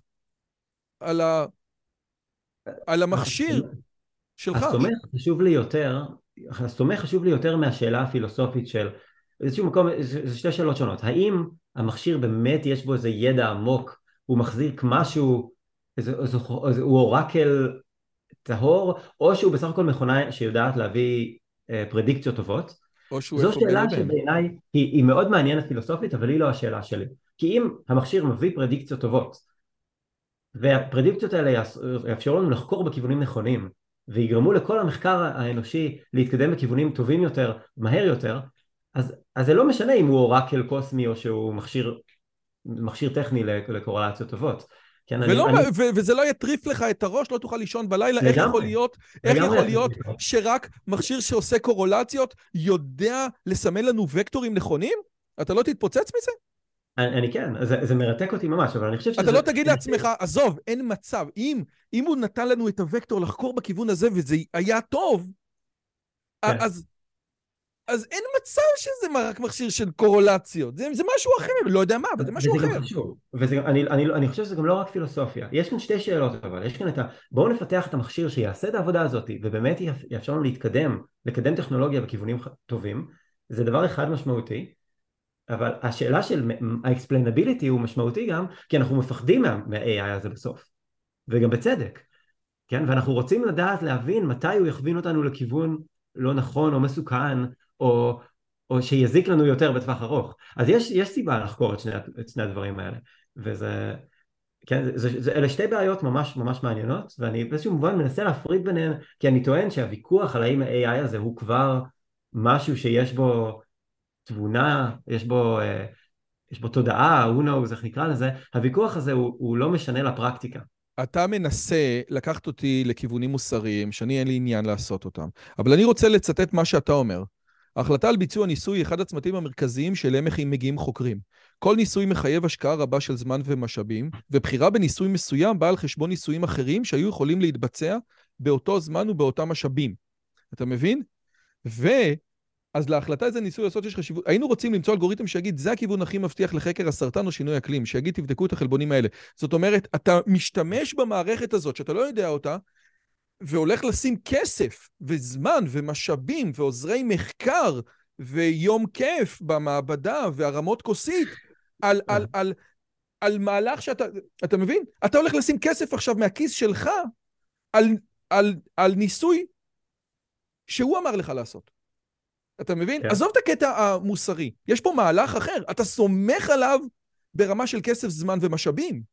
על המכשיר שלך? הסומך חשוב לי יותר מהשאלה הפילוסופית של, באיזשהו מקום, זה שתי שאלות שונות. האם המכשיר באמת יש בו איזה ידע עמוק, הוא מחזיק משהו, הוא אורקל טהור, או שהוא בסך הכל מכונה שיודעת להביא פרדיקציות טובות? זו שאלה שבעיניי היא מאוד מעניינת פילוסופית, אבל היא לא השאלה שלי. כי אם המכשיר מביא פרדיקציות טובות, והפרדיקציות האלה יאפשרו לנו לחקור בכיוונים נכונים, ויגרמו לכל המחקר האנושי להתקדם בכיוונים טובים יותר, מהר יותר, אז זה לא משנה אם הוא אורקל קוסמי או שהוא מכשיר טכני לקורלציות טובות. וזה לא יטריף לך את הראש, לא תוכל לישון בלילה. איך יכול להיות שרק מכשיר שעושה קורולציות יודע לסמן לנו וקטורים נכונים? אתה לא תתפוצץ מזה? אני כן, זה מרתק אותי ממש, אבל אני חושב שזה... אתה לא תגיד לעצמך, עזוב, אין מצב. אם הוא נתן לנו את הוקטור לחקור בכיוון הזה, וזה היה טוב, אז אין מצב שזה רק מכשיר של קורולציות. זה משהו אחר, לא יודע מה, אבל זה משהו אחר. אני חושב שזה גם לא רק פילוסופיה. יש כאן שתי שאלות, אבל יש כאן בואו נפתח את המכשיר שיעשה את העבודה הזאת, ובאמת יאפשר לנו לקדם טכנולוגיה בכיוונים טובים. זה דבר אחד משמעותי. אבל השאלה של ה-explainability הוא משמעותי גם, כי אנחנו מפחדים מה-AI הזה בסוף, וגם בצדק, כן? ואנחנו רוצים לדעת, להבין מתי הוא יכווין אותנו לכיוון לא נכון או מסוכן, או שיזיק לנו יותר בטווח ארוך. אז יש סיבה לחקור את שני הדברים האלה, וזה, כן, אלה שתי בעיות ממש ממש מעניינות, ואני באיזשהו מובן מנסה להפריד ביניהן, כי אני טוען שהוויכוח על האם ה-AI הזה הוא כבר משהו שיש בו תבונה, יש בו תודעה, who knows, איך נקרא לזה, הוויכוח הזה הוא לא משנה לפרקטיקה. אתה מנסה לקחת אותי לכיוונים מוסריים, שאני אין לי עניין לעשות אותם. אבל אני רוצה לצטט מה שאתה אומר. ההחלטה על ביצוע ניסוי היא אחד הצמתים המרכזיים שאליהם מגיעים חוקרים. כל ניסוי מחייב השקעה רבה של זמן ומשאבים, ובחירה בניסוי מסוים באה על חשבון ניסויים אחרים שהיו יכולים להתבצע באותו זמן ובאותם משאבים. אתה מבין? אז להחלטה איזה ניסוי לעשות יש חשיבות. היינו רוצים למצוא אלגוריתם שיגיד, זה הכיוון הכי מבטיח לחקר הסרטן או שינוי אקלים, שיגיד, תבדקו את החלבונים האלה. זאת אומרת, אתה משתמש במערכת הזאת, שאתה לא יודע אותה, והולך לשים כסף וזמן ומשאבים ועוזרי מחקר ויום כיף במעבדה והרמות כוסית על מהלך אתה מבין? אתה הולך לשים כסף עכשיו מהכיס שלך על ניסוי שהוא אמר לך לעשות. אתה מבין? עזוב את הקטע המוסרי. יש פה מהלך אחר. אתה סומך עליו ברמה של כסף, זמן ומשאבים.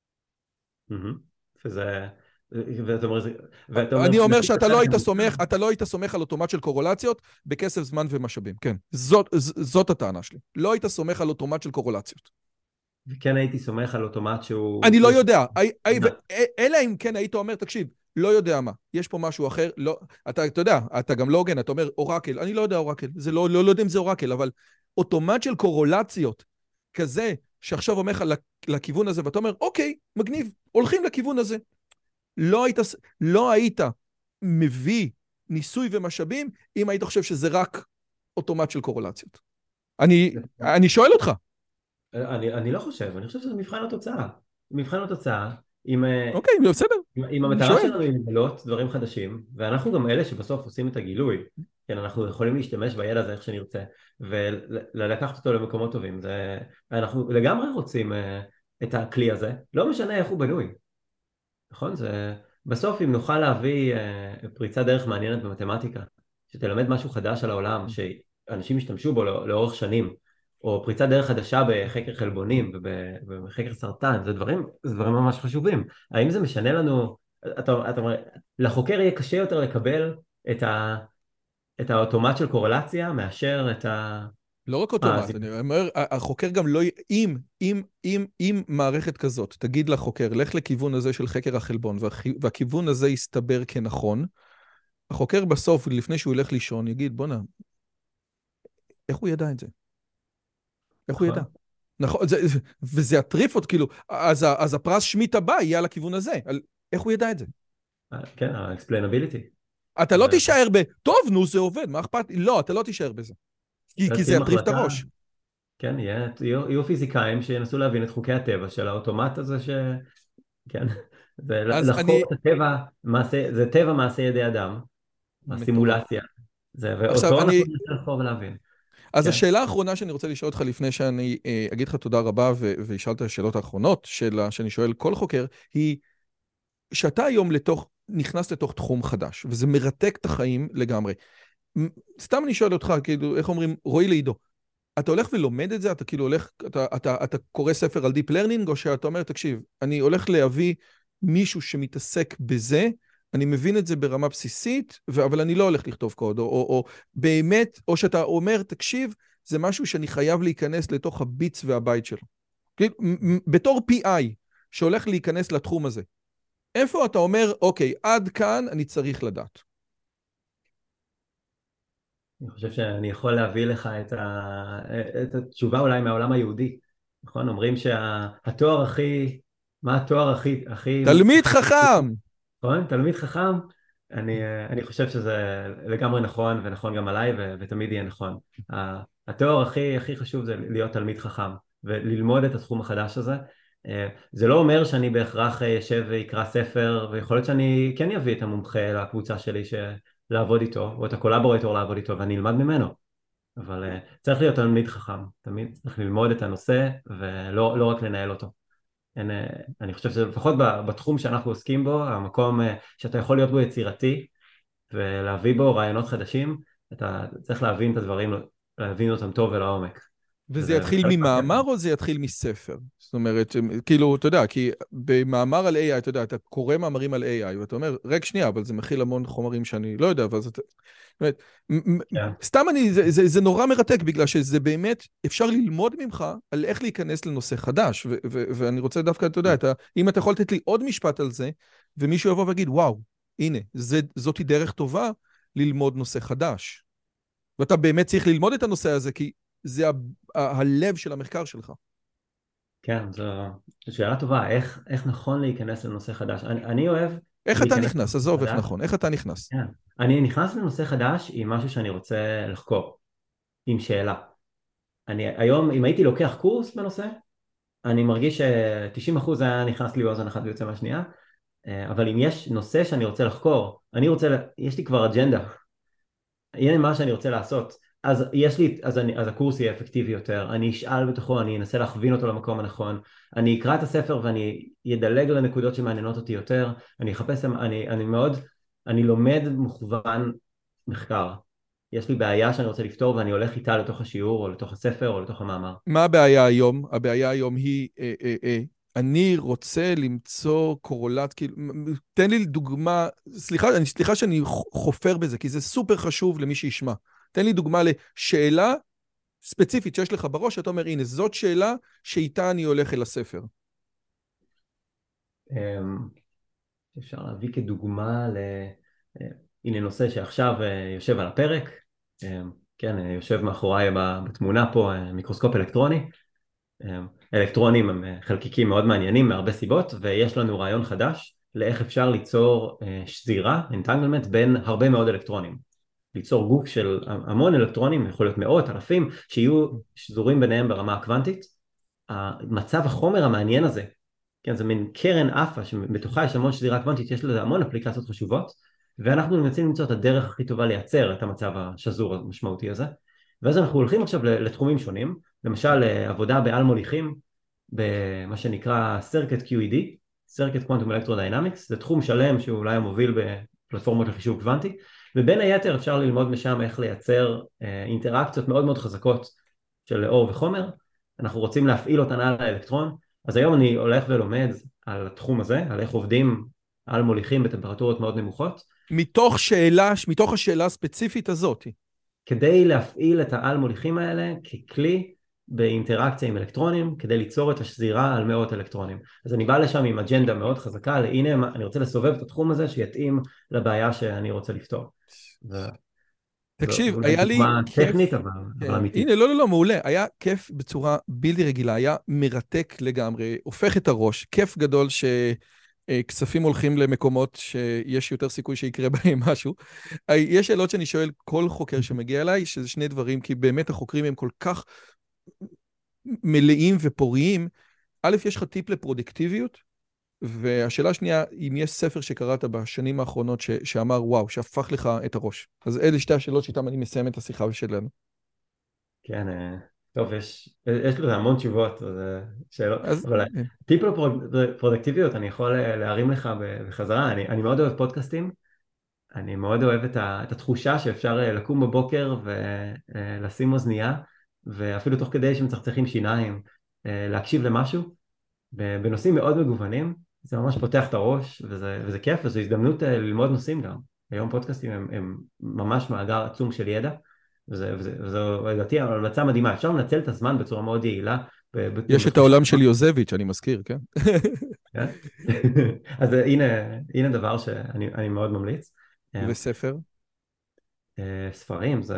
אני אומר שאתה לא היית סומך על אוטומט של קורולציות בכסף, זמן ומשאבים. כן, זאת הטענה שלי. לא היית סומך על אוטומט של קורולציות. וכן הייתי סומך על אוטומט שהוא... אני לא יודע. אלא אם כן היית אומר, תקשיב, לא יודע מה, יש פה משהו אחר, לא, אתה יודע, אתה גם לא הוגן, אתה אומר אורקל, אני לא יודע אורקל, זה לא יודע אם זה אורקל, אבל אוטומט של קורולציות, כזה שעכשיו אומר לך לכיוון הזה, ואתה אומר, אוקיי, מגניב, הולכים לכיוון הזה. לא היית מביא ניסוי ומשאבים, אם היית חושב שזה רק אוטומט של קורולציות. אני שואל אותך. אני לא חושב, אני חושב שזה מבחן התוצאה. מבחן התוצאה, אוקיי, בסדר. אם המטרה שלנו היא לגלות דברים חדשים, ואנחנו גם אלה שבסוף עושים את הגילוי, כן, אנחנו יכולים להשתמש בידע הזה איך שנרצה, ולקחת אותו למקומות טובים. אנחנו לגמרי רוצים את הכלי הזה, לא משנה איך הוא בנוי. נכון? בסוף אם נוכל להביא פריצת דרך מעניינת במתמטיקה, שתלמד משהו חדש על העולם, שאנשים ישתמשו בו לאורך שנים, או פריצת דרך חדשה בחקר חלבונים ובחקר סרטן, זה דברים ממש חשובים. האם זה משנה לנו, אתה אומר, לחוקר יהיה קשה יותר לקבל את האוטומט של קורלציה, מאשר את לא רק אוטומט, אני אומר, החוקר גם לא, אם מערכת כזאת, תגיד לחוקר, לך לכיוון הזה של חקר החלבון, והכיוון הזה יסתבר כנכון, החוקר בסוף, לפני שהוא ילך לישון, יגיד, בוא'נה, איך הוא ידע את זה? איך הוא ידע? נכון, וזה יטריף עוד, כאילו, אז הפרס שמית הבא יהיה על הכיוון הזה, איך הוא ידע את זה? כן, ה-explainability. אתה לא תישאר טוב, נו, זה עובד, מה אכפת? לא, אתה לא תישאר בזה. כי זה יטריף את הראש. כן, יהיו פיזיקאים שינסו להבין את חוקי הטבע של האוטומט הזה כן, זה לחקור את הטבע, זה טבע מעשה ידי אדם, הסימולציה. ואותו אנחנו ננסה לחקור ולהבין. אז השאלה האחרונה שאני רוצה לשאול אותך לפני שאני אגיד לך תודה רבה וישאל את השאלות האחרונות שאני שואל כל חוקר, היא שאתה היום נכנס לתוך תחום חדש, וזה מרתק את החיים לגמרי. סתם אני שואל אותך, כאילו, איך אומרים, רואי לעידו, אתה הולך ולומד את זה, אתה כאילו הולך, אתה קורא ספר על דיפ לרנינג, או שאתה אומר, תקשיב, אני הולך להביא מישהו שמתעסק בזה, אני מבין את זה ברמה בסיסית, אבל אני לא הולך לכתוב קוד, או באמת, או שאתה אומר, תקשיב, זה משהו שאני חייב להיכנס לתוך הביץ והבית שלו. בתור PI, שהולך להיכנס לתחום הזה, איפה אתה אומר, אוקיי, עד כאן אני צריך לדעת? אני חושב שאני יכול להביא לך את התשובה אולי מהעולם היהודי. נכון? אומרים שהתואר מה התואר הכי... תלמיד חכם! נכון? תלמיד חכם. אני חושב שזה לגמרי נכון, ונכון גם עליי, ותמיד יהיה נכון. התואר הכי חשוב זה להיות תלמיד חכם, וללמוד את התחום החדש הזה. זה לא אומר שאני בהכרח ישב ויקרא ספר, ויכול להיות שאני כן אביא את המומחה לקבוצה שלי לעבוד איתו, או את הקולבורטור לעבוד איתו, ואני אלמד ממנו. אבל צריך להיות תלמיד חכם, תמיד צריך ללמוד את הנושא, ולא רק לנהל אותו. אני חושב שלפחות בתחום שאנחנו עוסקים בו, המקום שאתה יכול להיות בו יצירתי, ולהביא בו רעיונות חדשים, אתה צריך להבין את הדברים, להבין אותם טוב ולעומק. וזה יתחיל ממאמר או זה יתחיל מספר? זאת אומרת, כאילו, אתה יודע, כי במאמר על AI, אתה יודע, אתה קורא מאמרים על AI, ואתה אומר, רק שנייה, אבל זה מכיל המון חומרים שאני לא יודע, אבל זאת אומרת, סתם זה נורא מרתק, בגלל שזה באמת, אפשר ללמוד ממך על איך להיכנס לנושא חדש, ואני רוצה דווקא, אתה יודע, אם אתה יכול לתת לי עוד משפט על זה, ומישהו יבוא ויגיד, וואו, הנה, זאתי דרך טובה ללמוד נושא חדש. ואתה באמת צריך ללמוד את הנושא הזה, כי זה הלב של המחקר שלך. כן, זו שאלה טובה, איך נכון להיכנס לנושא חדש? אני אוהב איך אתה להיכנס נכנס? לנושא עזוב איך חדש. נכון, איך אתה נכנס? כן. אני נכנס לנושא חדש עם משהו שאני רוצה לחקור, עם שאלה. היום, אם הייתי לוקח קורס בנושא, אני מרגיש ש-90% היה נכנס לי באוזן אחת ויוצא מהשנייה, אבל אם יש נושא שאני רוצה לחקור, יש לי כבר אג'נדה, הנה מה שאני רוצה לעשות, אז הקורס יהיה אפקטיבי יותר, אני אשאל בתוכו, אני אנסה להכווין אותו למקום הנכון, אני אקרא את הספר ואני אדלג לנקודות שמעניינות אותי יותר, אני אחפש, אני לומד מוכוון מחקר, יש לי בעיה שאני רוצה לפתור ואני הולך איתה לתוך השיעור או לתוך הספר או לתוך המאמר. מה הבעיה היום? הבעיה היום היא, אני רוצה למצוא קורולט, כאילו, תן לי דוגמה, סליחה שאני חופר בזה, כי זה סופר חשוב למי שישמע. תן לי דוגמה לשאלה ספציפית שיש לך בראש, אתה אומר, הנה, זאת שאלה שאיתה אני הולך אל הספר. אפשר להביא כדוגמה הנה נושא שעכשיו יושב על הפרק, כן, יושב מאחוריי בתמונה פה מיקרוסקופ אלקטרוני, אלקטרונים הם חלקיקים מאוד מעניינים מהרבה סיבות, ויש לנו רעיון חדש לאיך אפשר ליצור שזירה, entanglement, בין הרבה מאוד אלקטרונים. ליצור גוף של המון אלקטרונים, יכול להיות מאות, אלפים, שיהיו שזורים ביניהם ברמה הקוונטית. מצב החומר המעניין הזה, כן, זה מין קרן אפא שבתוכה יש המון שזירה קוונטית, יש לזה המון אפליקציות חשובות, ואנחנו מנסים למצוא את הדרך הכי טובה לייצר את המצב השזור המשמעותי הזה. ואז אנחנו הולכים עכשיו לתחומים שונים, למשל עבודה בעל מוליכים, במה שנקרא Circuit QED, Circuit Quantum Electrodynamics, זה תחום שלם שאולי המוביל בפלטפורמות לחישוב קוונטי, ובין היתר אפשר ללמוד משם איך לייצר אינטראקציות מאוד מאוד חזקות של אור וחומר, אנחנו רוצים להפעיל אותן על האלקטרון, אז היום אני הולך ולומד על התחום הזה, על איך עובדים על מוליכים בטמפרטורות מאוד נמוכות. מתוך השאלה הספציפית הזאת. כדי להפעיל את העל מוליכים האלה ככלי באינטראקציה עם אלקטרונים, כדי ליצור את השזירה על מאות אלקטרונים. אז אני בא לשם עם אג'נדה מאוד חזקה, הנה אני רוצה לסובב את התחום הזה שיתאים לבעיה שאני רוצה לפתור. תקשיב, זו אולי היה לי דוגמה כיף, טכנית, אבל כן, אמיתית. הנה, לא, מעולה, היה כיף בצורה בלתי רגילה, היה מרתק לגמרי, הופך את הראש, כיף גדול שכספים הולכים למקומות שיש יותר סיכוי שיקרה בהם משהו. יש שאלות שאני שואל כל חוקר שמגיע אליי, שזה שני דברים, כי באמת החוקרים הם כל כך מלאים ופוריים. א', יש לך טיפ לפרודקטיביות, והשאלה השנייה, אם יש ספר שקראת בשנים האחרונות שאמר וואו, שהפך לך את הראש. אז אלה שתי השאלות שאיתן אני מסיים את השיחה שלנו. כן, טוב, יש לזה המון תשובות, שאלות, אז אבל טיפ לפרודקטיביות אני יכול להרים לך בחזרה, אני מאוד אוהב פודקאסטים, אני מאוד אוהב את התחושה שאפשר לקום בבוקר ולשים אוזנייה, ואפילו תוך כדי שמצחצחים שיניים, להקשיב למשהו, בנושאים מאוד מגוונים, זה ממש פותח את הראש, וזה כיף, וזו הזדמנות ללמוד נושאים גם. היום פודקאסטים הם ממש מאגר עצום של ידע, וזו לדעתי המלצה מדהימה, אפשר לנצל את הזמן בצורה מאוד יעילה. יש את העולם של יוזביץ', אני מזכיר, כן? אז הנה דבר שאני מאוד ממליץ. וספר? ספרים,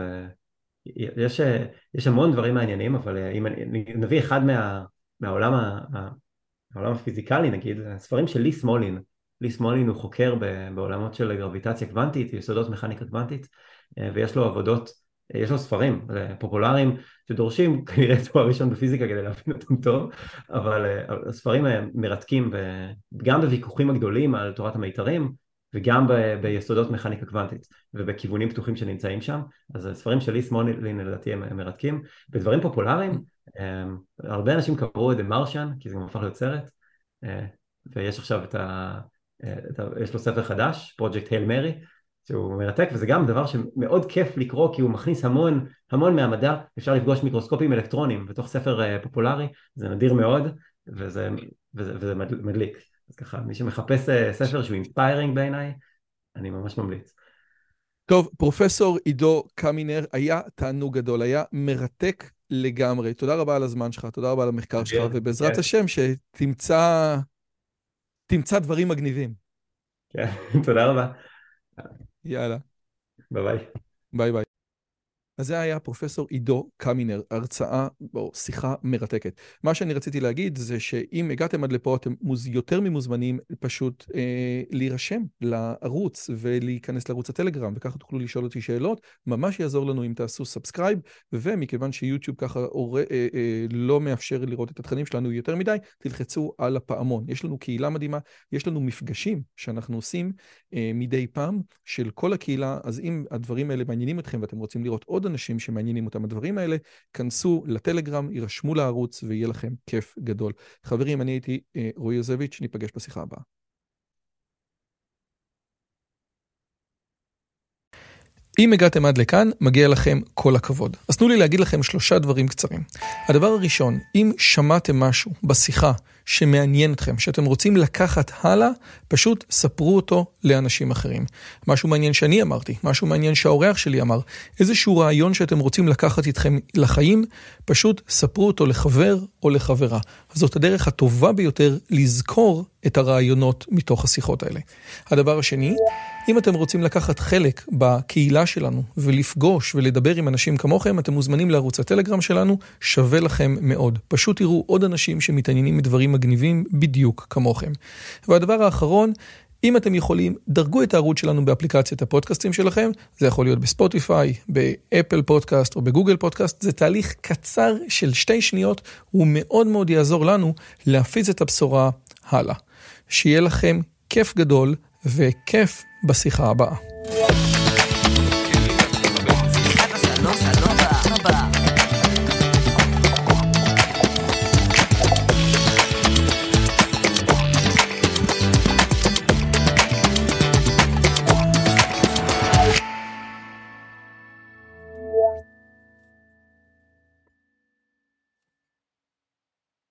יש המון דברים מעניינים, אבל אם נביא אחד מהעולם הפיזיקלי נגיד, ספרים של לי סמולין. לי סמולין הוא חוקר בעולמות של גרביטציה קוונטית, יסודות מכניקה קוונטית, ויש לו עבודות, יש לו ספרים פופולריים שדורשים כנראה תואר ראשון בפיזיקה כדי להבין אותם טוב, אבל הספרים מרתקים גם בוויכוחים הגדולים על תורת המיתרים, וגם ביסודות מכניקה קוונטית, ובכיוונים פתוחים שנמצאים שם. אז הספרים של לי סמולין לדעתי הם מרתקים. בדברים פופולריים, הרבה אנשים קראו את The Martian, כי זה גם הפך להיות סרט, ויש עכשיו יש לו ספר חדש, Project Hail Mary, שהוא מרתק, וזה גם דבר שמאוד כיף לקרוא, כי הוא מכניס המון מהמדע, אפשר לפגוש מיקרוסקופים אלקטרונים בתוך ספר פופולרי, זה נדיר מאוד, וזה מדליק. אז ככה, מי שמחפש ספר שהוא אינספיירינג בעיניי, אני ממש ממליץ. טוב, פרופסור עידו קמינר, היה תענוג גדול, היה מרתק לגמרי. תודה רבה על הזמן שלך, תודה רבה על המחקר שלך, ובעזרת השם שתמצא דברים מגניבים. כן, תודה רבה. יאללה. ביי ביי. ביי ביי. אז זה היה פרופסור עידו קמינר, הרצאה או שיחה מרתקת. מה שאני רציתי להגיד זה שאם הגעתם עד לפה, אתם יותר ממוזמנים פשוט להירשם לערוץ ולהיכנס לערוץ הטלגרם, וככה תוכלו לשאול אותי שאלות, ממש יעזור לנו אם תעשו סאבסקרייב, ומכיוון שיוטיוב ככה לא מאפשר לראות את התכנים שלנו יותר מדי, תלחצו על הפעמון. יש לנו קהילה מדהימה, יש לנו מפגשים שאנחנו עושים מדי פעם של כל הקהילה, אז אם הדברים האלה מעניינים אתכם ואתם רוצים לראות עוד אנשים שמעניינים אותם הדברים האלה, כנסו לטלגרם, יירשמו לערוץ ויהיה לכם כיף גדול. חברים, אני הייתי רועי יוזביץ', ניפגש בשיחה הבאה. אם הגעתם עד לכאן, מגיע לכם כל הכבוד. אז תנו לי להגיד לכם 3 דברים קצרים. הדבר הראשון, אם שמעתם משהו בשיחה שמעניין אתכם, שאתם רוצים לקחת הלאה, פשוט ספרו אותו לאנשים אחרים. משהו מעניין שאני אמרתי, משהו מעניין שהאורח שלי אמר, איזשהו רעיון שאתם רוצים לקחת איתכם לחיים, פשוט ספרו אותו לחבר או לחברה. זאת הדרך הטובה ביותר לזכור את הרעיונות מתוך השיחות האלה. הדבר השני, אם אתם רוצים לקחת חלק בקהילה שלנו ולפגוש ולדבר עם אנשים כמוכם, אתם מוזמנים לערוץ הטלגרם שלנו, שווה לכם מאוד. פשוט תראו עוד אנשים שמתעניינים מדברים מגניבים בדיוק כמוכם. והדבר האחרון, אם אתם יכולים, דרגו את הערוץ שלנו באפליקציית הפודקאסטים שלכם, זה יכול להיות בספוטיפיי, באפל פודקאסט או בגוגל פודקאסט, זה תהליך קצר של 2 שניות, הוא מאוד מאוד יעזור לנו להפיץ את הבשורה הלאה. שיהיה לכם כיף גדול וכיף בשיחה הבאה.